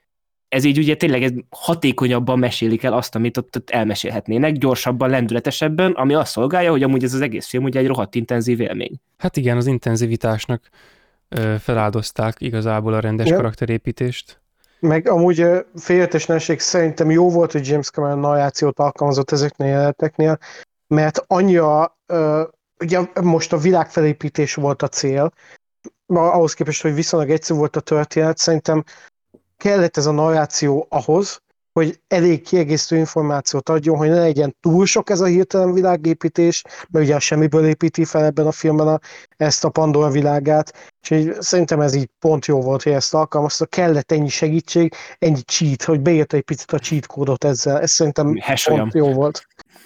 ez így ugye tényleg ez hatékonyabban mesélik el azt, amit ott, ott elmesélhetnének, gyorsabban, lendületesebben, ami azt szolgálja, hogy amúgy ez az egész film ugye egy rohadt intenzív élmény. hát igen, az intenzivitásnak ö, feláldozták igazából a rendes Ja. karakterépítést. Meg amúgy ö, félretétlenség szerintem jó volt, hogy James Cameron narrációt alkalmazott ezeknél a jeleneteknél, mert annyira, ö, ugye most a világfelépítés volt a cél, ahhoz képest, hogy viszonylag egyszerű volt a történet, szerintem kellett ez a narráció ahhoz, hogy elég kiegészítő információt adjon, hogy ne legyen túl sok ez a hirtelen világépítés, mert ugye a semmiből építi fel ebben a filmben a, ezt a Pandora világát, és így, szerintem ez így pont jó volt, hogy ezt alkalmazta, kellett ennyi segítség, ennyi cheat, hogy beírta egy picit a cheat kódot ezzel, ez szerintem Hasolyam. pont jó volt.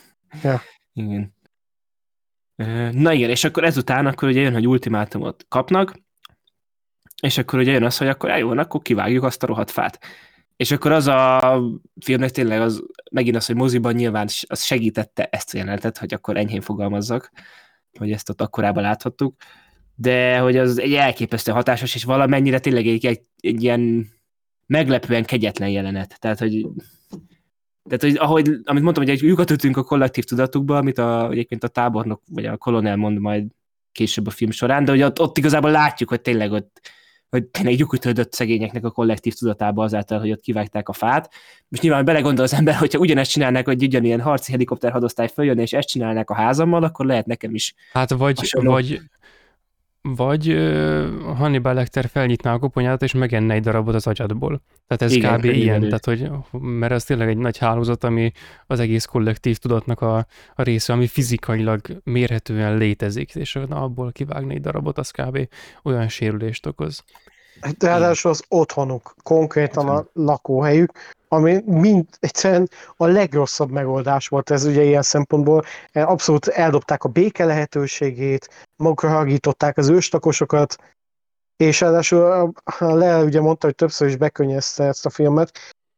Igen. Ö, Na igen, és akkor ezután akkor ugye jön, hogy ultimátumot kapnak, és akkor ugye jön az, hogy akkor jó, akkor kivágjuk azt a rohadt fát. És akkor az a filmnek tényleg az, megint az, hogy moziban nyilván az segítette ezt a jelenetet, hogy akkor enyhén fogalmazzak, hogy ezt ott akkorában láthattuk, de hogy az egy elképesztő hatásos, és valamennyire tényleg egy, egy, egy ilyen meglepően kegyetlen jelenet. Tehát, hogy Tehát, hogy ahogy, amit mondtam, hogy egy lyukat ütünk a kollektív tudatukba, amit a, egyébként a tábornok, vagy a kolonel mond majd később a film során, de hogy ott, ott igazából látjuk, hogy tényleg ott, hogy tényleg lyukütődött szegényeknek a kollektív tudatába azáltal, hogy ott kivágták a fát. Most nyilván belegondol az ember, hogyha ugyanezt csinálnák, hogy ugyanilyen harci helikopter hadosztály följön, és ezt csinálnák a házammal, akkor lehet nekem is. Hát vagy, hasonló. vagy, vagy uh, Hannibal Lecter felnyitná a koponyát, és megenne egy darabot az agyadból. Tehát ez Igen, kb. Ilyen, körülbelül. tehát, hogy, mert ez tényleg egy nagy hálózat, ami az egész kollektív tudatnak a, a része, ami fizikailag mérhetően létezik, és na, abból kivágni egy darabot, az kb. Olyan sérülést okoz. De ráadásul az otthonuk, konkrétan a lakóhelyük, ami mind egyszerűen a legrosszabb megoldás volt ez ugye ilyen szempontból. Abszolút eldobták a béke lehetőségét, magukra haragították az őstakosokat, és ráadásul le ugye mondta, hogy többször is bekönnyezte ezt a filmet.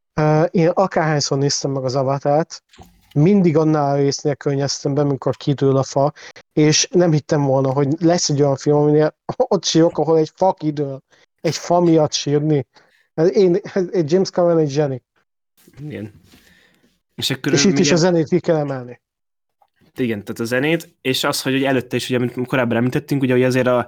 Én akárhányszor néztem meg az Avatart, mindig annál a résznél könnyeztem be, amikor kidől a fa, és nem hittem volna, hogy lesz egy olyan film, aminél ott sírok, ahol egy fa kidől. Egy fa miatt sírni. Én, egy James Cameron egy zseni. Igen. És, akkor És itt ugye, is a zenét ki kell emelni. igen, tehát a zenét, és az, hogy ugye előtte is, ugye, amit korábban említettünk, ugye, hogy azért a,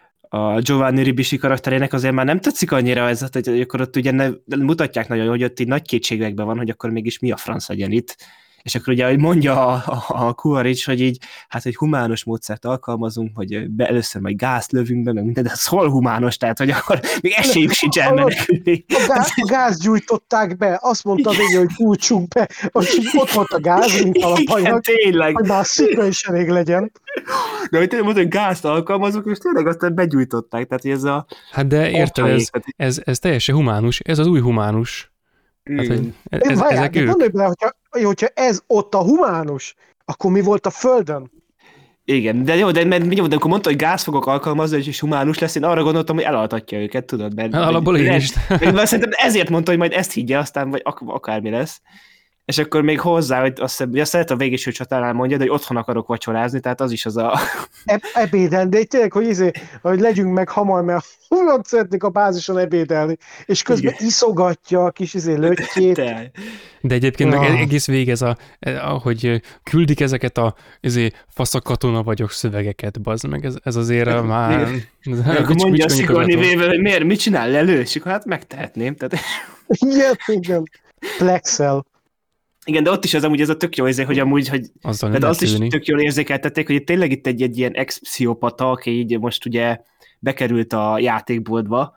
a Giovanni Ribisi karakterének azért már nem tetszik annyira ez, hogy akkor ott ugye ne, mutatják nagyon, hogy ott így nagy kétségekben van, hogy akkor mégis mi a franc legyen itt. És akkor ugye, hogy mondja a, a, a Kuarics, hogy így, hát, hogy humános módszert alkalmazunk, hogy be, először majd gázt lövünk be, meg minden, de ez hol humános, tehát, hogy akkor még esélyük sincs elmenekülni. A, gáz, a gáz gyújtották be, azt mondta végül, hogy gyújtsuk be, hogy ott volt a gáz, mint alapanyag, tényleg. hogy már szikra is elég legyen. De hogy tényleg mondta, hogy gázt alkalmazunk, és tényleg aztán begyújtották, tehát hogy ez a... Hát de érted, ez, ez, ez teljesen humánus, ez az új humánus. Hát, hogy ez, Várjál, ezek de ők. gondolj bele, hogyha, hogyha ez ott a humánus, akkor mi volt a Földön? Igen, de jó, de, mert, jó, de akkor mondta, hogy gáz fogok alkalmazni, és humánus lesz, én arra gondoltam, hogy elaltatja őket, tudod? Mert, Alapból én is. Mert szerintem ezért mondta, hogy majd ezt higgye, aztán vagy ak- akármi lesz. És akkor még hozzá, hogy azt hiszem, azt lehet a végéső csatánál mondja, de hogy otthon akarok vacsorázni, tehát az is az a... E- ebéden, de tényleg, hogy, izé, hogy legyünk meg hamar, mert olyan szeretnék a bázison ebédelni, és közben igen. Iszogatja a kis izé löttyét. Te. De egyébként Na. meg egész végig ez a, ahogy küldik ezeket a izé, faszakatona vagyok szövegeket, bazd meg, ez, ez azért a már... Akkor mondja a Sigourney Weaver, hogy miért, mit csinál, lelő? És akkor hát megtehetném. Tehát... Igen, igen. Plexel. Igen, de ott is az amúgy ez a tök jó érzé, hogy amúgy, hogy de azt is tök jól érzékeltették, hogy tényleg itt egy, egy ilyen ex-pszichopata, aki így most ugye bekerült a játékboltba,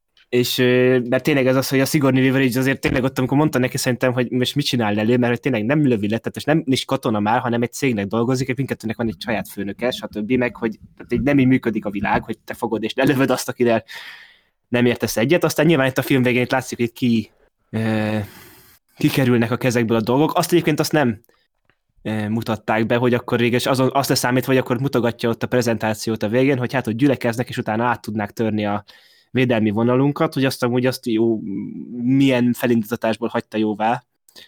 és mert tényleg ez az, hogy a Sigourney Weaver így azért tényleg ott, amikor mondta neki szerintem, hogy most mit csinál elő, mert hogy tényleg nem lövi le, tehát nem is katona már, hanem egy cégnek dolgozik, és mindkettőnek van egy saját főnöke, stb. Meg, hogy tehát így nem így működik a világ, hogy te fogod és lelövöd azt, akivel nem értesz egyet, aztán nyilván itt a film végén itt látszik, hogy ki e, kikerülnek a kezekből a dolgok. Azt egyébként azt nem e, mutatták be, hogy akkor végül azon, azt leszámítva, hogy akkor mutogatja ott a prezentációt a végén, hogy hát, hogy gyülekeznek, és utána át tudnák törni a védelmi vonalunkat, hogy azt amúgy azt jó, milyen felindítatásból hagyta jóvá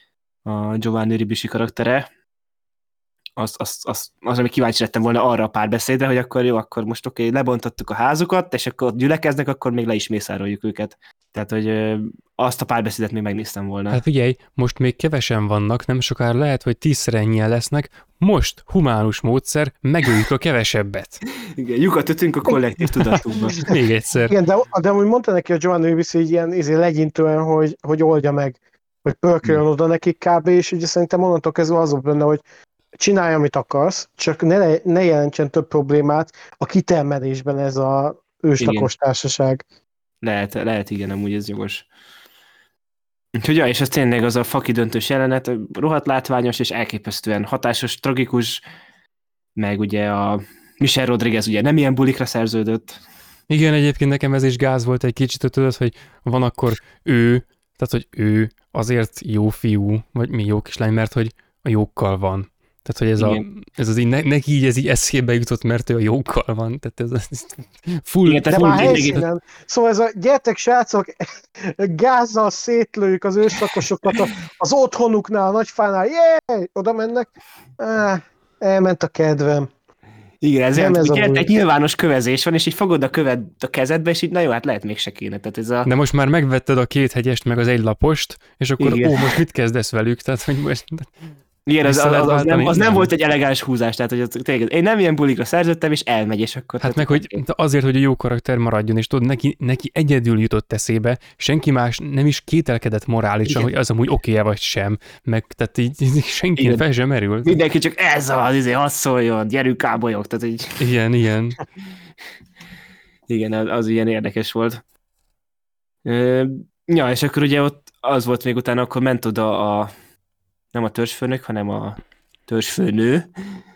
a Giovanni Ribisi karaktere. Az, az, az, az, ami kíváncsi lettem volna arra a párbeszédre, hogy akkor jó, akkor most oké, okay, lebontottuk a házukat, és akkor gyülekeznek, akkor még le is mészároljuk őket. Tehát, hogy ö, azt a párbeszédet még megnéztem volna. Hát figyelj, most még kevesen vannak, nem sokára lehet, hogy tízszer ennyien lesznek, most humánus módszer, megöljük a kevesebbet. Igen, lyukat ötünk a kollektív tudatunkba. Még egyszer. Igen, de, de úgy mondta neki a Giovanni Ribisi, hogy ilyen izé legyintően, hogy, hogy oldja meg, hogy pörköljön oda nekik kb. És ugye szerintem onnantól kezdve az volt benne, hogy csinálj, amit akarsz, csak ne, ne jelentsen több problémát a kitermelésben ez a őslakos társaság. Lehet, lehet, igen, amúgy ez jogos. Úgyhogy ja, és ez tényleg az a faki döntős jelenet, rohadt látványos és elképesztően hatásos, tragikus, meg ugye a Michelle Rodriguez ugye nem ilyen bulikra szerződött. Igen, egyébként nekem ez is gáz volt egy kicsit, tudod, hogy van akkor ő, tehát hogy ő azért jó fiú, vagy mi jó kislány, mert hogy a jókkal van. Tehát, hogy ez, a, ez az így, ne, neki így ez így eszébe jutott, mert ő a jókkal van. Tehát ez, ez full... Igen, de már helyszínen. Szóval ez a gyertek srácok, gázzal szétlőjük az őslakosokat az otthonuknál, a nagyfánál, jéj, oda mennek. Ah, elment a kedvem. Igen, ezért Nem ez a egy, lényeg. egy nyilvános kövezés van, és így fogod a követ a kezedbe, és így na jó, hát lehet mégse kéne. Tehát ez a... De most már megvetted a két hegyest, meg az egy lapost, és akkor Igen. ó, most mit kezdesz velük? Tehát, hogy most... Igen, az, az, az, az, nem, Visszaváltani? az nem Nem. volt egy elegáns húzás, tehát hogy az, tényleg, én nem ilyen bulikra szerződtem, és elmegy, és akkor... Hát tehát meg, hogy oké. azért, hogy a jó karakter maradjon, és tudod, neki, neki egyedül jutott eszébe, senki más nem is kételkedett morálisan, Igen. hogy az amúgy oké-e vagy sem, meg tehát így, így senki Igen. fel sem merült. Mindenki csak ez az, izé, hadd szóljon, gyerünk kábolyok, tehát így... Igen, igen. Igen, az, az ilyen érdekes volt. Ö, ja, és akkor ugye ott az volt még utána, akkor ment oda a... nem a törzsfőnök, hanem a törzsfőnő,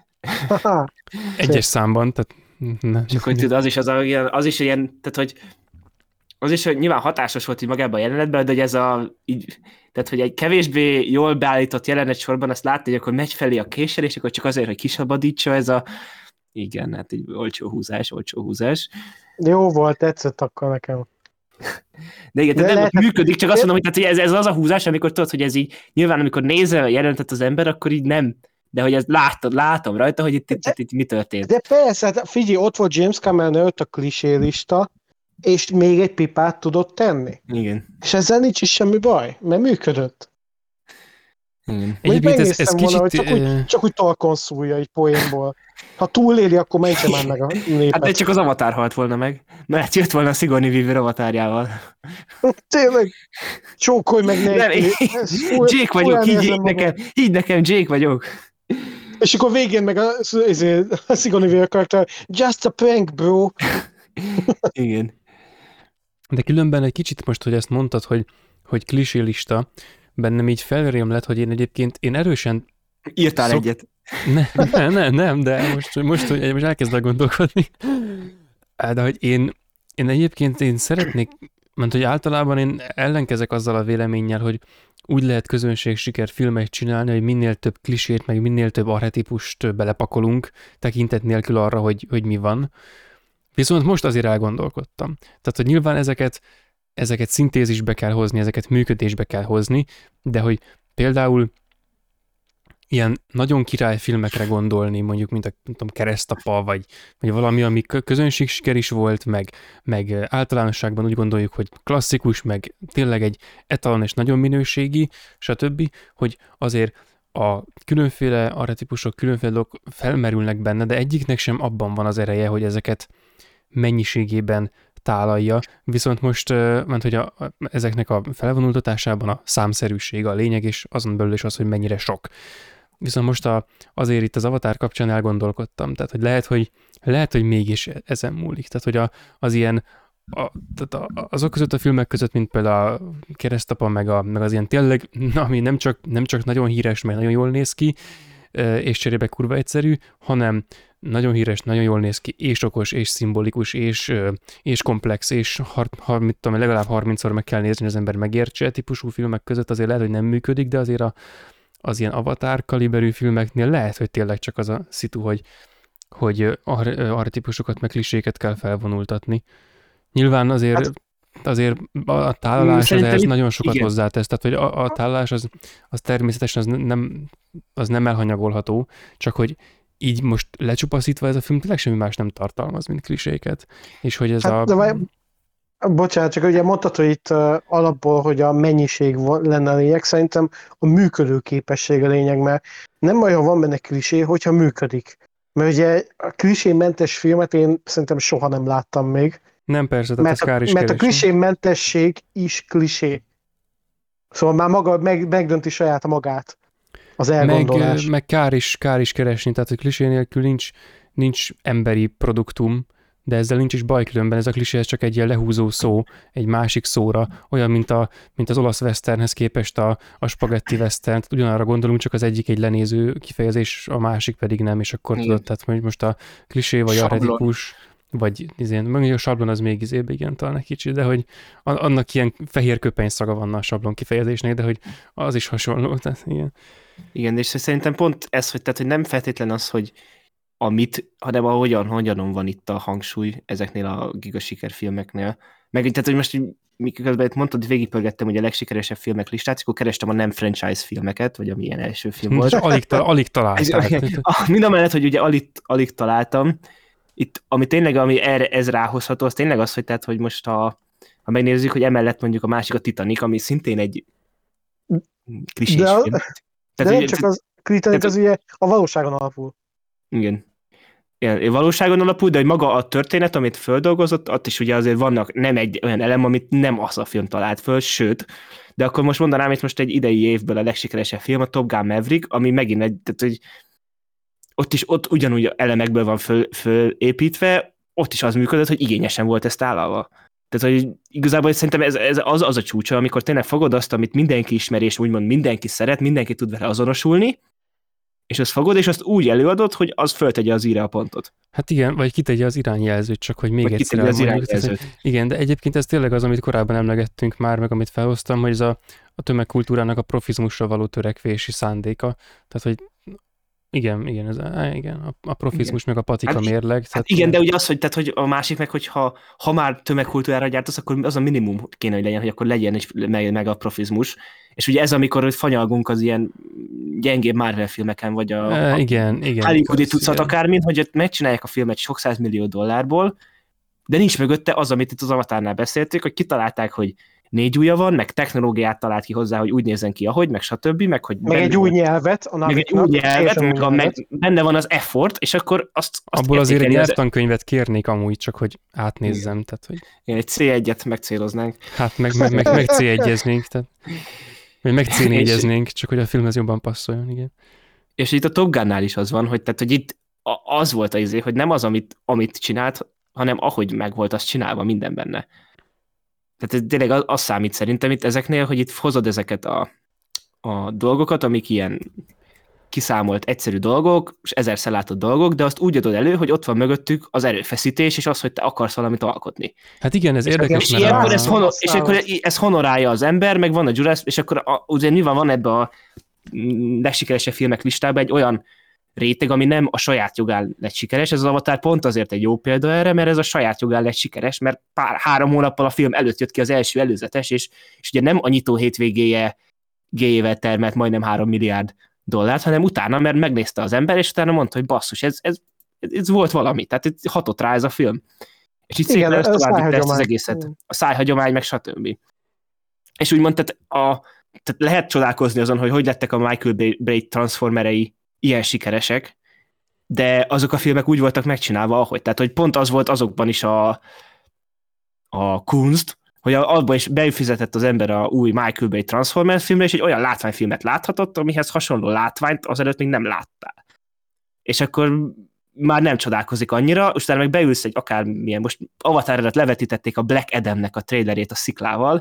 Egyes számban, tehát... Ne, és akkor tudod, az is, az, a, ilyen- az is ilyen, tehát hogy az is, hogy nyilván hatásos volt így magában a jelenetben, de hogy ez a, így, tehát hogy egy kevésbé jól beállított jelenet sorban azt látni, hogy akkor megy felé a késsel, és akkor csak azért, hogy kisabadítsa ez a, igen, hát egy olcsó húzás, olcsó húzás. Jó volt, tetszett akkor nekem. De igen, De tehát nem lehet- működik, csak azt mondom, hogy, tehát, hogy ez, ez az a húzás, amikor tudod, hogy ez így, nyilván amikor nézve a jelenetet az ember, akkor így nem, de hogy ez látod, látom rajta, hogy itt, itt, itt, itt mi történt. De persze, hát figyelj, ott volt James Cameron előtt a klisélista, és még egy pipát tudott tenni. Igen. És ezzel nincs is semmi baj, mert működött. Igen. Egyébként ez, ez megnéztem volna, hogy kicsit... csak úgy, ö, csak úgy talkon szúrja egy poénból. Ha túléli, akkor mentse már meg a népet. Hát de csak az Avatar halt volna meg, mert jött volna a Sigourney Weaver Avatárjával. Tényleg, csókolj meg Nem, nélkül. én- Ez fúj- Jake vagyok, fúján higgy, érzem higgy magam. nekem, higgy nekem, Jake vagyok. És akkor végén meg a, a Sigourney Weaver karakter, just a prank, bro. Igen. De különben egy kicsit most, hogy ezt mondtad, hogy, hogy klisélista, bennem így felrém lett, hogy én egyébként, én erősen, Írtál Szok- egyet. ne, ne, ne, nem, de most, most, hogy most elkezdek gondolkodni, de hogy én, én egyébként én szeretnék, mert hogy általában én ellenkezek azzal a véleménnyel, hogy úgy lehet közönség siker filmet csinálni, hogy minél több klisét, meg minél több arhetipust belepakolunk, tekintet nélkül arra, hogy, hogy mi van. Viszont most azért elgondolkodtam. Tehát, hogy nyilván ezeket, ezeket szintézisbe kell hozni, ezeket működésbe kell hozni, de hogy például ilyen nagyon királyfilmekre gondolni, mondjuk, mint a nem tudom, Keresztapa, vagy, vagy valami, ami kö- közönség siker is volt, meg, meg általánosságban úgy gondoljuk, hogy klasszikus, meg tényleg egy etalon és nagyon minőségi, stb., hogy azért a különféle archetípusok, különféle dolgok felmerülnek benne, de egyiknek sem abban van az ereje, hogy ezeket mennyiségében tálalja, viszont most, ö, mert hogy a, a, ezeknek a felvonultatásában a számszerűség a lényeg, és azon belül is az, hogy mennyire sok. Viszont most a, azért itt az Avatar kapcsán elgondolkodtam, tehát hogy lehet, hogy, lehet, hogy mégis ezen múlik. Tehát, hogy a, az ilyen, a, tehát a, azok között a filmek között, mint például a Keresztapa, meg, a, meg az ilyen tényleg, ami nem csak, nem csak nagyon híres, meg nagyon jól néz ki, és cserébe kurva egyszerű, hanem nagyon híres, nagyon jól néz ki, és okos, és szimbolikus, és, és komplex, és har, har, mit tudom, legalább harmincszor meg kell nézni, hogy az ember megértse típusú filmek között, azért lehet, hogy nem működik, de azért a, az ilyen Avatar kaliberű filmeknél lehet, hogy tényleg csak az a szitu, hogy, hogy ar- archetípusokat, meg kliséket kell felvonultatni. Nyilván azért, hát, azért a tálalás az ehhez itt- nagyon sokat igen. hozzátesz, tehát hogy a, a tálalás az, az természetesen az nem, az nem elhanyagolható, csak hogy így most lecsupaszítva ez a film tényleg semmi más nem tartalmaz, mint kliséket. És hogy ez Hát, a... de vaj- Bocsánat, csak ugye mondtad, hogy itt uh, alapból, hogy a mennyiség van- lenne a lényeg, szerintem a működő képesség a lényeg, mert nem baj, ha van benne klisé, hogyha működik. Mert ugye a klisémentes filmet én szerintem soha nem láttam még, Nem persze, tehát mert ez kár a, is mert a keresni. klisémentesség is klisé. Szóval már maga meg, megdönti saját magát az elgondolás. Meg, meg kár, is, kár is keresni, tehát a klisé nélkül nincs, nincs emberi produktum, de ezzel nincs is baj, különben ez a klisé ez csak egy ilyen lehúzó szó egy másik szóra, olyan, mint, a, mint az olasz westernhez képest a, a spagetti western, tehát ugyanarra gondolunk, csak az egyik egy lenéző kifejezés, a másik pedig nem, és akkor Igen. tudod, tehát hogy most a klisé vagy Sablon. archetikus, vagy izén, meg a sablon az még izébe, igen, talán egy kicsit, de hogy a- annak ilyen fehér köpeny szaga van a sablon kifejezésnek, de hogy az is hasonló, tehát igen. Igen, és szerintem pont ez, hogy, tehát, hogy nem feltétlen az, hogy amit, hanem a hogyan, hogyanon van itt a hangsúly ezeknél a gigasikerfilmeknél. Meg tehát, hogy most így miközben itt mondtad, hogy végigpörgettem ugye a legsikeresebb filmek listát, akkor kerestem a nem franchise filmeket, vagy ami ilyen első film volt. alig, tal- alig találtál. Mind a mellett, hogy ugye alig, alig találtam, itt, ami tényleg, ami erre, ez ráhozható, az tényleg az, hogy, tehát, hogy most ha, ha megnézzük, hogy emellett mondjuk a másik a Titanic, ami szintén egy klisés De, film. de Tehát, nem ugye, csak az Titanic, az ugye a valóságon alapul. Igen. Igen, valóságon alapul, de hogy maga a történet, amit földolgozott, ott is ugye azért vannak nem egy olyan elem, amit nem az a film talált föl, sőt, de akkor most mondanám, itt most egy idei évből a legsikeresebb film, a Top Gun Maverick, ami megint egy, tehát hogy ott is ott ugyanúgy elemekből van föl, fölépítve, ott is az működött, hogy igényesen volt ezt állalva. Tehát, hogy igazából szerintem ez, ez az, az a csúcsa, amikor tényleg fogod azt, amit mindenki ismer, és úgymond mindenki szeret, mindenki tud vele azonosulni, és azt fogod, és azt úgy előadod, hogy az föltegye az íre a pontot. Hát igen, vagy kitegye az irányjelzőt, csak hogy még vagy egyszer az elmondjuk. Tehát, igen, de egyébként ez tényleg az, amit korábban emlegettünk már, meg amit felhoztam, hogy ez a, a tömegkultúrának a profizmusra való törekvési szándéka. Tehát, hogy igen, igen, ez, á, igen a, a profizmus igen. meg a patika hát, mérleg. Hát tehát, igen, de ugye az, hogy, tehát, hogy a másik meg, hogy ha, ha már tömegkultúrára gyártasz, akkor az a minimum kéne, hogy legyen, hogy akkor legyen is meg, meg a profizmus. És ugye ez, amikor fanyalgunk az ilyen gyengébb Marvel filmeken, vagy a, e, a igen, igen, Hollywoodi tucat akármint, hogy megcsinálják a filmet sok százmillió dollárból, de nincs mögötte az, amit itt az Avatárnál beszéltük, hogy kitalálták, hogy négy ujja van, meg technológiát talált ki hozzá, hogy úgy nézzen ki, ahogy, meg stb. Meg, hogy meg egy új nyelvet. A meg egy új nyelvet, meg, a, meg benne van az effort, és akkor azt, azt abból azért egy nyelvtankönyvet kérnék amúgy, csak hogy átnézzem. Tehát, hogy... Igen, egy cé egyet megcéloznánk. Hát meg, meg, meg, meg cé egyeznénk, tehát... vagy meg cé négyeznénk, csak hogy a filmhez jobban passzoljon, igen. És itt a Top Gunnál is az van, hogy, tehát, hogy itt az volt az izé, hogy nem az, amit, amit csinált, hanem ahogy meg volt azt csinálva, minden benne. Tehát tényleg az, az számít szerintem itt ezeknél, hogy itt hozod ezeket a, a dolgokat, amik ilyen kiszámolt egyszerű dolgok, és ezerszer látott dolgok, de azt úgy adod elő, hogy ott van mögöttük az erőfeszítés, és az, hogy te akarsz valamit alkotni. Hát igen, ez és érdekes. És, a... ez honor, és akkor ez honorálja az ember, meg van a Jurassic, és akkor a, ugye nyilván van ebbe a legsikeresebb filmek listában egy olyan réteg, ami nem a saját jogán lett sikeres. Ez az Avatar pont azért egy jó példa erre, mert ez a saját jogán lett sikeres, mert pár, három hónappal a film előtt jött ki az első előzetes, és, és ugye nem a nyitó hétvégéje géjével termelt majdnem három milliárd dollárt, hanem utána, mert megnézte az ember, és utána mondta, hogy basszus, ez, ez, ez volt valami, tehát itt hatott rá ez a film. És itt szépen ezt tovább ezt az egészet. A szájhagyomány, meg stb. És úgymond, tehát, a, tehát lehet csodálkozni azon, hogy hogy lettek a Michael Bay Transformerei ilyen sikeresek, de azok a filmek úgy voltak megcsinálva, ahogy. Tehát, hogy pont az volt azokban is a, a kunst, hogy abban is befizetett az ember a új Michael Bay Transformers filmre, és egy olyan látványfilmet láthatott, amihez hasonló látványt azelőtt még nem láttál. És akkor már nem csodálkozik annyira, utána meg beülsz egy akármilyen, most Avatar előtt levetítették a Black Adamnek a trailerét a sziklával,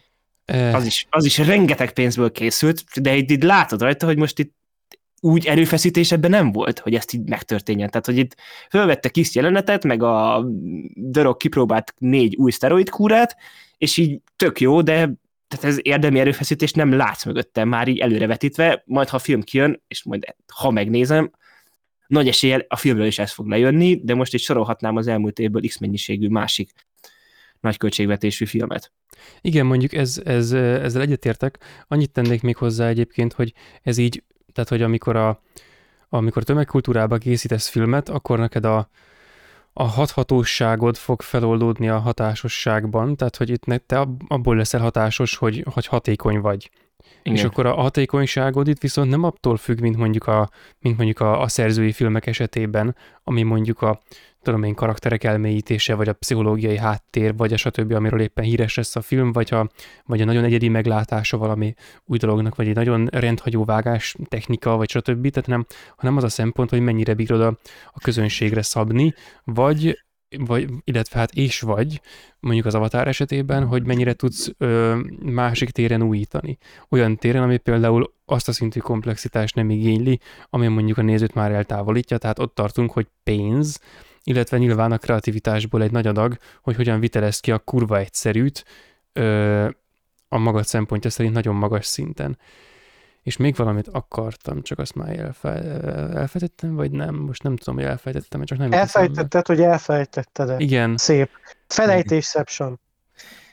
az is, az is rengeteg pénzből készült, de itt, itt látod rajta, hogy most itt úgy erőfeszítés ebben nem volt, hogy ezt így megtörténjen. Tehát, hogy itt fölvette kis jelenetet, meg a The Rock kipróbált négy új szteroid kúrát, és így tök jó, de tehát ez érdemi erőfeszítés nem látsz mögöttem már így előrevetítve, majd ha a film kijön, és majd ha megnézem, nagy eséllyel a filmről is ez fog lejönni, de most is sorolhatnám az elmúlt évből X mennyiségű másik nagy költségvetésű filmet. Igen, mondjuk ez, ez, ezzel egyetértek. Annyit tennék még hozzá egyébként, hogy ez így, tehát hogy amikor a amikor tömegkultúrába készítesz filmet, akkor neked a, a hathatóságod fog feloldódni a hatásosságban, tehát hogy itt te abból leszel hatásos, hogy, hogy hatékony vagy. Igen. És akkor a hatékonyságod itt viszont nem attól függ, mint mondjuk a, mint mondjuk a, a szerzői filmek esetében, ami mondjuk a tudom én, karakterek elmélyítése, vagy a pszichológiai háttér, vagy a stb., amiről éppen híres lesz a film, vagy a, vagy a nagyon egyedi meglátása valami új dolognak, vagy egy nagyon rendhagyó vágás technika, vagy stb., tehát nem, hanem az a szempont, hogy mennyire bírod a, a közönségre szabni, vagy, vagy, illetve hát és vagy, mondjuk az Avatar esetében, hogy mennyire tudsz ö, másik téren újítani. Olyan téren, ami például azt a szintű komplexitást nem igényli, ami mondjuk a nézőt már eltávolítja, tehát ott tartunk, hogy pénz, illetve nyilván a kreativitásból egy nagy adag, hogy hogyan vitelez ki a kurva egyszerűt ö, a magad szempontja szerint nagyon magas szinten. És még valamit akartam, csak azt már elfe, elfejtettem, vagy nem? Most nem tudom, hogy elfejtettem, csak nem elfejtetted, hogy elfejtetted. Igen. Szép. Felejtésception.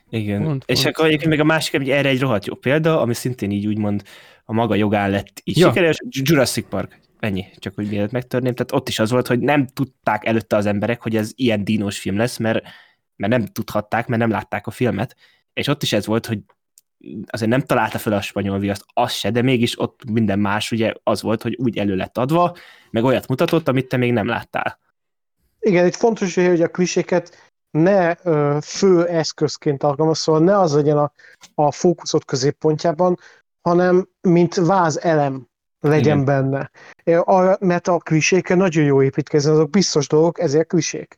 Igen. Pont, És pont. akkor egyébként még a másik, hogy erre egy rohadt jó példa, ami szintén így úgymond a maga jogán lett így Ja. sikeres, Jurassic Park. Ennyi, csak hogy mielőtt megtörném. Tehát ott is az volt, hogy nem tudták előtte az emberek, hogy ez ilyen dínos film lesz, mert, mert nem tudhatták, mert nem látták a filmet. És ott is ez volt, hogy azért nem találta fel a spanyol viaszt, az se, de mégis ott minden más ugye az volt, hogy úgy elő lett adva, meg olyat mutatott, amit te még nem láttál. Igen, itt fontos, hogy a kliséket ne ö, fő eszközként alkalmaz, szóval ne az legyen a, a fókuszot középpontjában, hanem mint vázelem legyen Igen. benne. A, mert a klisékkel nagyon jó építkezni, azok biztos dolgok, ezért klisék.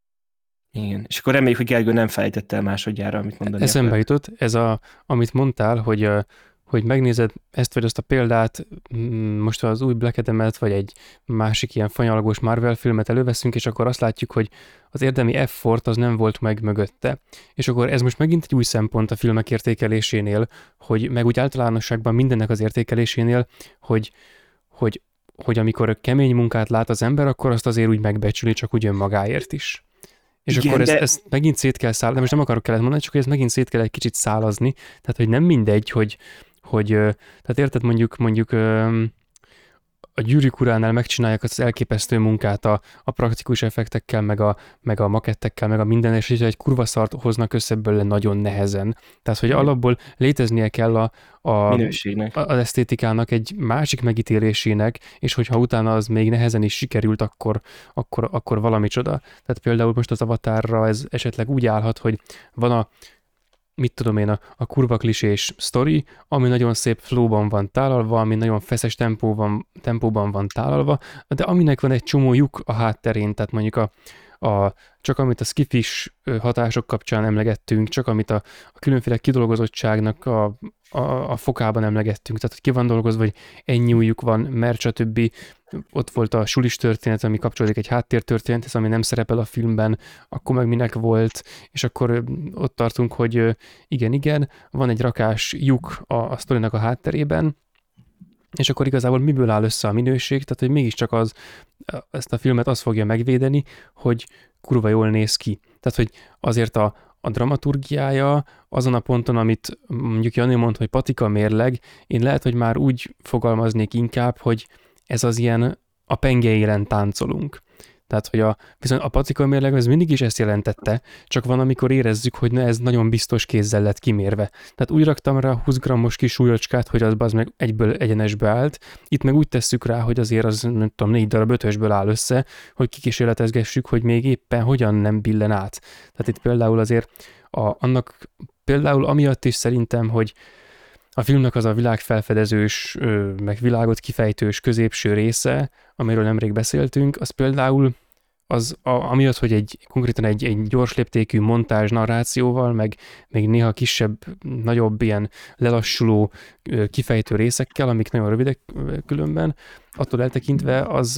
Igen. És akkor reméljük, hogy Gergő nem felejtette el másodjára, amit mondani Eszembe akar. jutott, ez a, amit mondtál, hogy, ö, hogy megnézed ezt vagy azt a példát, mm, most az új Black Adam-et, vagy egy másik ilyen fanyalagos Marvel filmet előveszünk, és akkor azt látjuk, hogy az érdemi effort az nem volt meg mögötte. És akkor ez most megint egy új szempont a filmek értékelésénél, hogy meg úgy általánosságban mindennek az értékelésénél, hogy, hogy, hogy amikor kemény munkát lát az ember, akkor azt azért úgy megbecsüli, csak úgy önmagáért is. És Igen, akkor ezt, de- ezt megint szét kell szállazni, most nem akarok kellett mondani, csak hogy ezt megint szét kell egy kicsit szálazni, tehát hogy nem mindegy, hogy, hogy ö, tehát érted, mondjuk, mondjuk ö, a Gyűrűk uránál megcsinálják az elképesztő munkát a, a praktikus effektekkel, meg a, meg a makettekkel, meg a minden, és így egy kurva szart hoznak össze belőle nagyon nehezen. Tehát, hogy alapból léteznie kell a, a, Minőségnek. az esztétikának egy másik megítélésének, és hogyha utána az még nehezen is sikerült, akkor, akkor, akkor valami csoda. Tehát például most az Avatarra ez esetleg úgy állhat, hogy van a mit tudom én, a, a kurva klisés sztori, ami nagyon szép flowban van tálalva, ami nagyon feszes tempóban, tempóban van tálalva, de aminek van egy csomó lyuk a hátterén, tehát mondjuk a, a csak amit a skifis hatások kapcsán emlegettünk, csak amit a, a különféle kidolgozottságnak a, a, a fokában emlegettünk, tehát hogy ki van dolgozva, hogy ennyi újjuk van, mert stb. Ott volt a sulis történet, ami kapcsolódik egy háttértörténethez, ami nem szerepel a filmben, akkor meg minek volt, és akkor ott tartunk, hogy igen, igen, van egy rakás lyuk a, a sztorinak a hátterében, és akkor igazából miből áll össze a minőség, tehát hogy mégiscsak az, ezt a filmet az fogja megvédeni, hogy kurva jól néz ki. Tehát, hogy azért a, a dramaturgiája azon a ponton, amit mondjuk Jani mond, hogy patika mérleg, én lehet, hogy már úgy fogalmaznék inkább, hogy ez az ilyen a penge élen táncolunk. Tehát, hogy a, viszont a patika mérleg ez mindig is ezt jelentette, csak van, amikor érezzük, hogy ne, ez nagyon biztos kézzel lett kimérve. Tehát úgy raktam rá a húsz grammos kis súlyocskát, hogy az, az meg egyből egyenesbe állt. Itt meg úgy tesszük rá, hogy azért az, nem tudom, négy darab ötösből áll össze, hogy kikísérletezgessük, hogy még éppen hogyan nem billen át. Tehát itt például azért a, annak például amiatt is szerintem, hogy a filmnek az a világfelfedezős, meg világot kifejtős középső része, amiről nemrég beszéltünk, az például az, a, amiatt, hogy egy konkrétan egy, egy gyors léptékű montázs narrációval, meg még néha kisebb, nagyobb ilyen lelassuló kifejtő részekkel, amik nagyon rövidek különben, attól eltekintve az,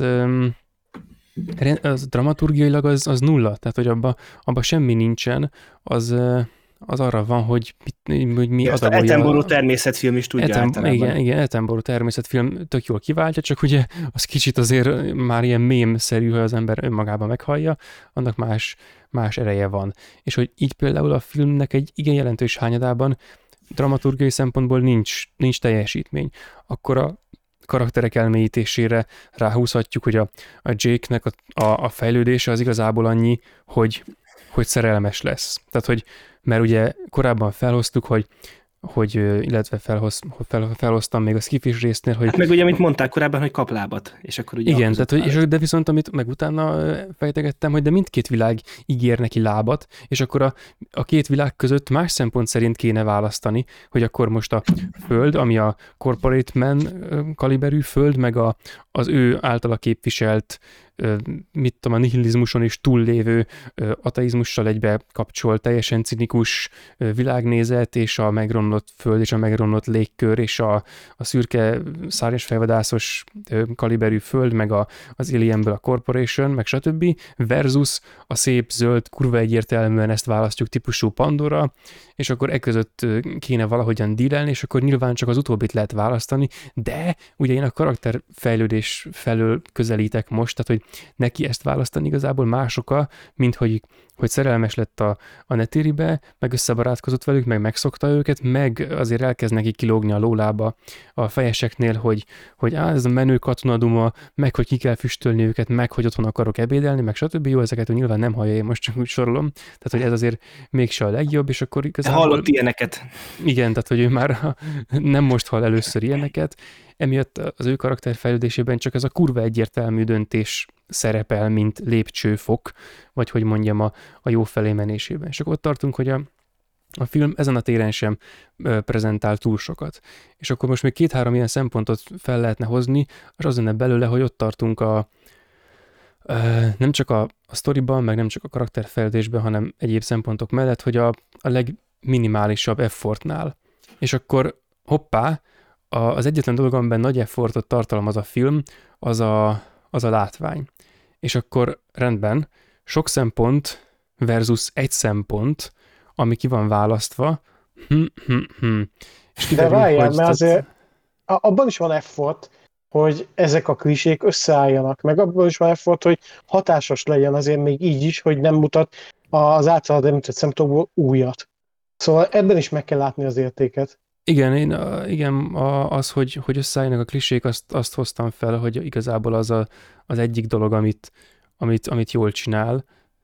az dramaturgiailag az, az nulla, tehát hogy abba, abba semmi nincsen, az... az arra van, hogy, hogy mi Ezt adagolja. Attenborough természetfilm is tudja Etem, általában. igen, igen, Attenborough természetfilm tök jól kiváltja, csak ugye az kicsit azért már ilyen mém-szerű, ha az ember önmagában meghallja, annak más, más ereje van. És hogy így például a filmnek egy igen jelentős hányadában dramaturgiai szempontból nincs, nincs teljesítmény. Akkor a karakterek elmélyítésére ráhúzhatjuk, hogy a, a Jake-nek a, a, a fejlődése az igazából annyi, hogy, hogy szerelmes lesz. Tehát, hogy mert ugye korábban felhoztuk, hogy, hogy illetve felhoz, fel, felhoztam még a skifis résznél, hogy... Hát meg ugye, amit mondták korábban, hogy kap lábat, és akkor ugye... Igen, tehát, hogy, és, de viszont amit meg utána fejtegettem, hogy de mindkét világ ígér neki lábat, és akkor a, a két világ között más szempont szerint kéne választani, hogy akkor most a Föld, ami a Corporate Man kaliberű Föld, meg a, az ő általa képviselt mit tudom, a nihilizmuson is túllévő ateizmussal egybe kapcsol, teljesen cinikus világnézet, és a megromlott föld, és a megromlott légkör, és a, a szürke szárnyas fejvadászos kaliberű föld, meg a, az Alienből a Corporation, meg stb. Versus a szép, zöld, kurva egyértelműen ezt választjuk típusú Pandora, és akkor e között kéne valahogyan dílelni, és akkor nyilván csak az utóbbit lehet választani, de ugye én a karakterfejlődés felől közelítek most, tehát hogy neki ezt választani igazából más oka, mint hogy, hogy szerelmes lett a, a Netiribe, meg összebarátkozott velük, meg megszokta őket, meg azért elkezd neki kilógni a lólába a fejeseknél, hogy, hogy á, ez a menő katonaduma, meg hogy ki kell füstölni őket, meg hogy otthon akarok ebédelni, meg stb. Jó, ezeket nyilván nem hallja, én most csak úgy sorolom, tehát hogy ez azért mégse a legjobb, és akkor igazából... Hallott ilyeneket. Igen, tehát hogy ő már nem most hall először ilyeneket, emiatt az ő karakterfejlődésében csak ez a kurva egyértelmű döntés szerepel, mint lépcsőfok, vagy hogy mondjam, a, a jó felé menésében. És akkor ott tartunk, hogy a, a film ezen a téren sem ö, prezentál túl sokat. És akkor most még két-három ilyen szempontot fel lehetne hozni, és az lenne belőle, hogy ott tartunk a ö, nem csak a, a sztoriban, meg nem csak a karakterfejlődésben, hanem egyéb szempontok mellett, hogy a, a legminimálisabb effortnál. És akkor hoppá, a, az egyetlen dolog, amiben nagy effortot tartalmaz a film, az a, az a látvány. És akkor rendben, sok szempont versus egy szempont, ami ki van választva. Hm, hm, hm. És de várjál, mert tehát... azért abban is van effort, hogy ezek a klisék összeálljanak, meg abban is van effort, hogy hatásos legyen azért még így is, hogy nem mutat az általad említett szempontból újat. Szóval ebben is meg kell látni az értéket. Igen, én, igen az, hogy, hogy összeálljanak a klisék, azt, azt hoztam fel, hogy igazából az a, az egyik dolog, amit, amit, amit jól csinál,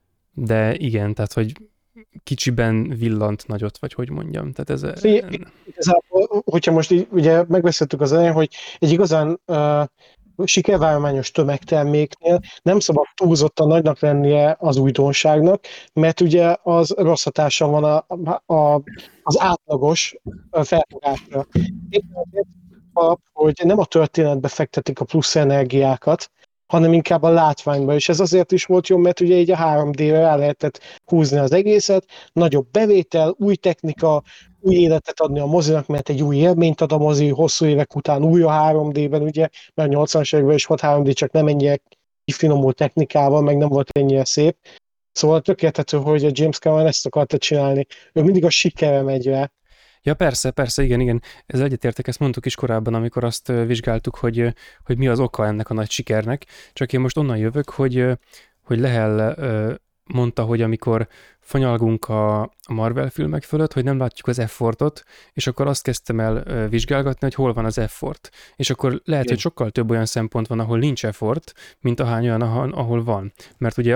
de igen, tehát, hogy kicsiben villant nagyot, vagy hogy mondjam. Tehát ez... Igazából, hogyha most így ugye megbeszéltük az elején, hogy egy igazán uh, sikervállalmányos tömegterméknél nem szabad túlzottan nagynak lennie az újdonságnak, mert ugye az rossz hatása van a, a, az átlagos felfogásra. Éppen azért, hogy nem a történetbe fektetik a plusz energiákat, hanem inkább a látványba, és ez azért is volt jó, mert ugye így a három dé-re rá lehetett húzni az egészet, nagyobb bevétel, új technika, új életet adni a mozinak, mert egy új élményt ad a mozi, hosszú évek után új a három dé-ben, ugye, mert a nyolcvanas években is volt három dé, csak nem ennyire kifinomult technikával, meg nem volt ennyire szép. Szóval tökélethető, hogy a James Cameron ezt akarta csinálni. Ő mindig a sikerre megy rá. Ja, persze, persze, igen, igen. Ez egyetértek, ezt mondtuk is korábban, amikor azt vizsgáltuk, hogy, hogy mi az oka ennek a nagy sikernek. Csak én most onnan jövök, hogy, hogy Lehel mondta, hogy amikor fanyalgunk a Marvel filmek fölött, hogy nem látjuk az effortot, és akkor azt kezdtem el vizsgálgatni, hogy hol van az effort. És akkor lehet, igen, hogy sokkal több olyan szempont van, ahol nincs effort, mint ahány olyan, ahol van. Mert ugye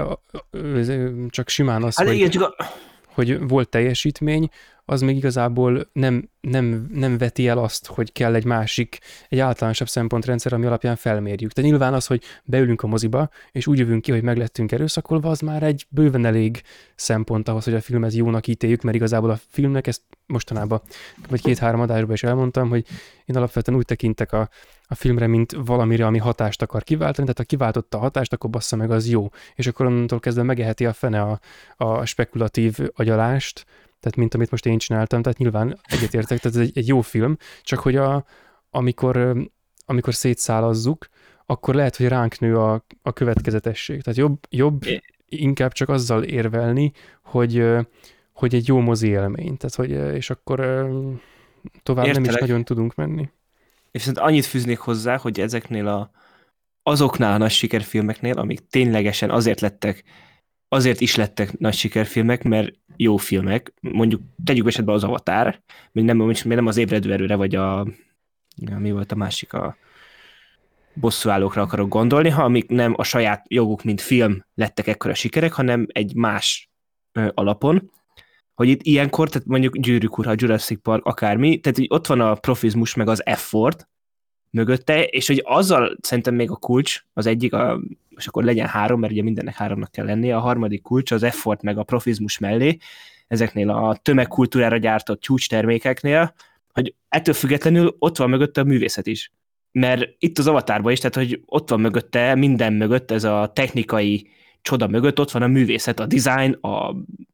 csak simán az, hát, hogy... Igen, csak a... hogy volt teljesítmény, az még igazából nem, nem, nem veti el azt, hogy kell egy másik, egy általánosabb szempontrendszer, ami alapján felmérjük. De nyilván az, hogy beülünk a moziba, és úgy jövünk ki, hogy meg lettünk erőszakolva, az már egy bőven elég szempont ahhoz, hogy a filmet jónak ítéljük, mert igazából a filmnek, ezt mostanában, vagy két-három adásban is elmondtam, hogy én alapvetően úgy tekintek a, a filmre, mint valamire, ami hatást akar kiváltani, tehát ha kiváltotta a hatást, akkor bassza meg, az jó. És akkor onnantól kezdve megeheti a fene a, a spekulatív agyalást, tehát mint amit most én csináltam, tehát nyilván egyetértek, tehát ez egy, egy jó film, csak hogy a, amikor, amikor szétszálazzuk, akkor lehet, hogy ránk nő a, a következetesség. Tehát jobb, jobb inkább csak azzal érvelni, hogy, hogy egy jó mozi élmény. Tehát, hogy, és akkor tovább Értelek. nem is nagyon tudunk menni. És viszont annyit fűznék hozzá, hogy ezeknél a, azoknál a nagy sikerfilmeknél, amik ténylegesen azért lettek, azért is lettek nagy sikerfilmek, mert jó filmek, mondjuk tegyük esetben az Avatar, még nem, még nem az Ébredő erőre, vagy a, mi volt a másik, a bosszúállókra akarok gondolni, ha amik nem a saját joguk, mint film lettek ekkora sikerek, hanem egy más ö, alapon, hogy itt ilyenkor, tehát mondjuk Gyűrűk Ura, Jurassic Park, akármi, tehát hogy ott van a profizmus, meg az effort mögötte, és hogy azzal szerintem még a kulcs, az egyik, a, és akkor legyen három, mert ugye mindennek háromnak kell lennie, a harmadik kulcs az effort meg a profizmus mellé, ezeknél a tömegkultúrára gyártott csúcstermékeknél, hogy ettől függetlenül ott van mögötte a művészet is. Mert itt az Avatárban is, tehát hogy ott van mögötte, minden mögött, ez a technikai csoda mögött, ott van a művészet, a design, a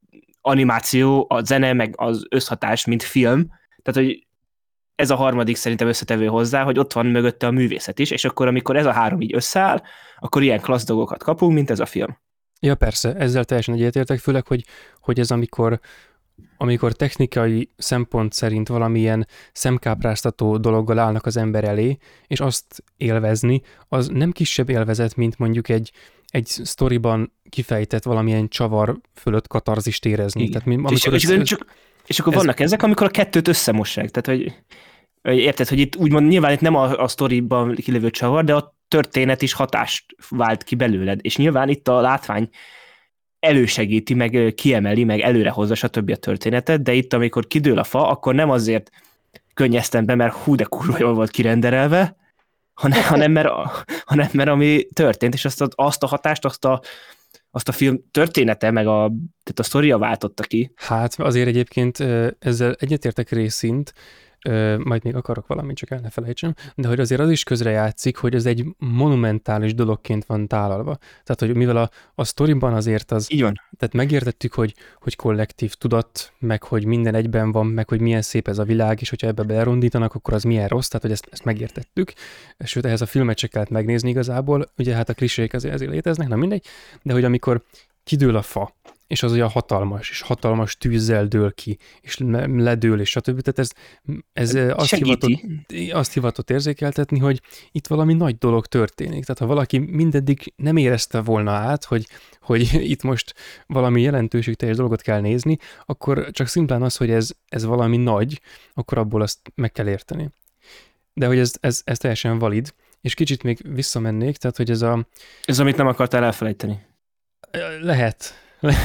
animáció, a zene, meg az összhatás, mint film. Tehát, hogy ez a harmadik szerintem összetevő hozzá, hogy ott van mögötte a művészet is, és akkor, amikor ez a három így összeáll, akkor ilyen klassz dolgokat kapunk, mint ez a film. Ja, persze, ezzel teljesen egyetértek, főleg, hogy, hogy ez amikor, amikor technikai szempont szerint valamilyen szemkápráztató dologgal állnak az ember elé, és azt élvezni, az nem kisebb élvezet, mint mondjuk egy, egy sztoriban kifejtett valamilyen csavar fölött katarzist érezni. Tehát, mi, és, ez, és, ez, csak, és akkor ez, vannak ezek, amikor a kettőt összemossák. Tehát, hogy érted, hogy itt úgymond nyilván itt nem a, a sztoriban kilövő csavar, de a történet is hatást vált ki belőled. És nyilván itt a látvány elősegíti, meg kiemeli, meg előrehozza stb. A történetet, de itt, amikor kidől a fa, akkor nem azért könnyeztem be, mert hú, de kurva jól volt kirenderelve, hanem, hanem, mert, hanem mert ami történt, és azt a, azt a hatást, azt a, azt a film története, meg a, tehát a sztoria váltotta ki. Hát azért egyébként ezzel egyetértek részint, majd még akarok valamit, csak el ne felejtsem, de hogy azért az is közrejátszik, hogy ez egy monumentális dologként van tálalva. Tehát, hogy mivel a, a sztoriban azért az... Így van. Tehát megértettük, hogy, hogy kollektív tudat, meg hogy minden egyben van, meg hogy milyen szép ez a világ, és hogyha ebbe belerondítanak, akkor az milyen rossz, tehát hogy ezt, ezt megértettük. Sőt, ehhez a filmet se kellett megnézni igazából, ugye hát a klisék azért, azért léteznek, na mindegy, de hogy amikor kidől a fa, és az olyan hatalmas, és hatalmas tűzzel dől ki, és ledől, és stb. Tehát ez, ez azt, hivatott, azt hivatott érzékeltetni, hogy itt valami nagy dolog történik. Tehát ha valaki mindeddig nem érezte volna át, hogy, hogy itt most valami jelentőségteljes dolgot kell nézni, akkor csak szimplán az, hogy ez, ez valami nagy, akkor abból azt meg kell érteni. De hogy ez, ez, ez teljesen valid, és kicsit még visszamennék, tehát hogy ez a... Ez, amit nem akartál elfelejteni. Lehet.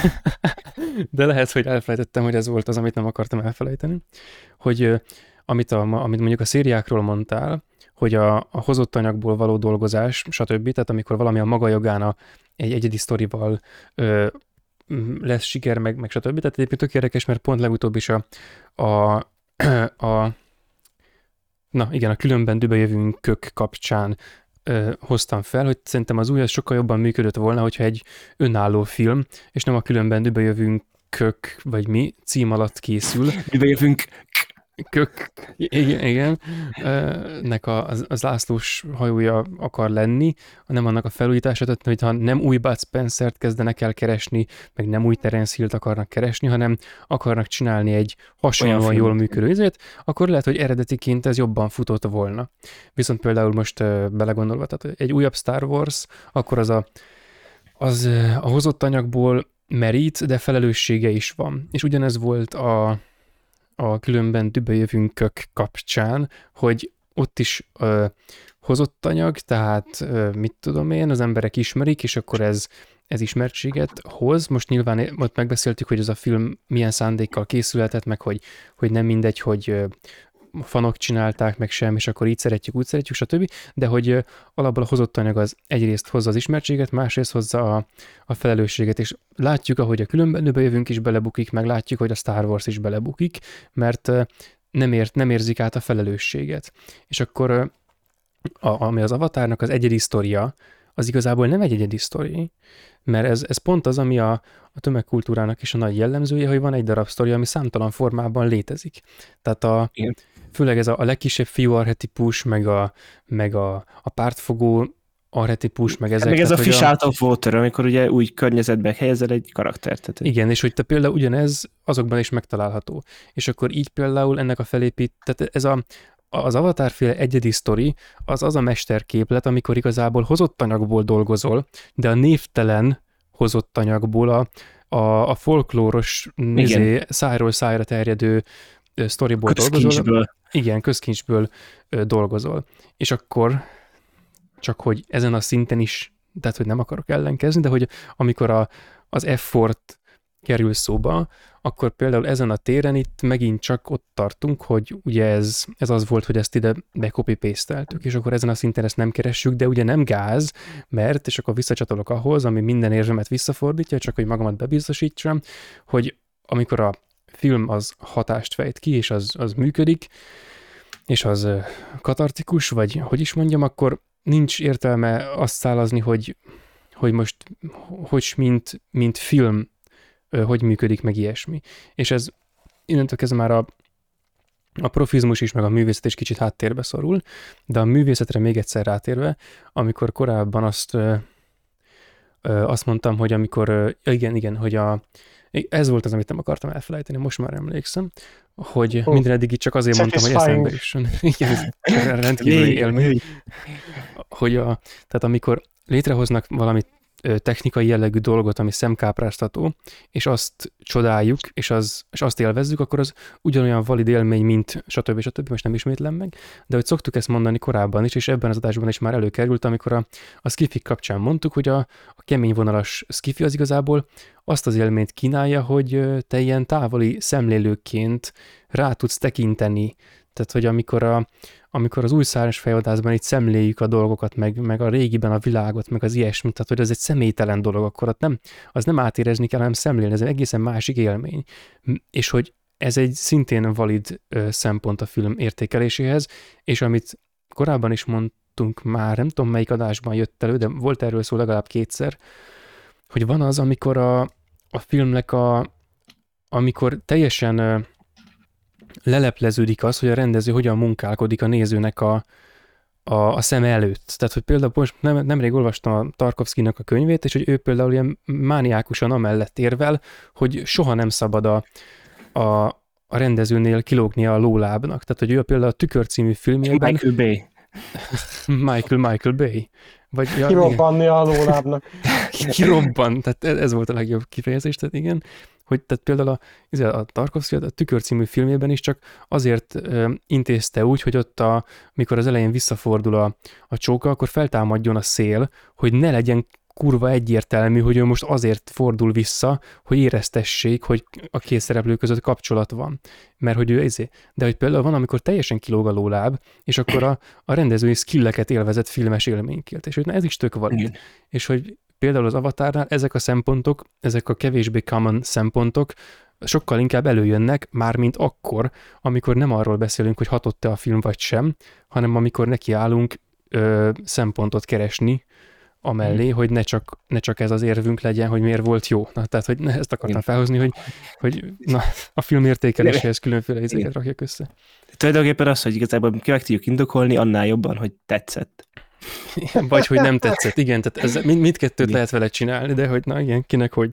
De lehet, hogy elfelejtettem, hogy ez volt az, amit nem akartam elfelejteni. Hogy amit, a, amit mondjuk a szériákról mondtál, hogy a, a hozott anyagból való dolgozás, stb. Tehát amikor valami a maga jogán a, egy egyedi sztorival ö, lesz siker, meg, meg stb. Tehát egyébként tök érdekes, mert pont legutóbb is a, a, a na igen, a különben düböljövünk kök kapcsán ö, hoztam fel, hogy szerintem az új az sokkal jobban működött volna, hogyha egy önálló film, és nem a különben düböljövünk kök, vagy mi, cím alatt készül. Düböljövünk kök, igen, igen, nek a, az, az Lászlós hajója akar lenni, nem annak a felújítása, tehát hogyha nem új Bud Spencer-t kezdenek el keresni, meg nem új Terence Hill-t akarnak keresni, hanem akarnak csinálni egy hasonlóan jól működő izét, akkor lehet, hogy eredetiként ez jobban futott volna. Viszont például most uh, belegondolva, tehát egy újabb Star Wars, akkor az a, az uh, a hozott anyagból merít, de felelőssége is van. És ugyanez volt a a különben düböljövünkök kapcsán, hogy ott is ö, hozott anyag, tehát ö, mit tudom én, az emberek ismerik, és akkor ez, ez ismertséget hoz. Most nyilván ott megbeszéltük, hogy ez a film milyen szándékkal készülhetett, meg hogy, hogy nem mindegy, hogy ö, fanok csinálták, meg sem, és akkor így szeretjük, úgy szeretjük, stb. De hogy ö, alapból a hozott anyag az egyrészt hozza az ismertséget, másrészt hozza a, a felelősséget, és látjuk, ahogy a különben jövünk is belebukik, meg látjuk, hogy a Star Wars is belebukik, mert ö, nem, ért, nem érzik át a felelősséget. És akkor ö, a, ami az Avatarnak az egyedi sztoria, az igazából nem egy egyedi sztori, mert ez, ez pont az, ami a, a tömegkultúrának is a nagy jellemzője, hogy van egy darab sztori, ami számtalan formában létezik. Tehát a, főleg ez a, a legkisebb fiú archetipus, meg a, meg a, a pártfogó archetipus, meg ezek. Meg ez tehát, a fish a... out of water, amikor ugye új környezetbe helyezel egy karaktert. Tehát... Igen, és hogy te például ugyanez azokban is megtalálható. És akkor így például ennek a felépít, tehát ez a az Avatar-féle egyedi sztori, az az a mesterképlet, amikor igazából hozott anyagból dolgozol, de a névtelen hozott anyagból a, a, a folklóros nézé, szájról szájra terjedő sztoriból dolgozol. Igen, közkincsből dolgozol. És akkor csak, hogy ezen a szinten is, tehát, hogy nem akarok ellenkezni, de hogy amikor a, az effort kerül szóba, akkor például ezen a téren itt megint csak ott tartunk, hogy ugye ez, ez az volt, hogy ezt ide be-copy-pasteltük, és akkor ezen a szinten ezt nem keressük, de ugye nem gáz, mert, és akkor visszacsatolok ahhoz, ami minden érzemet visszafordítja, csak hogy magamat bebiztosítsam, hogy amikor a film az hatást fejt ki, és az, az működik, és az katartikus, vagy hogy is mondjam, akkor nincs értelme azt szálazni, hogy, hogy most, hogy mint, mint film hogy működik, meg ilyesmi. És ez innentől kezdve már a, a profizmus is, meg a művészet is kicsit háttérbe szorul, de a művészetre még egyszer rátérve, amikor korábban azt, ö, ö, azt mondtam, hogy amikor, ö, igen, igen, hogy a, Ez volt az, amit nem akartam elfelejteni, most már emlékszem, hogy Hú. minden eddig csak azért mondtam, hogy Satisfying. eszembe is. Igen, ez rendkívüli élmény. Hogy a, tehát amikor létrehoznak valami ö, technikai jellegű dolgot, ami szemkápráztató, és azt csodáljuk, és, az, és azt élvezzük, akkor az ugyanolyan valid élmény, mint stb. stb. Most nem ismétlem meg, de hogy szoktuk ezt mondani korábban is, és ebben az adásban is már előkerült, amikor a, a skifik kapcsán mondtuk, hogy a, a kemény vonalas skifi az igazából azt az élményt kínálja, hogy ö, te ilyen távoli szemlélőként rá tudsz tekinteni. Tehát, hogy amikor a amikor az új száros fejvadászban itt szemléljük a dolgokat, meg, meg a régiben a világot, meg az ilyesmit, tehát hogy ez egy személytelen dolog, akkor ott nem, az nem átérezni kell, hanem szemlélni, ez egy egészen másik élmény. És hogy ez egy szintén valid ö, szempont a film értékeléséhez, és amit korábban is mondtunk már, nem tudom melyik adásban jött elő, de volt erről szó legalább kétszer, hogy van az, amikor a, a filmnek a, amikor teljesen ö, lelepleződik az, hogy a rendező hogyan munkálkodik a nézőnek a, a, a szem előtt. Tehát, hogy például most nem, nemrég olvastam a Tarkovszkinak a könyvét, és hogy ő például ilyen mániákusan amellett érvel, hogy soha nem szabad a, a, a rendezőnél kilógni a lólábnak. Tehát, hogy ő például a Tükör című filmjében... Michael Bay. Michael, Michael Bay. Vagy, ja, Kirobbanni a lólábnak. Kirobban, tehát ez volt a legjobb kifejezés, tehát igen, hogy tehát például a, a Tarkovszky a Tükör című filmjében is csak azért ö, intézte úgy, hogy ott, a, mikor az elején visszafordul a, a csóka, akkor feltámadjon a szél, hogy ne legyen kurva egyértelmű, hogy ő most azért fordul vissza, hogy éreztessék, hogy a két szereplő között kapcsolat van. Mert hogy ő ezé. De hogy például van, amikor teljesen kilóg a lóláb, és akkor a, a rendezői skilleket élvezett filmes élményként. És hogy na, ez is tök valid. És hogy például az Avatárnál ezek a szempontok, ezek a kevésbé common szempontok sokkal inkább előjönnek, mármint akkor, amikor nem arról beszélünk, hogy hatott-e a film vagy sem, hanem amikor nekiállunk ö, szempontot keresni amellé, hmm. hogy ne csak, ne csak ez az érvünk legyen, hogy miért volt jó. Na, tehát, hogy ezt akartam felhozni, hogy, hogy na, a film értékeléséhez különféle izéket rakjak össze. Tulajdonképpen az, hogy igazából ki meg tudjuk indokolni, annál jobban, hogy tetszett. Vagy hogy nem tetszett, igen, tehát ez, mind, mindkettőt lehet vele csinálni, de hogy na igen, kinek hogy.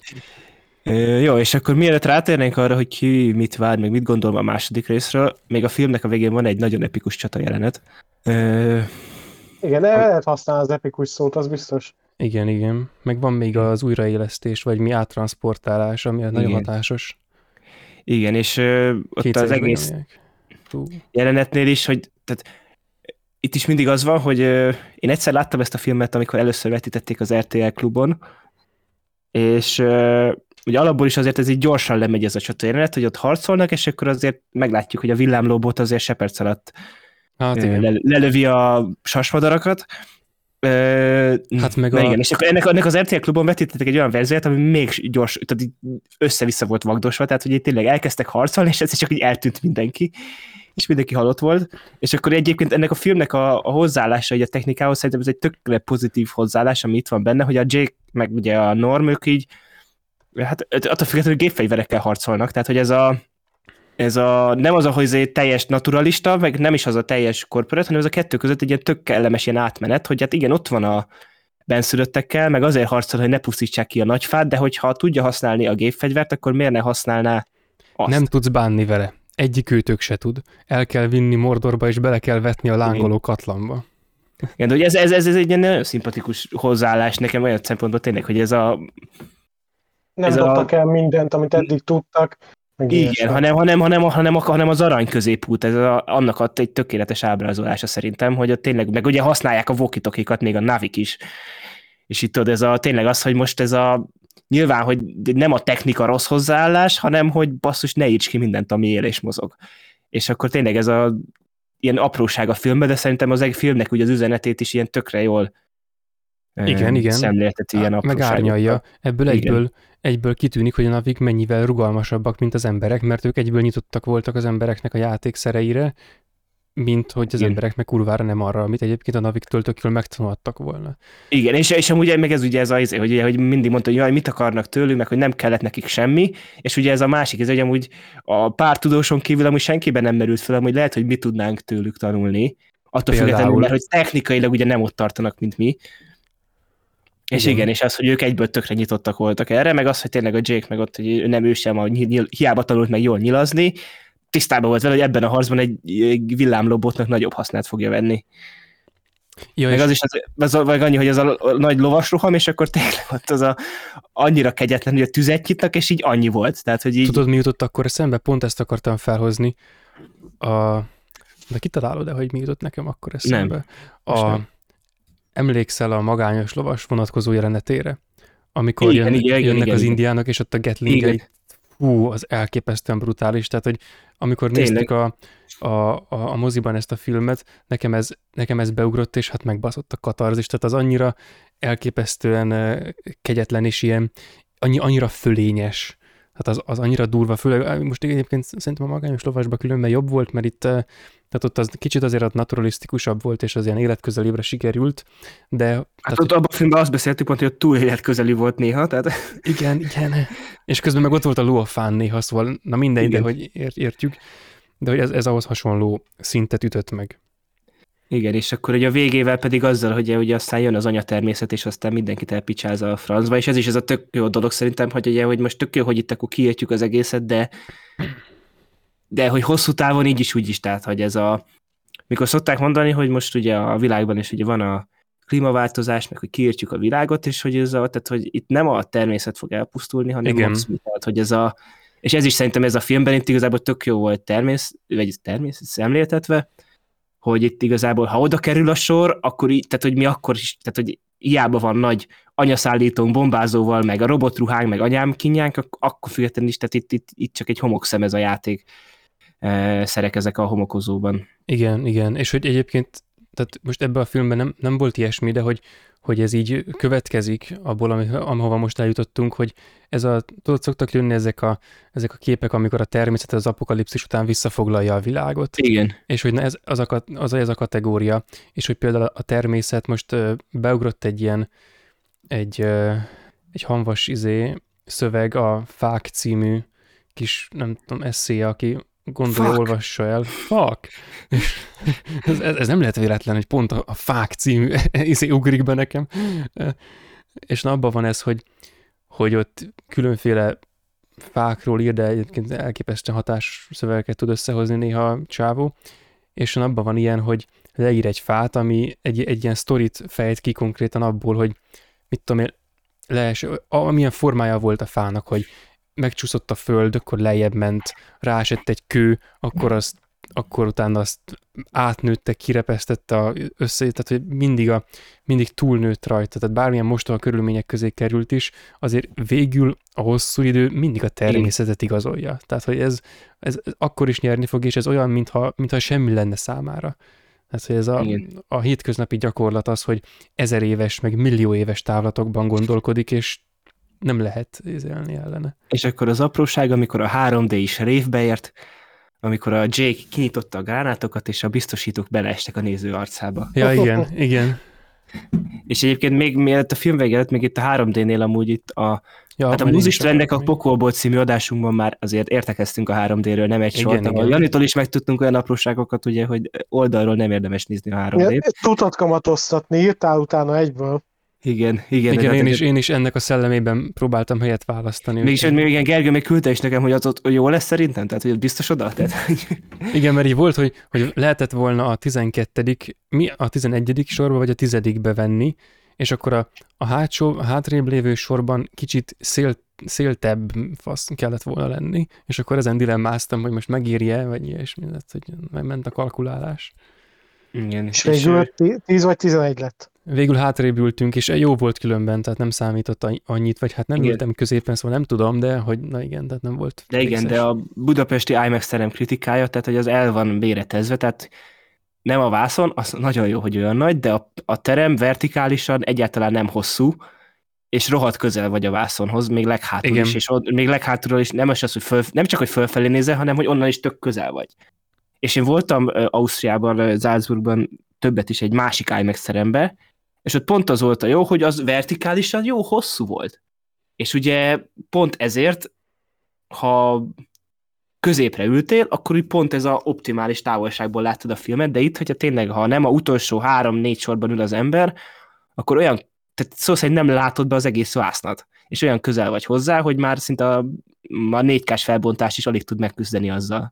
Ö, jó, és akkor mielőtt rátérnénk arra, hogy ki mit vár, meg mit gondol a második részről, még a filmnek a végén van egy nagyon epikus csata jelenet. Ö, Igen, el lehet használni az epikus szót, az biztos. Igen, igen. Meg van még az újraélesztés, vagy mi áttranszportálás, ami nagyon hatásos. Igen, és ö, ott az egész jelenetnél is, hogy tehát, itt is mindig az van, hogy ö, én egyszer láttam ezt a filmet, amikor először vetítették az er té el Klubon, és ö, ugye alapból is azért ez így gyorsan lemegy ez a csata jelenet, hogy ott harcolnak, és akkor azért meglátjuk, hogy a villámlóbot azért seperc alatt hát ö, le, lelövi a sasmadarakat. Ö, hát meg a... a... igen, és akkor ennek, ennek az er té el Klubon vetítettek egy olyan verziót, ami még gyors, tehát össze-vissza volt vagdosva, tehát hogy így tényleg elkezdtek harcolni, és ez csak így eltűnt mindenki, és mindenki halott volt, és akkor egyébként ennek a filmnek a, a hozzáállása, így a technikához szerintem ez egy tökre pozitív hozzáállás, ami itt van benne, hogy a Jake, meg ugye a Norm, ők így, hát attól függetlenül gépfegyverekkel harcolnak, tehát hogy ez a, ez a nem az a, hogy ez teljes naturalista, meg nem is az a teljes korporát, hanem ez a kettő között egy ilyen tök kellemes ilyen átmenet, hogy hát igen, ott van a benszülöttekkel, meg azért harcol, hogy ne pusztítsák ki a nagyfát, de hogyha tudja használni a gépfegyvert, akkor miért ne használná azt? Nem tudsz bánni vele. Egyik őtök se tud. El kell vinni Mordorba, és bele kell vetni a lángoló katlanba. Igen, de ugye ez, ez, ez, ez egy ilyen nagyon szimpatikus hozzáállás nekem olyan szempontból tényleg, hogy ez a... Nem ez dobtak a... el mindent, amit eddig tudtak. Igen, hanem, hanem, hanem, hanem, hanem az arany középút, ez a, annak ad egy tökéletes ábrázolása szerintem, hogy ott tényleg, meg ugye használják a walkie-talkie-kat, még a navik is. És itt tudod, ez a, tényleg az, hogy most ez a nyilván, hogy nem a technika rossz hozzáállás, hanem hogy basszus, ne írts ki mindent, ami él és mozog. És akkor tényleg ez a ilyen apróság a filmben, de szerintem az egy filmnek ugye az üzenetét is ilyen tökre jól igen, igen. szemlélteti ilyen apróságokat. Megárnyalja. Ebből egyből, egyből kitűnik, hogy a navik mennyivel rugalmasabbak, mint az emberek, mert ők egyből nyitottak voltak az embereknek a játékszereire, mint hogy az igen. emberek meg kurvára nem arra, amit egyébként a naviktől tök jól megtanultak volna. Igen, és, és amúgy meg ez ugye ez az, hogy, hogy mindig mondta, hogy jaj, mit akarnak tőlük, meg hogy nem kellett nekik semmi, és ugye ez a másik, ez hogy amúgy a pár tudóson kívül amúgy senkiben nem merült fel, hogy lehet, hogy mi tudnánk tőlük tanulni, attól függetlenül, mert hogy technikailag ugye nem ott tartanak, mint mi. És Igen. igen, és az, hogy ők egyből tökre nyitottak voltak erre, meg az, hogy tényleg a Jake meg ott, hogy nem ő sem, a nyil, hiába tanult meg jól nyilazni, tisztában volt vele, hogy ebben a harcban egy, egy villámlobotnak nagyobb hasznát fogja venni. Ja, meg és az is, az, az, vagy annyi, hogy ez a, a nagy lovasroham, és akkor tényleg ott az a, annyira kegyetlen, hogy a tüzet nyitnak, és így annyi volt. Tehát, hogy így... tudod, mi jutott akkor eszembe? Pont ezt akartam felhozni. A... De kitalálod-e, hogy mi jutott nekem akkor eszembe? Nem. A... nem. Emlékszel a magányos lovas vonatkozó jelenetére? Amikor Igen, jön, igen, igen, jönnek igen, az igen. indiánok, és ott a getlingei, hú, az elképesztően brutális. Tehát, hogy amikor Tényleg. néztük a, a, a, a moziban ezt a filmet, nekem ez, nekem ez beugrott, és hát megbaszott a katarzis. Tehát az annyira elképesztően uh, kegyetlen, és ilyen annyi, annyira fölényes. Tehát az, az annyira durva, főleg most egyébként szerintem a magányos lovasban különben jobb volt, mert itt uh, tehát ott az kicsit azért ott naturalisztikusabb volt, és az ilyen életközelébre sikerült, de... Hát tehát, ott abban a filmben azt beszéltük pont, hogy ott túl életközeli volt néha, tehát... Igen, igen. És közben meg ott volt a ló a fán néha, szóval na mindegy, de hogy ért, értjük, de hogy ez, ez ahhoz hasonló szintet ütött meg. Igen, és akkor ugye a végével pedig azzal, hogy ugye aztán jön az anyatermészet, és aztán mindenkit elpicsázza a francba, és ez is ez a tök jó dolog szerintem, hogy ugye, hogy most tök jó, hogy itt akkor kiértjük az egészet, de de hogy hosszú távon így is úgy is, tehát, hogy ez a... Mikor szokták mondani, hogy most ugye a világban is ugye van a klímaváltozás, meg hogy kiírtjuk a világot, és hogy ez a, tehát, hogy itt nem a természet fog elpusztulni, hanem Igen. max, tehát, hogy ez a... És ez is szerintem ez a filmben itt igazából tök jó volt termész, vagy természet szemléltetve, hogy itt igazából, ha oda kerül a sor, akkor így, tehát, hogy mi akkor is, tehát, hogy hiába van nagy anyaszállítónk bombázóval, meg a robotruhánk, meg anyám kinyánk, ak- akkor függetlenül is, tehát itt, itt, itt csak egy homokszem ez a játék e, szerek ezek a homokozóban. Igen, igen, és hogy egyébként, tehát most ebben a filmben nem, nem volt ilyesmi, de hogy, hogy ez így következik abból, ami, ahova most eljutottunk, hogy ez a, tudod, szoktak jönni ezek a, ezek a képek, amikor a természet az apokalipszis után visszafoglalja a világot. Igen. És hogy na ez, az, a, az, ez a kategória, és hogy például a természet most uh, beugrott egy ilyen, egy, uh, egy hanvas izé, szöveg, a Fák című kis, nem tudom, eszéje, aki gondolja, Fuck. olvassa el. Fuck! ez, ez, ez nem lehet véletlen, hogy pont a, a Fák című izé ugrik be nekem. És na abban van ez, hogy, hogy ott különféle fákról ír, de egyébként elképesztően hatás szövegeket tud összehozni néha a csávó, és abban van ilyen, hogy leír egy fát, ami egy, egy ilyen sztorit fejt ki konkrétan abból, hogy mit tudom én, lees, amilyen formája volt a fának, hogy megcsúszott a föld, akkor lejjebb ment, ráesett egy kő, akkor azt akkor utána azt átnőtte, kirepesztette a össze, tehát hogy mindig, a, mindig túlnőtt rajta, tehát bármilyen mostoha körülmények közé került is, azért végül a hosszú idő mindig a természetet igazolja. Tehát, hogy ez, ez akkor is nyerni fog, és ez olyan, mintha, mintha semmi lenne számára. Tehát, hogy ez a, a hétköznapi gyakorlat az, hogy ezer éves, meg millió éves távlatokban gondolkodik, és nem lehet élni ellene. És akkor az apróság, amikor a három dé is révbe ért, amikor a Jake kinyitotta a gránátokat, és a biztosítók beleestek a néző arcába. Ja, igen, igen. És egyébként még mielőtt a film vége lett, még itt a három dé-nél amúgy itt a, ja, hát a Mozistrendek a Pokolból című adásunkban már azért értekeztünk a három dé-ről, nem egy sort. Janitól is megtudtunk olyan apróságokat, ugye, hogy oldalról nem érdemes nézni a három dét. Tudtad kamatoztatni, írtál utána egyből. Igen, igen. Igen, én is, én is ennek a szellemében próbáltam helyet választani. Mégis, hogy még igen, Gergő még küldte is nekem, hogy az ott jó lesz szerintem? Tehát, hogy biztos oda? Tehát, igen, mert így volt, hogy, hogy lehetett volna a tizenkettedik, mi a tizenegyedik sorba, vagy a tizedikbe venni, és akkor a, a hátsó, a hátrébb lévő sorban kicsit szél, széltebb fasz kellett volna lenni, és akkor ezen dilemmáztam, hogy most megírje, vagy ilyesmi lett, hogy megment a kalkulálás. Igen. És végül tíz vagy tizenegy lett. Végül hátrébb ültünk, és jó volt különben, tehát nem számított annyit, vagy hát nem igen. ültem középen, szóval nem tudom, de hogy na igen, tehát nem volt. De igen, de a budapesti IMAX terem kritikája, tehát hogy az el van méretezve, tehát nem a vászon, az nagyon jó, hogy olyan nagy, de a, a terem vertikálisan egyáltalán nem hosszú, és rohadt közel vagy a vászonhoz, még leghátul igen. is, és ott, még leghátulról is nem, az, hogy föl, nem csak, hogy fölfelé nézel, hanem hogy onnan is tök közel vagy. És én voltam uh, Ausztriában, Salzburgban többet is egy másik IMAX terembe, és ott pont az volt a jó, hogy az vertikálisan jó hosszú volt. És ugye pont ezért, ha középre ültél, akkor úgy pont ez a optimális távolságból láttad a filmet, de itt, hogyha tényleg, ha nem a utolsó három-négy sorban ül az ember, akkor olyan tehát szó szerint nem látod be az egész vásznat, és olyan közel vagy hozzá, hogy már szinte a, a négy kás felbontás is alig tud megküzdeni azzal.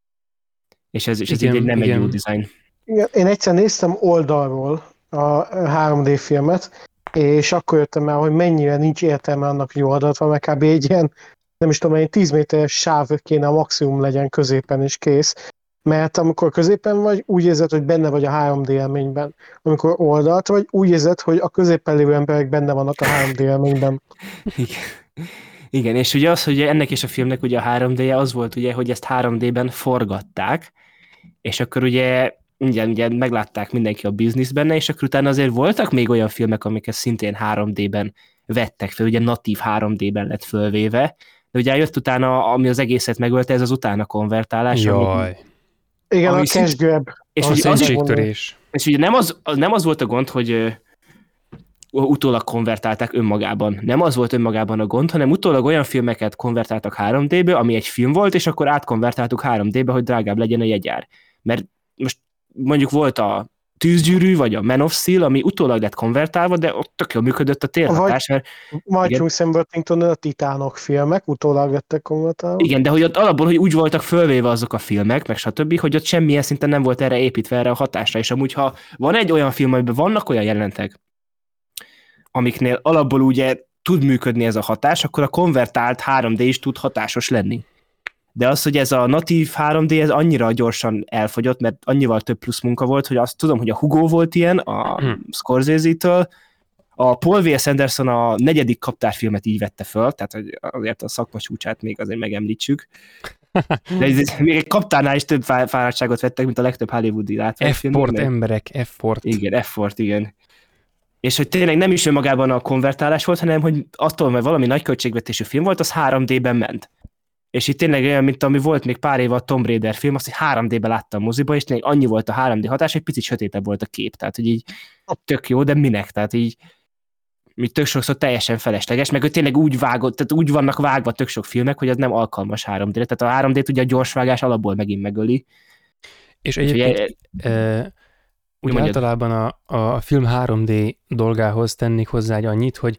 És ez, és ez Igen, így nem igen. egy jó dizájn. Én egyszer néztem oldalról a három dé filmet, és akkor jöttem el, hogy mennyire nincs értelme annak, hogy oldalt van, meg kb. Egy ilyen, nem is tudom, egy tíz méteres sáv kéne a maximum legyen középen is kész. Mert amikor középen vagy, úgy érzed, hogy benne vagy a három dé élményben. Amikor oldalt vagy, úgy érzed, hogy a középen lévő emberek benne vannak a három dé élményben. Igen. Igen, és ugye az, hogy ennek és a filmnek ugye a három dé-je az volt ugye, hogy ezt három dé-ben forgatták, és akkor ugye, ugye, ugye meglátták mindenki a biznisz benne, és akkor utána azért voltak még olyan filmek, amiket szintén három dé-ben vettek fel, ugye natív három dé-ben lett fölvéve, de ugye jött utána, ami az egészet megölte, ez az utána konvertálás. Jaj. Ami, Igen, ami a cash grab. és A ugye az, szentségtörés. és ugye nem az, nem az volt a gond, hogy ö, utólag konvertálták önmagában. Nem az volt önmagában a gond, hanem utólag olyan filmeket konvertáltak három dé-be, ami egy film volt, és akkor átkonvertáltuk három dé-be, hogy drágább legyen a jegyár. Mert most mondjuk volt a Tűzgyűrű, vagy a Man of Steel, ami utólag lett konvertálva, de ott tök jól működött a térhatás, mert Martin Sam Worthington a Titánok filmek, utólag lettek konvertálva. igen, de hogy ott alapból, hogy úgy voltak fölvéve azok a filmek, meg stb., hogy ott semmilyen szinten nem volt erre építve erre a hatásra, és amúgy, ha van egy olyan film, amiben vannak olyan jelentek, amiknél alapból ugye tud működni ez a hatás, akkor a konvertált három dé is tud hatásos lenni. De az, hogy ez a natív három dé, ez annyira gyorsan elfogyott, mert annyival több plusz munka volt, hogy azt tudom, hogy a Hugo volt ilyen, a hmm. Scorsese-től, a Paul W S. Anderson a negyedik kaptárfilmet így vette föl, tehát hogy azért a szakma csúcsát még azért megemlítsük. De ez, még egy kaptárnál is több fáradtságot vettek, mint a legtöbb hollywoodi látványfilm. F-port emberek, F-port. Igen, F-port, igen. És hogy tényleg nem is önmagában a konvertálás volt, hanem hogy attól, mert valami nagy költségvetésű film volt, az három dé-ben ment. És itt tényleg olyan, mint ami volt még pár éve a Tomb Raider film, azt, hogy három dé-ben láttam moziba, és tényleg annyi volt a három dé hatás, hogy picit sötétebb volt a kép. Tehát, hogy így tök jó, de minek? Tehát így így tök sokszor teljesen felesleges, meg hogy tényleg úgy vágott, tehát úgy vannak vágva tök sok filmek, hogy az nem alkalmas három dé-re. Tehát a három dé-t ugye a gyorsvágás alapból megint megöli. És egyébként e, úgy általában a, a film három dé dolgához tennék hozzá egy annyit, hogy,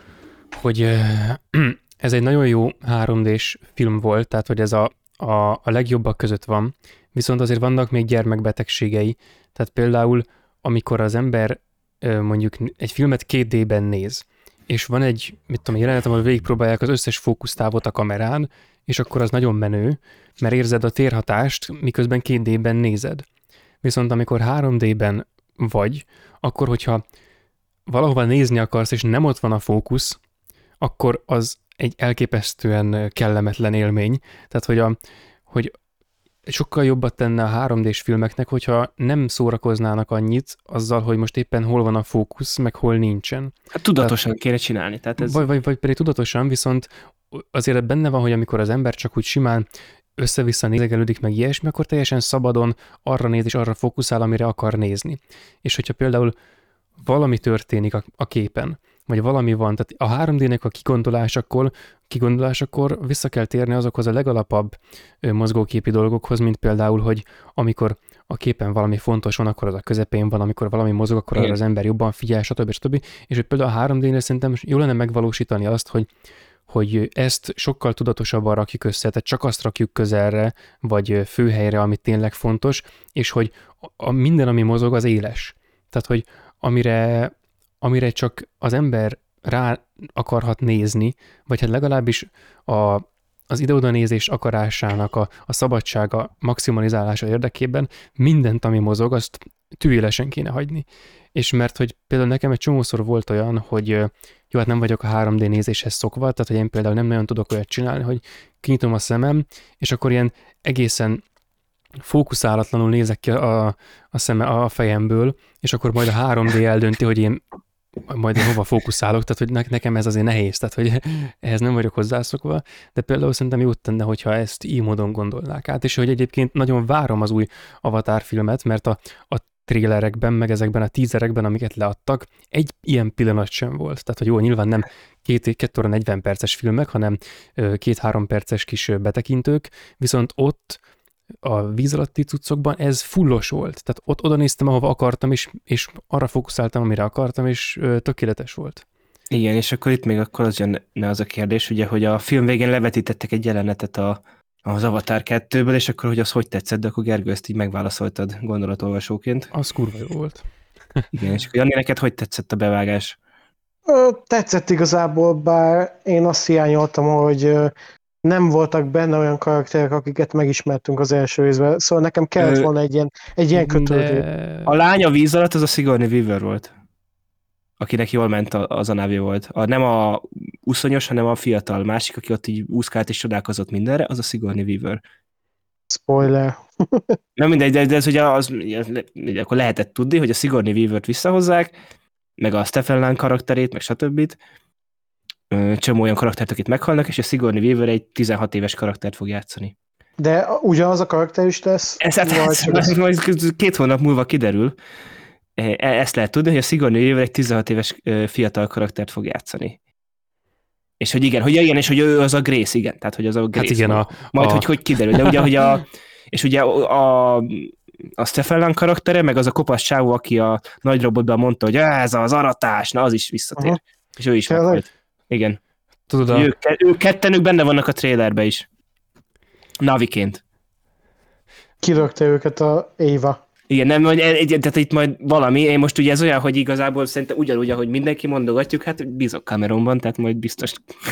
hogy e, ez egy nagyon jó három dés film volt, tehát hogy ez a, a, a legjobbak között van, viszont azért vannak még gyermekbetegségei, tehát például amikor az ember mondjuk egy filmet két dé-ben néz, és van egy, mit tudom, jelenetem, ahol végigpróbálják az összes fókusztávot a kamerán, és akkor az nagyon menő, mert érzed a térhatást, miközben két dé-ben nézed. Viszont amikor három dé-ben vagy, akkor hogyha valahova nézni akarsz, és nem ott van a fókusz, akkor az egy elképesztően kellemetlen élmény. Tehát, hogy, a, hogy sokkal jobbat tenne a három dés filmeknek, hogyha nem szórakoznának annyit azzal, hogy most éppen hol van a fókusz, meg hol nincsen. Hát tudatosan tehát, kéne csinálni. Tehát ez... vagy, vagy, vagy pedig tudatosan, viszont azért benne van, hogy amikor az ember csak úgy simán össze-vissza nézegelődik meg ilyesmi, akkor teljesen szabadon arra néz és arra fókuszál, amire akar nézni. És hogyha például valami történik a, a képen, vagy valami van, tehát a három dé-nek a kigondolásakor, kigondolásakor vissza kell térni azokhoz a legalapabb mozgóképi dolgokhoz, mint például, hogy amikor a képen valami fontos van, akkor az a közepén van, amikor valami mozog, akkor arra az ember jobban figyel, stb. stb. És hogy például a három dé-nél szerintem jó lenne megvalósítani azt, hogy hogy ezt sokkal tudatosabban rakjuk össze, tehát csak azt rakjuk közelre, vagy főhelyre, ami tényleg fontos, és hogy a minden, ami mozog, az éles. Tehát, hogy amire, amire csak az ember rá akarhat nézni, vagy hát legalábbis a, az ide-oda nézés akarásának a, a szabadsága maximalizálása érdekében mindent, ami mozog, azt tűélesen kéne hagyni. És mert, hogy például nekem egy csomószor volt olyan, hogy jó, hát nem vagyok a három dé nézéshez szokva, tehát hogy én például nem nagyon tudok olyat csinálni, hogy kinyitom a szemem, és akkor ilyen egészen fókuszálatlanul nézek ki a, a, szeme, a fejemből, és akkor majd a három dé eldönti, hogy én majd én hova fókuszálok, tehát hogy nekem ez azért nehéz, tehát hogy ehhez nem vagyok hozzászokva, de például szerintem jót tenne, hogyha ezt így módon gondolnák át, és hogy egyébként nagyon várom az új Avatar filmet, mert a, a trélerekben, meg ezekben a tízerekben, amiket leadtak, egy ilyen pillanat sem volt. Tehát, hogy jó, nyilván nem két, két óra negyven perces filmek, hanem két-három perces kis betekintők, viszont ott a víz alatti cuccokban ez fullos volt. Tehát ott oda néztem, ahova akartam, és, és arra fókuszáltam, amire akartam, és ö, tökéletes volt. Igen, és akkor itt még akkor az jönne az a kérdés, ugye, hogy a film végén levetítettek egy jelenetet a, az Avatar kettőből, és akkor, hogy az hogy tetszett, de akkor Gergő, ezt így megválaszoltad gondolatolvasóként. Az kurva jó volt. Igen, és akkor Jani, neked hogy tetszett a bevágás? Ö, Tetszett igazából, bár én azt hiányoltam, hogy ö, nem voltak benne olyan karakterek, akiket megismertünk az első részben, szóval nekem kellett Ö, volna egy ilyen, egy ilyen kötődő. De... A lány a víz alatt az a Sigourney Weaver volt, akinek jól ment a, az a návé volt. A, nem a uszonyos, hanem a fiatal másik, aki ott így úszkált és csodálkozott mindenre, az a Sigourney Weaver. Spoiler. Nem mindegy, de, de ez ugye az, az, akkor lehetett tudni, hogy a Sigourney Weavert visszahozzák, meg a Stephen Lang karakterét, meg stb. Csomó olyan karaktert, akit meghalnak, és a Sigourney Weaver egy tizenhat éves karaktert fog játszani. De ugyanaz a karakter is lesz? Ez, hát, ez, ez, majd két hónap múlva kiderül. E- Ezt lehet tudni, hogy a Sigourney Weaver egy tizenhat éves fiatal karaktert fog játszani. És hogy igen, hogy igen, és hogy ő az a Grace, igen, tehát hogy az a Grace. Hát igen, a, majd, a... hogy hogy kiderül, de ugye, hogy a, és ugye a, a Stephen Lang karaktere, meg az a kopasz csávó, aki a nagy robotban mondta, hogy ez az aratás, na az is visszatér. Uh-huh. És ő is Tényleg? meghalt. Igen. Tudod, a... Ők, ők ketten ők benne vannak a trailerbe is. Naviként. Kirögte őket a Éva. Igen, nem, hogy egy, tehát itt majd valami, én most ugye ez olyan, hogy igazából szerintem ugyanúgy, ahogy mindenki mondogatjuk, hát bízok Cameronban, tehát majd biztos.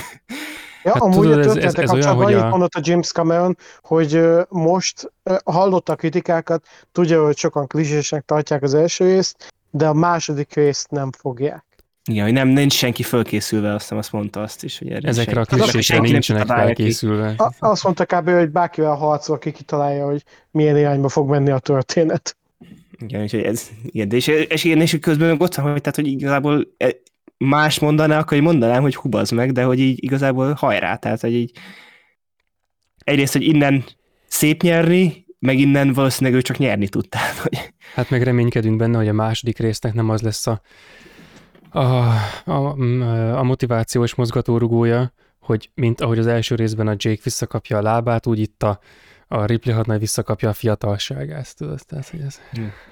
Ja, Hát amúgy tudod, a ez- ez- történetek ez olyan, kapcsolatban hogy itt a- mondott a James Cameron, hogy ö, most ö, hallotta a kritikákat, tudja, hogy sokan klisésnek tartják az első részt, de a második részt nem fogják. Igen, hogy nem, nincs senki fölkészülve, azt hiszem azt mondta azt is, hogy erre ezekre a senki- klisékre senki nem nincsenek találja ki. felkészülve. A, azt mondta kb. Hogy bárkivel harcol, aki kitalálja, hogy milyen irányba fog menni a történet. Igen, úgyhogy ez, igen, de és, és, igen, és közben meg ott van, hogy, tehát, hogy igazából más mondaná, akkor így mondanám, hogy hubazd meg, de hogy így igazából hajrá, tehát, hogy így egyrészt, hogy innen szép nyerni, meg innen valószínűleg ő csak nyerni tud, tehát, hogy Hát meg reménykedünk benne, hogy a második résznek nem az lesz a, a, a, a motivációs mozgatórugója, hogy mint ahogy az első részben a Jake visszakapja a lábát, úgy itt a, a Ripley hadnagy visszakapja a fiatalságát. Tudod, tehát, hogy ez...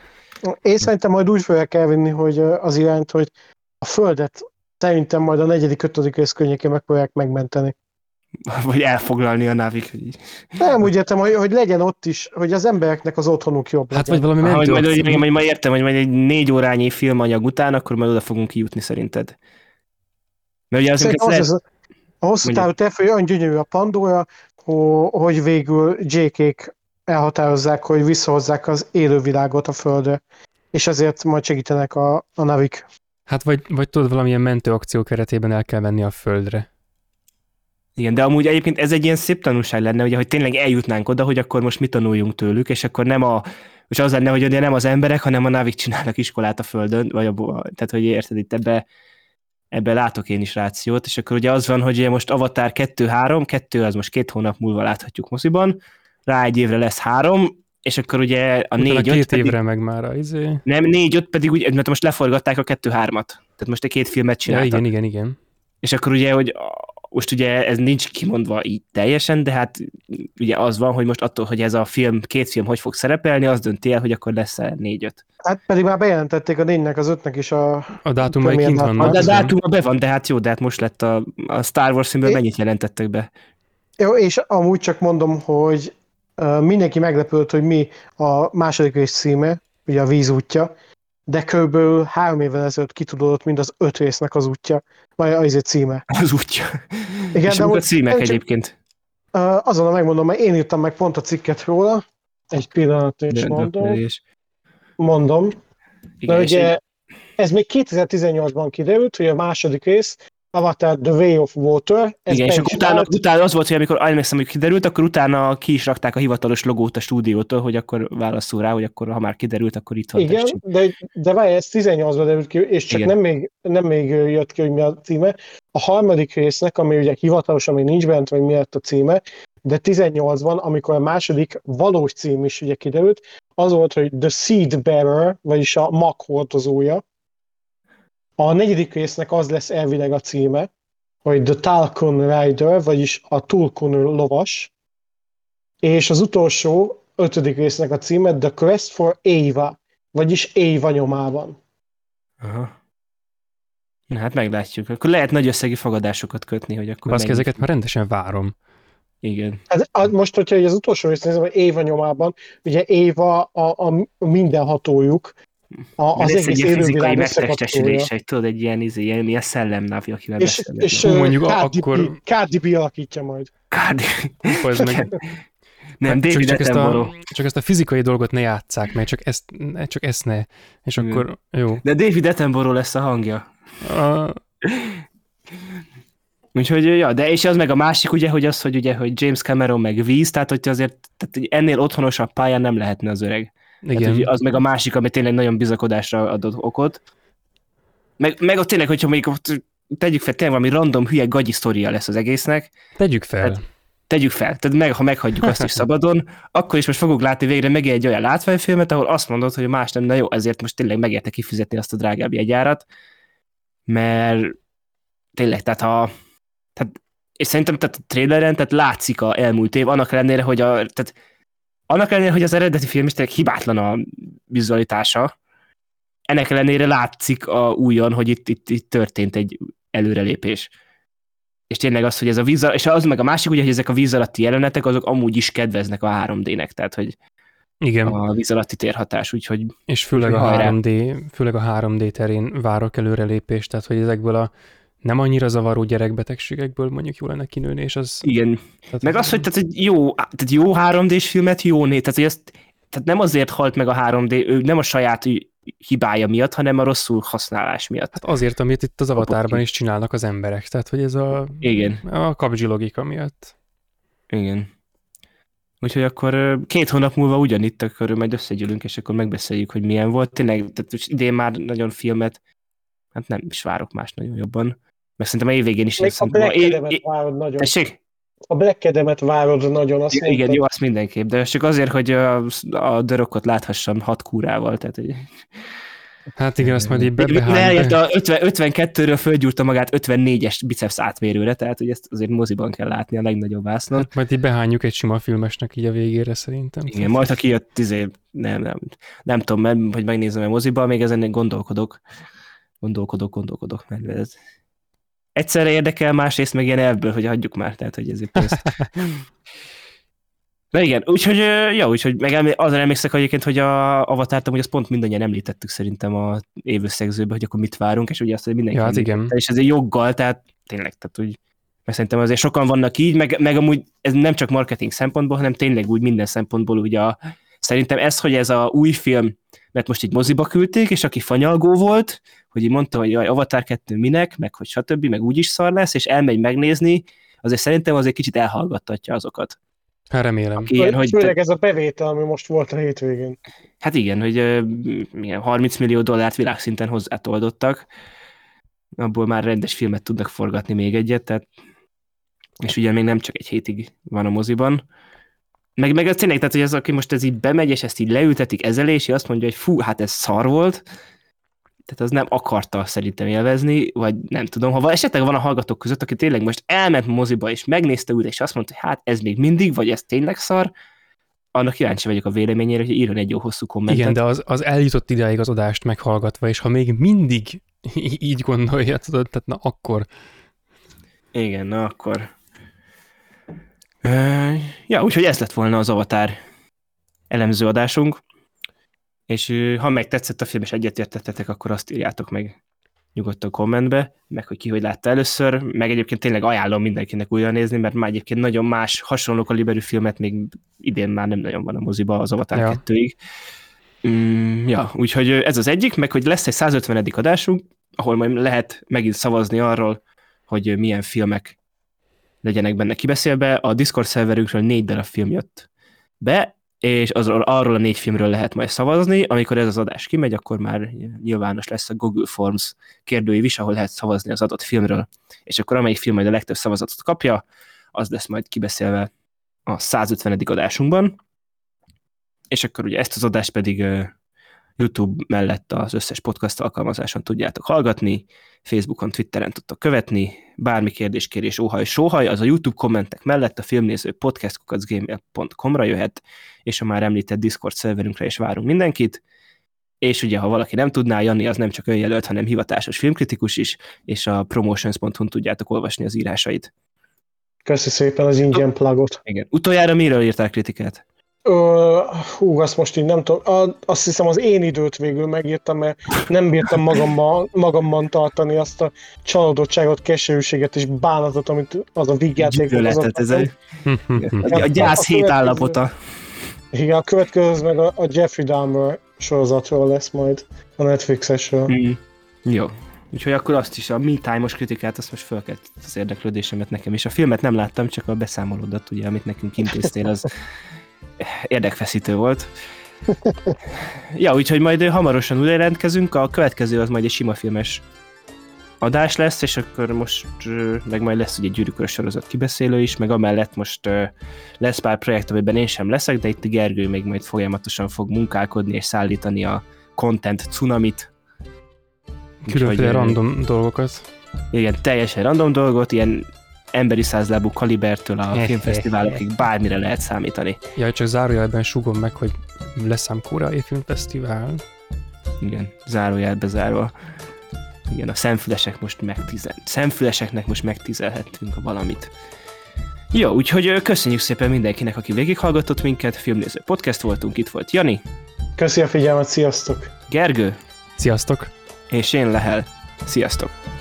Én szerintem majd úgy fogják elvinni, hogy ö, az irányt, hogy a Földet szerintem majd a negyedik, ötödik rész környékén meg fogják megmenteni. vagy elfoglalni a návik. Hogy így. Nem úgy értem, hogy, hogy legyen ott is, hogy az embereknek az otthonuk jobb Hát legyen. vagy valami Ah, hogy mentő majd, akció. majd, majd, majd értem, hogy majd egy négy órányi filmanyag után, akkor majd oda fogunk kijutni szerinted. Mert ugye azért Szerintem az, az a hosszú Mondjuk. távú terv, hogy olyan gyönyörű a Pandora, ho- hogy végül Jake-ék elhatározzák, hogy visszahozzák az élővilágot a Földre, és ezért majd segítenek a, a navik. Hát vagy, vagy tudod, valamilyen mentő akció keretében el kell menni a földre. Igen, de amúgy egyébként ez egy ilyen szép tanulság lenne, ugye, hogy tényleg eljutnánk oda, hogy akkor most mit tanuljunk tőlük, és akkor nem a, és az lenne, hogy ugye nem az emberek, hanem a návik csinálnak iskolát a Földön, vagy a, tehát hogy érted, itt ebbe, ebbe látok én is rációt, és akkor ugye az van, hogy ugye most Avatar kettő három, kettő az most két hónap múlva láthatjuk moziban, rá egy évre lesz három, és akkor ugye a Utána négy öt két pedig, évre meg már a izé. nem, négy öt pedig úgy, mert most leforgatták a kettő hármat, tehát most egy két filmet Ja, csináltak. igen, igen, igen. És akkor ugye, hogy a- most ugye ez nincs kimondva így teljesen, de hát ugye az van, hogy most attól, hogy ez a film, két film hogy fog szerepelni, az dönti el, hogy akkor lesz-e négy-öt. Hát pedig már bejelentették a négynek, az ötnek is a... A dátumai Premier kint dátum. vannak. De a igen. dátuma be van, de hát jó, de hát most lett a, a Star Wars filmből É- mennyit jelentettek be? Jó, és amúgy csak mondom, hogy uh, mindenki meglepődött, hogy mi a második rész címe, ugye a víz útja, de körülbelül három évvel ezelőtt kitudódott mind az öt résznek az útja, vagy az egy címe. Az útja. Igen, És de amúgy a amúgy címek én csak- egyébként. Uh, azonnal megmondom, mert én írtam meg pont a cikket róla, egy pillanat is mondom, És, mondom, igen, de és ugye ez még kétezer-tizennyolcban kiderült, hogy a második rész, Avatar The Way of Water, ez igen, és be akkor is utána, állt. utána az volt, hogy amikor emlékszem, hogy kiderült, akkor utána ki is rakták a hivatalos logót a stúdiótól, hogy akkor válaszol rá, hogy akkor, ha már kiderült, akkor itt van. Igen, tessék. de, de várj, ez tizennyolcban derült ki, és csak Igen. nem még, nem még jött ki, hogy mi a címe. A harmadik résznek, ami ugye hivatalosan még nincs bent, vagy mi lett a címe, de tizennyolcban, amikor a második valós cím is ugye kiderült, az volt, hogy The Seed Bearer, vagyis a mag hordozója. A negyedik résznek az lesz elvileg a címe, hogy The Talcon Rider, vagyis a Tulkun lovas, és az utolsó, ötödik résznek a címe, The Quest for Ava, vagyis Ava nyomában. Aha. Na hát meglátjuk. Akkor lehet nagy összegi fogadásokat kötni, hogy akkor... Baszki, ezeket már rendesen várom. Igen. Hát a- most, hogyha az utolsó részt nézem, hogy Ava nyomában, ugye Ava a, a mindenhatójuk, a, az Lesz egy egész ilyen fizikai élővilág megtestesülés, összekapcsolja. egy, tudod, egy ilyen, izé, ilyen, ilyen szellemnáv, akivel És, beszélnek. és Hú, mondjuk uh, a- Cardi, akkor- B, Cardi B alakítja majd. Cardi. Az meg... Nem, Hát csak, David csak, ezt Attenborough. a, csak ezt a fizikai dolgot ne játsszák, mert csak ezt, ne- csak ezt ne. És Igen. akkor jó. De David Attenborough lesz a hangja. A, Úgyhogy, ja, de és az meg a másik, ugye, hogy az, hogy ugye, hogy James Cameron meg víz, tehát hogy azért tehát, hogy ennél otthonosabb pályán nem lehetne az öreg. Tehát, igen. hogy az meg a másik, ami tényleg nagyon bizakodásra adott okot. Meg, meg ott tényleg, hogyha mondjuk ott tegyük fel, tényleg valami random hülye gagyi sztoria lesz az egésznek, Tegyük fel. Hát, tegyük fel, tehát meg, ha meghagyjuk azt is szabadon, akkor is most fogunk látni végre meg egy olyan látványfilmet, ahol azt mondod, hogy más nem, na jó, ezért most tényleg megérte kifizetni azt a drágább jegyárat, mert tényleg, tehát ha tehát, és szerintem tehát a traileren tehát látszik a elmúlt év, annak ellenére, hogy a, tehát annak ellenére, hogy az eredeti film is tényleg hibátlan a vizualitása, ennek ellenére látszik a újon, hogy itt, itt, itt történt egy előrelépés. És tényleg az, hogy ez a víz, és az meg a másik, ugye, hogy ezek a víz alatti jelenetek, azok amúgy is kedveznek a három dé-nek, tehát hogy Igen. a víz alatti térhatás, úgyhogy És főleg a, Hajrá. három dé, főleg a három dé terén várok előrelépést, tehát hogy ezekből a nem annyira zavaró gyerekbetegségekből mondjuk jó lenne kinőni, és az... igen. Tehát Meg az, hogy tehát, hogy jó, tehát jó három dés filmet jó né, tehát, hogy ezt, tehát nem azért halt meg a három dé, ő nem a saját hibája miatt, hanem a rosszul használás miatt. Hát azért, amit itt az Kapott Avatarban ki. is csinálnak az emberek, tehát hogy ez a, Igen. a kapzsi logika miatt. Igen. Úgyhogy akkor ö, két hónap múlva ugyanitt, akkor majd összegyűlünk, és akkor megbeszéljük, hogy milyen volt. Tényleg, tehát most idén már nagyon filmet, hát nem is várok más nagyon jobban. Meg szerintem a év végén is Még lesz. a szerintem Black év- Adam-et é- várod nagyon. Tessék? A Black Adam-et várod nagyon, azt Ja, igen, mondtad. jó, azt mindenképp, de csak azért, hogy a, a The Rockot láthassam hat kúrával, tehát hogy... Hát igen, azt majd így be, Ne, behány, a ötven, ötvenkettőről fölgyúrta magát ötvennégyes biceps átmérőre, tehát hogy ezt azért moziban kell látni a legnagyobb vásznon. hát majd így behányjuk egy sima filmesnek így a végére szerintem. Igen, majd ha kijött, izé, nem, nem, nem tudom, mert, hogy megnézem a moziba, még ezen gondolkodok. Gondolkodok, gondolkodok, mert ez egyszerre érdekel, másrészt meg ilyen elvből, hogy hagyjuk már, tehát hogy ezért pénzt. De igen, úgyhogy, ö, ja, úgyhogy meg emlé- azon emlékszek egyébként, hogy a Avatárt, hogy azt pont mindannyian említettük szerintem a évösszegzőben, hogy akkor mit várunk, és ugye azt, hogy mindenki Ja, hát igen. említette, és ezért joggal, tehát tényleg, tehát úgy, mert szerintem azért sokan vannak így, meg, meg amúgy ez nem csak marketing szempontból, hanem tényleg úgy minden szempontból, ugye a, szerintem ez, hogy ez a új film, mert most így moziba küldték, és aki fanyalgó volt, hogy így mondta, hogy jaj, Avatar kettő minek, meg hogy stb., meg úgyis szar lesz, és elmegy megnézni, azért szerintem azért kicsit elhallgattatja azokat. Hát remélem. Aki ilyen, hogy Főleg ez a bevétel, ami most volt a hétvégén. hát igen, hogy ö, milyen harminc millió dollárt világszinten hozzátoldottak, abból már rendes filmet tudnak forgatni még egyet, tehát és ugye még nem csak egy hétig van a moziban. Meg, meg ez tényleg, tehát hogy az, aki most ez így bemegy, és ezt így leültetik ezelé, és azt mondja, hogy fú, hát ez szar volt, tehát az nem akarta szerintem élvezni, vagy nem tudom, ha esetleg van a hallgatók között, aki tényleg most elment moziba, és megnézte úgy, és azt mondta, hogy hát ez még mindig, vagy ez tényleg szar, annak kíváncsi vagyok a véleményére, hogy írjon egy jó hosszú kommentet. Igen, de az, az eljutott idáig az adást meghallgatva, és ha még mindig így gondolja, tudod, tehát na akkor... Igen, na akkor... Uh, ja, úgyhogy ez lett volna az Avatar elemző adásunk, és uh, ha meg tetszett a film, és egyetértettetek, akkor azt írjátok meg nyugodtan kommentbe, meg hogy ki hogy látta először, meg egyébként tényleg ajánlom mindenkinek újra nézni, mert már egyébként nagyon más, hasonló kaliberű filmet még idén már nem nagyon van a moziba az Avatar Ja. kettőig. Mm, ja, úgyhogy ez az egyik, meg hogy lesz egy százötvenedik adásunk, ahol majd lehet megint szavazni arról, hogy milyen filmek legyenek benne kibeszélve. A Discord szerverünkről négy darab film jött be, és azról, arról a négy filmről lehet majd szavazni. Amikor ez az adás kimegy, akkor már nyilvános lesz a Google Forms kérdőív is, ahol lehet szavazni az adott filmről. És akkor amelyik film majd a legtöbb szavazatot kapja, az lesz majd kibeszélve a százötvenedik adásunkban. És akkor ugye ezt az adást pedig YouTube mellett az összes podcast alkalmazáson tudjátok hallgatni, Facebookon, Twitteren tudtok követni, bármi kérdéskérés, óhaj, sóhaj, az a YouTube kommentek mellett a filmnéző podcast kukac gmail pont com-ra jöhet, és a már említett Discord szerverünkre is várunk mindenkit, és ugye, ha valaki nem tudná, Jani az nem csak önjelölt, hanem hivatásos filmkritikus is, és a promotions pont hu-n tudjátok olvasni az írásait. Köszi szépen az ingyen plugot. Igen. Utoljára miről írtál kritikát? Ö, hú, azt most így nem tudom. A, azt hiszem az én időt végül megírtam, mert nem bírtam magamban, magamban tartani azt a csalódottságot, keserűséget és bánatot, amit az a vígjáték hozott. Ez a, a gyász hét állapota. Igen, a következő az meg a, a Jeffrey Dahmer sorozatról lesz majd, a Netflixesről. Mm. Jó. Úgyhogy akkor azt is, a Me Time-os kritikát, azt most fölkelt az érdeklődésemet nekem, és a filmet nem láttam, csak a beszámolódat, ugye, amit nekünk intéztél, az érdekfeszítő volt. Ja, úgyhogy majd hamarosan újra rendkezünk, a következő az majd egy sima filmes adás lesz, és akkor most meg majd lesz ugye egy Gyűrűk sorozat kibeszélő is, meg amellett most lesz pár projekt, amiben én sem leszek, de itt Gergő még majd folyamatosan fog munkálkodni és szállítani a content cunamit. Különféle random dolgokat. Igen, teljesen random dolgot, ilyen emberi százlábú kalibertől a filmfesztiválokig bármire lehet számítani. Ja, csak zárójelben súgom meg, hogy lesz ám koreai filmfesztivál. Igen, zárójelbe zárva. Igen, a szemfülesek most megtizel... szemfüleseknek most megtizelhettünk valamit. Jó, úgyhogy köszönjük szépen mindenkinek, aki végighallgatott minket. Filmnéző podcast voltunk, itt volt Jani. Köszi a figyelmet, sziasztok! Gergő. Sziasztok! És én Lehel. Sziasztok!